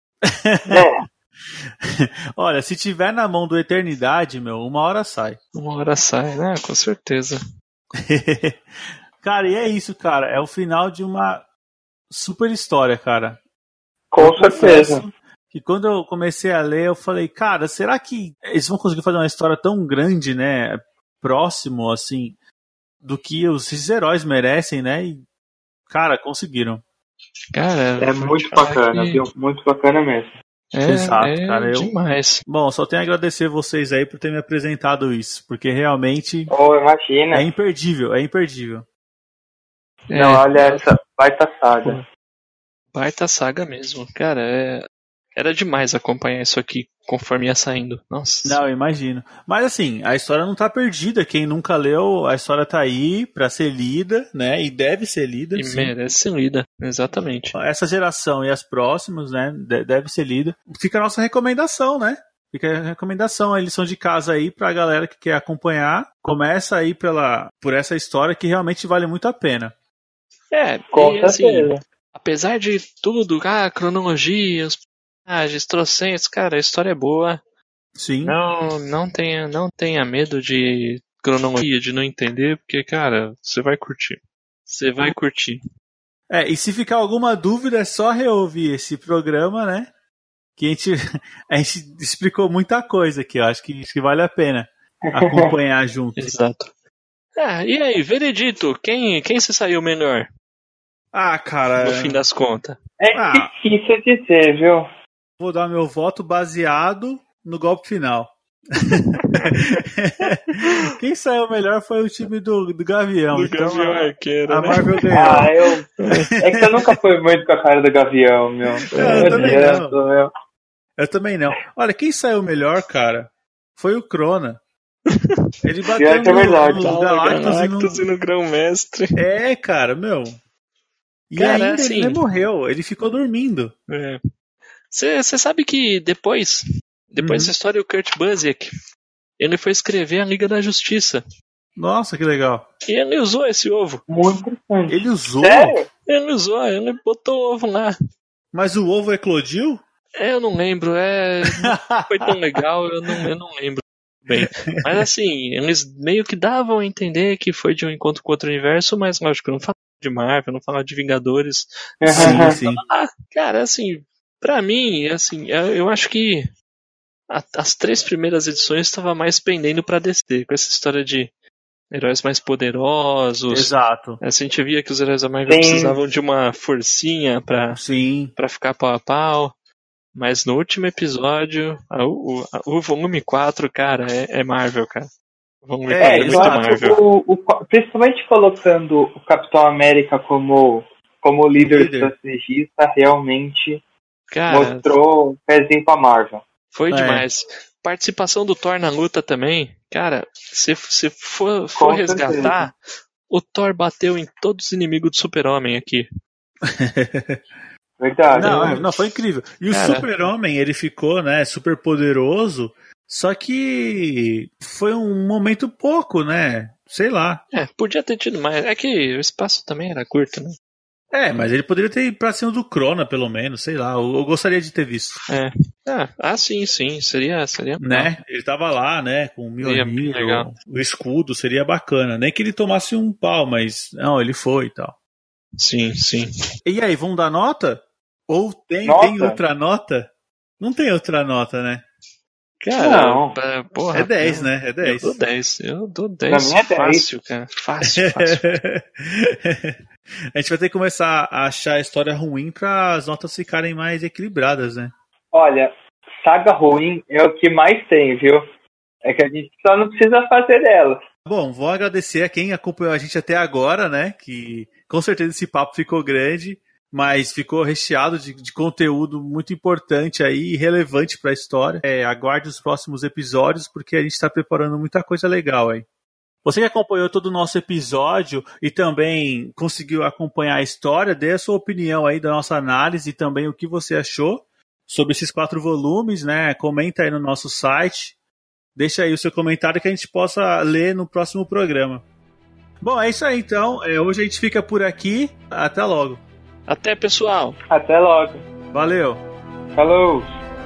Olha, se tiver na mão do Eternidade, meu, uma hora sai. Uma hora sai, né? Com certeza. Cara, e é isso, cara. É o final de uma super história, cara. Com certeza. Que quando eu comecei a ler, eu falei, cara, será que eles vão conseguir fazer uma história tão grande, né? Próximo, assim, do que esses heróis merecem, né? E, cara, conseguiram. Cara, é muito bacana, viu? Muito bacana mesmo. Exato, cara. Demais. Bom, só tenho a agradecer vocês aí por ter me apresentado isso, porque realmente imagina. É imperdível. Não, olha essa baita saga. Baita saga mesmo. Cara, era demais acompanhar isso aqui conforme ia saindo. Nossa. Não, eu imagino. Mas assim, a história não tá perdida. Quem nunca leu, a história tá aí pra ser lida, né? E deve ser lida. E sim. merece ser lida, exatamente. Essa geração e as próximas, né? Deve ser lida. Fica a nossa recomendação, né? Fica a recomendação, a lição de casa aí pra galera que quer acompanhar. Começa aí por essa história que realmente vale muito a pena. Com certeza. Assim, apesar de tudo, cronologia, os personagens, trocentos, cara, a história é boa. Sim. Não tenha medo de cronologia, de não entender, porque, cara, você vai curtir. Você vai curtir. E se ficar alguma dúvida, é só reouvir esse programa, né? Que a gente explicou muita coisa aqui, eu acho que vale a pena acompanhar junto. Exato. E aí, veredito, quem se saiu melhor? Cara... No fim das contas. É difícil dizer, viu? Vou dar meu voto baseado no golpe final. Quem saiu melhor foi o time do Gavião. Gavião Arqueiro, a Marvel né? ganhou. É que eu nunca fui muito com a cara do Gavião, meu. Eu também não. Olha, quem saiu melhor, cara, foi o Crona. Ele bateu no Galactus e no Grão-Mestre. Cara, meu. E cara, ainda assim, ele nem morreu, ele ficou dormindo. Você sabe que depois dessa história, o Kurt Busiek, ele foi escrever a Liga da Justiça. Nossa, que legal. E ele usou esse ovo. Muito interessante. Ele usou? Sério? Ele usou, ele botou o ovo lá. Mas o ovo eclodiu? Eu não lembro, não foi tão legal, eu não lembro bem. Mas assim, eles meio que davam a entender que foi de um encontro com outro universo, mas lógico, não falavam de Marvel, não falavam de Vingadores. Sim. Cara, assim, pra mim, assim, eu acho que as 3 primeiras edições estava mais pendendo pra DC, com essa história de heróis mais poderosos. Exato. A gente via que os heróis da Marvel precisavam de uma forcinha pra ficar pau a pau. Mas no último episódio, o volume 4, cara, é Marvel, cara. O volume 4 é muito Marvel. Principalmente colocando o Capitão América como líder estrategista, realmente mostrou um pezinho pra Marvel. Foi demais. Participação do Thor na luta também. Cara, se for resgatar, o Thor bateu em todos os inimigos do Super-Homem aqui. Verdade. Não, foi incrível. E o Super-Homem, ele ficou, né, super poderoso, só que foi um momento pouco, né? Sei lá. Podia ter tido mais. É que o espaço também era curto, né? Mas ele poderia ter ido pra cima do Crona, pelo menos, sei lá. Eu gostaria de ter visto. Sim. Seria né? Ele tava lá, né, com o Mjolnir, o escudo, seria bacana. Nem que ele tomasse um pau, mas não, ele foi e tal. Sim. E aí, vamos dar nota? Ou tem outra nota? Não tem outra nota, né? Cara, não. Porra, é 10, né? É 10. Eu dou 10. Fácil, cara. Fácil. A gente vai ter que começar a achar a história ruim para as notas ficarem mais equilibradas, né? Olha, saga ruim é o que mais tem, viu? É que a gente só não precisa fazer dela. Bom, vou agradecer a quem acompanhou a gente até agora, né? Que com certeza esse papo ficou grande, mas ficou recheado de conteúdo muito importante aí e relevante para a história. Aguarde os próximos episódios, porque a gente está preparando muita coisa legal aí. Você que acompanhou todo o nosso episódio e também conseguiu acompanhar a história, dê a sua opinião aí da nossa análise e também o que você achou sobre esses 4 volumes, né? Comenta aí no nosso site, deixa aí o seu comentário que a gente possa ler no próximo programa. Bom, é isso aí então, hoje a gente fica por aqui, até logo. Até, pessoal. Até logo. Valeu. Falou.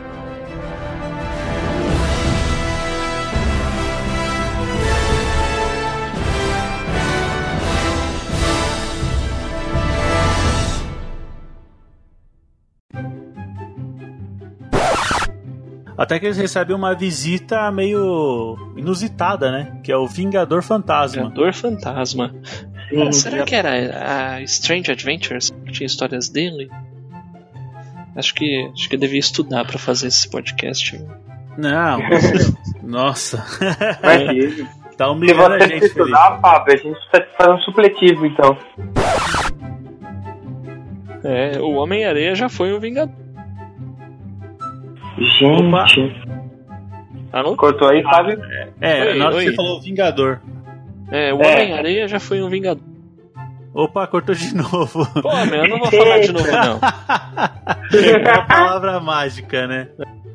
Até que eles recebem uma visita meio inusitada, né? Que é o Vingador Fantasma. Vingador Fantasma. Será que era a Strange Adventures que tinha histórias dele? Acho que eu devia estudar pra fazer esse podcast. Não. Nossa. Mas, tá se humilhando a você gente, estudar, Fábio, a gente precisa fazer um supletivo, então. O Homem-Areia já foi um Vingador. Gente. Alô? Cortou aí, Fábio? Na hora que você falou Vingador. O Homem-Areia já foi um Vingador. Opa, cortou de novo. Pô, eu não vou falar de novo, não. É uma palavra mágica, né?